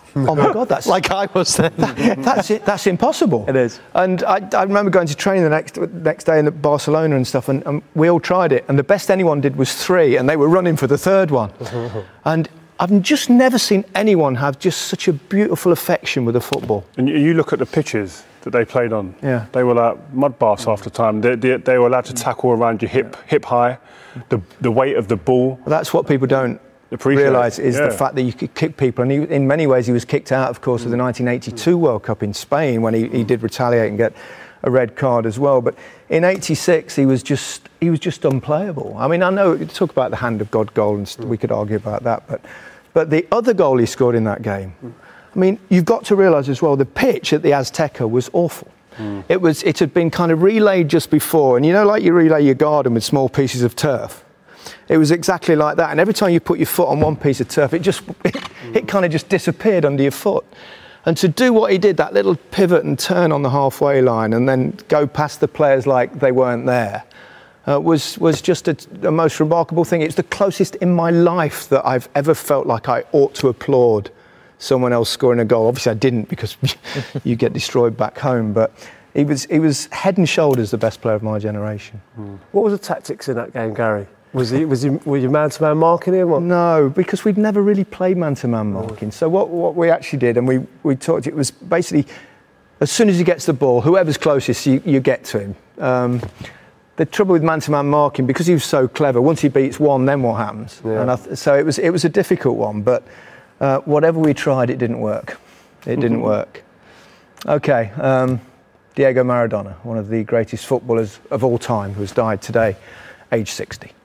Oh my God, that's like I was there. That's impossible. It is. And I remember going to training the next day in Barcelona and stuff, and we all tried it. And the best anyone did was 3, and they were running for the 3rd one. And I've just never seen anyone have just such a beautiful affection with a football. And you look at the pitches that they played on. Yeah. They were like mud baths half the time. They were allowed to tackle around your hip high. The weight of the ball. Well, that's what people don't realise is the fact that you could kick people. And in many ways, he was kicked out, of course, of the 1982 World Cup in Spain when he did retaliate and get a red card as well. But in '86, he was just unplayable. I mean, I know you talk about the hand of God goal, and we could argue about that, but the other goal he scored in that game. I mean, you've got to realise as well, the pitch at the Azteca was awful. It had been kind of relayed just before, and you know, like you relay your garden with small pieces of turf. It was exactly like that, and every time you put your foot on one piece of turf, it kind of just disappeared under your foot. And to do what he did, that little pivot and turn on the halfway line, and then go past the players like they weren't there, was just a most remarkable thing. It's the closest in my life that I've ever felt like I ought to applaud someone else scoring a goal. Obviously I didn't, because you get destroyed back home, but he was head and shoulders the best player of my generation. What were the tactics in that game, Gary? Were you man-to-man marking him? Or? No, because we'd never really played man-to-man marking. So what we actually did, and we talked, it was basically, as soon as he gets the ball, whoever's closest, you get to him. The trouble with man-to-man marking, because he was so clever, once he beats one, then what happens? Yeah. And so it was a difficult one, but whatever we tried, it didn't work. It didn't work. Okay, Diego Maradona, one of the greatest footballers of all time, who has died today, age 60.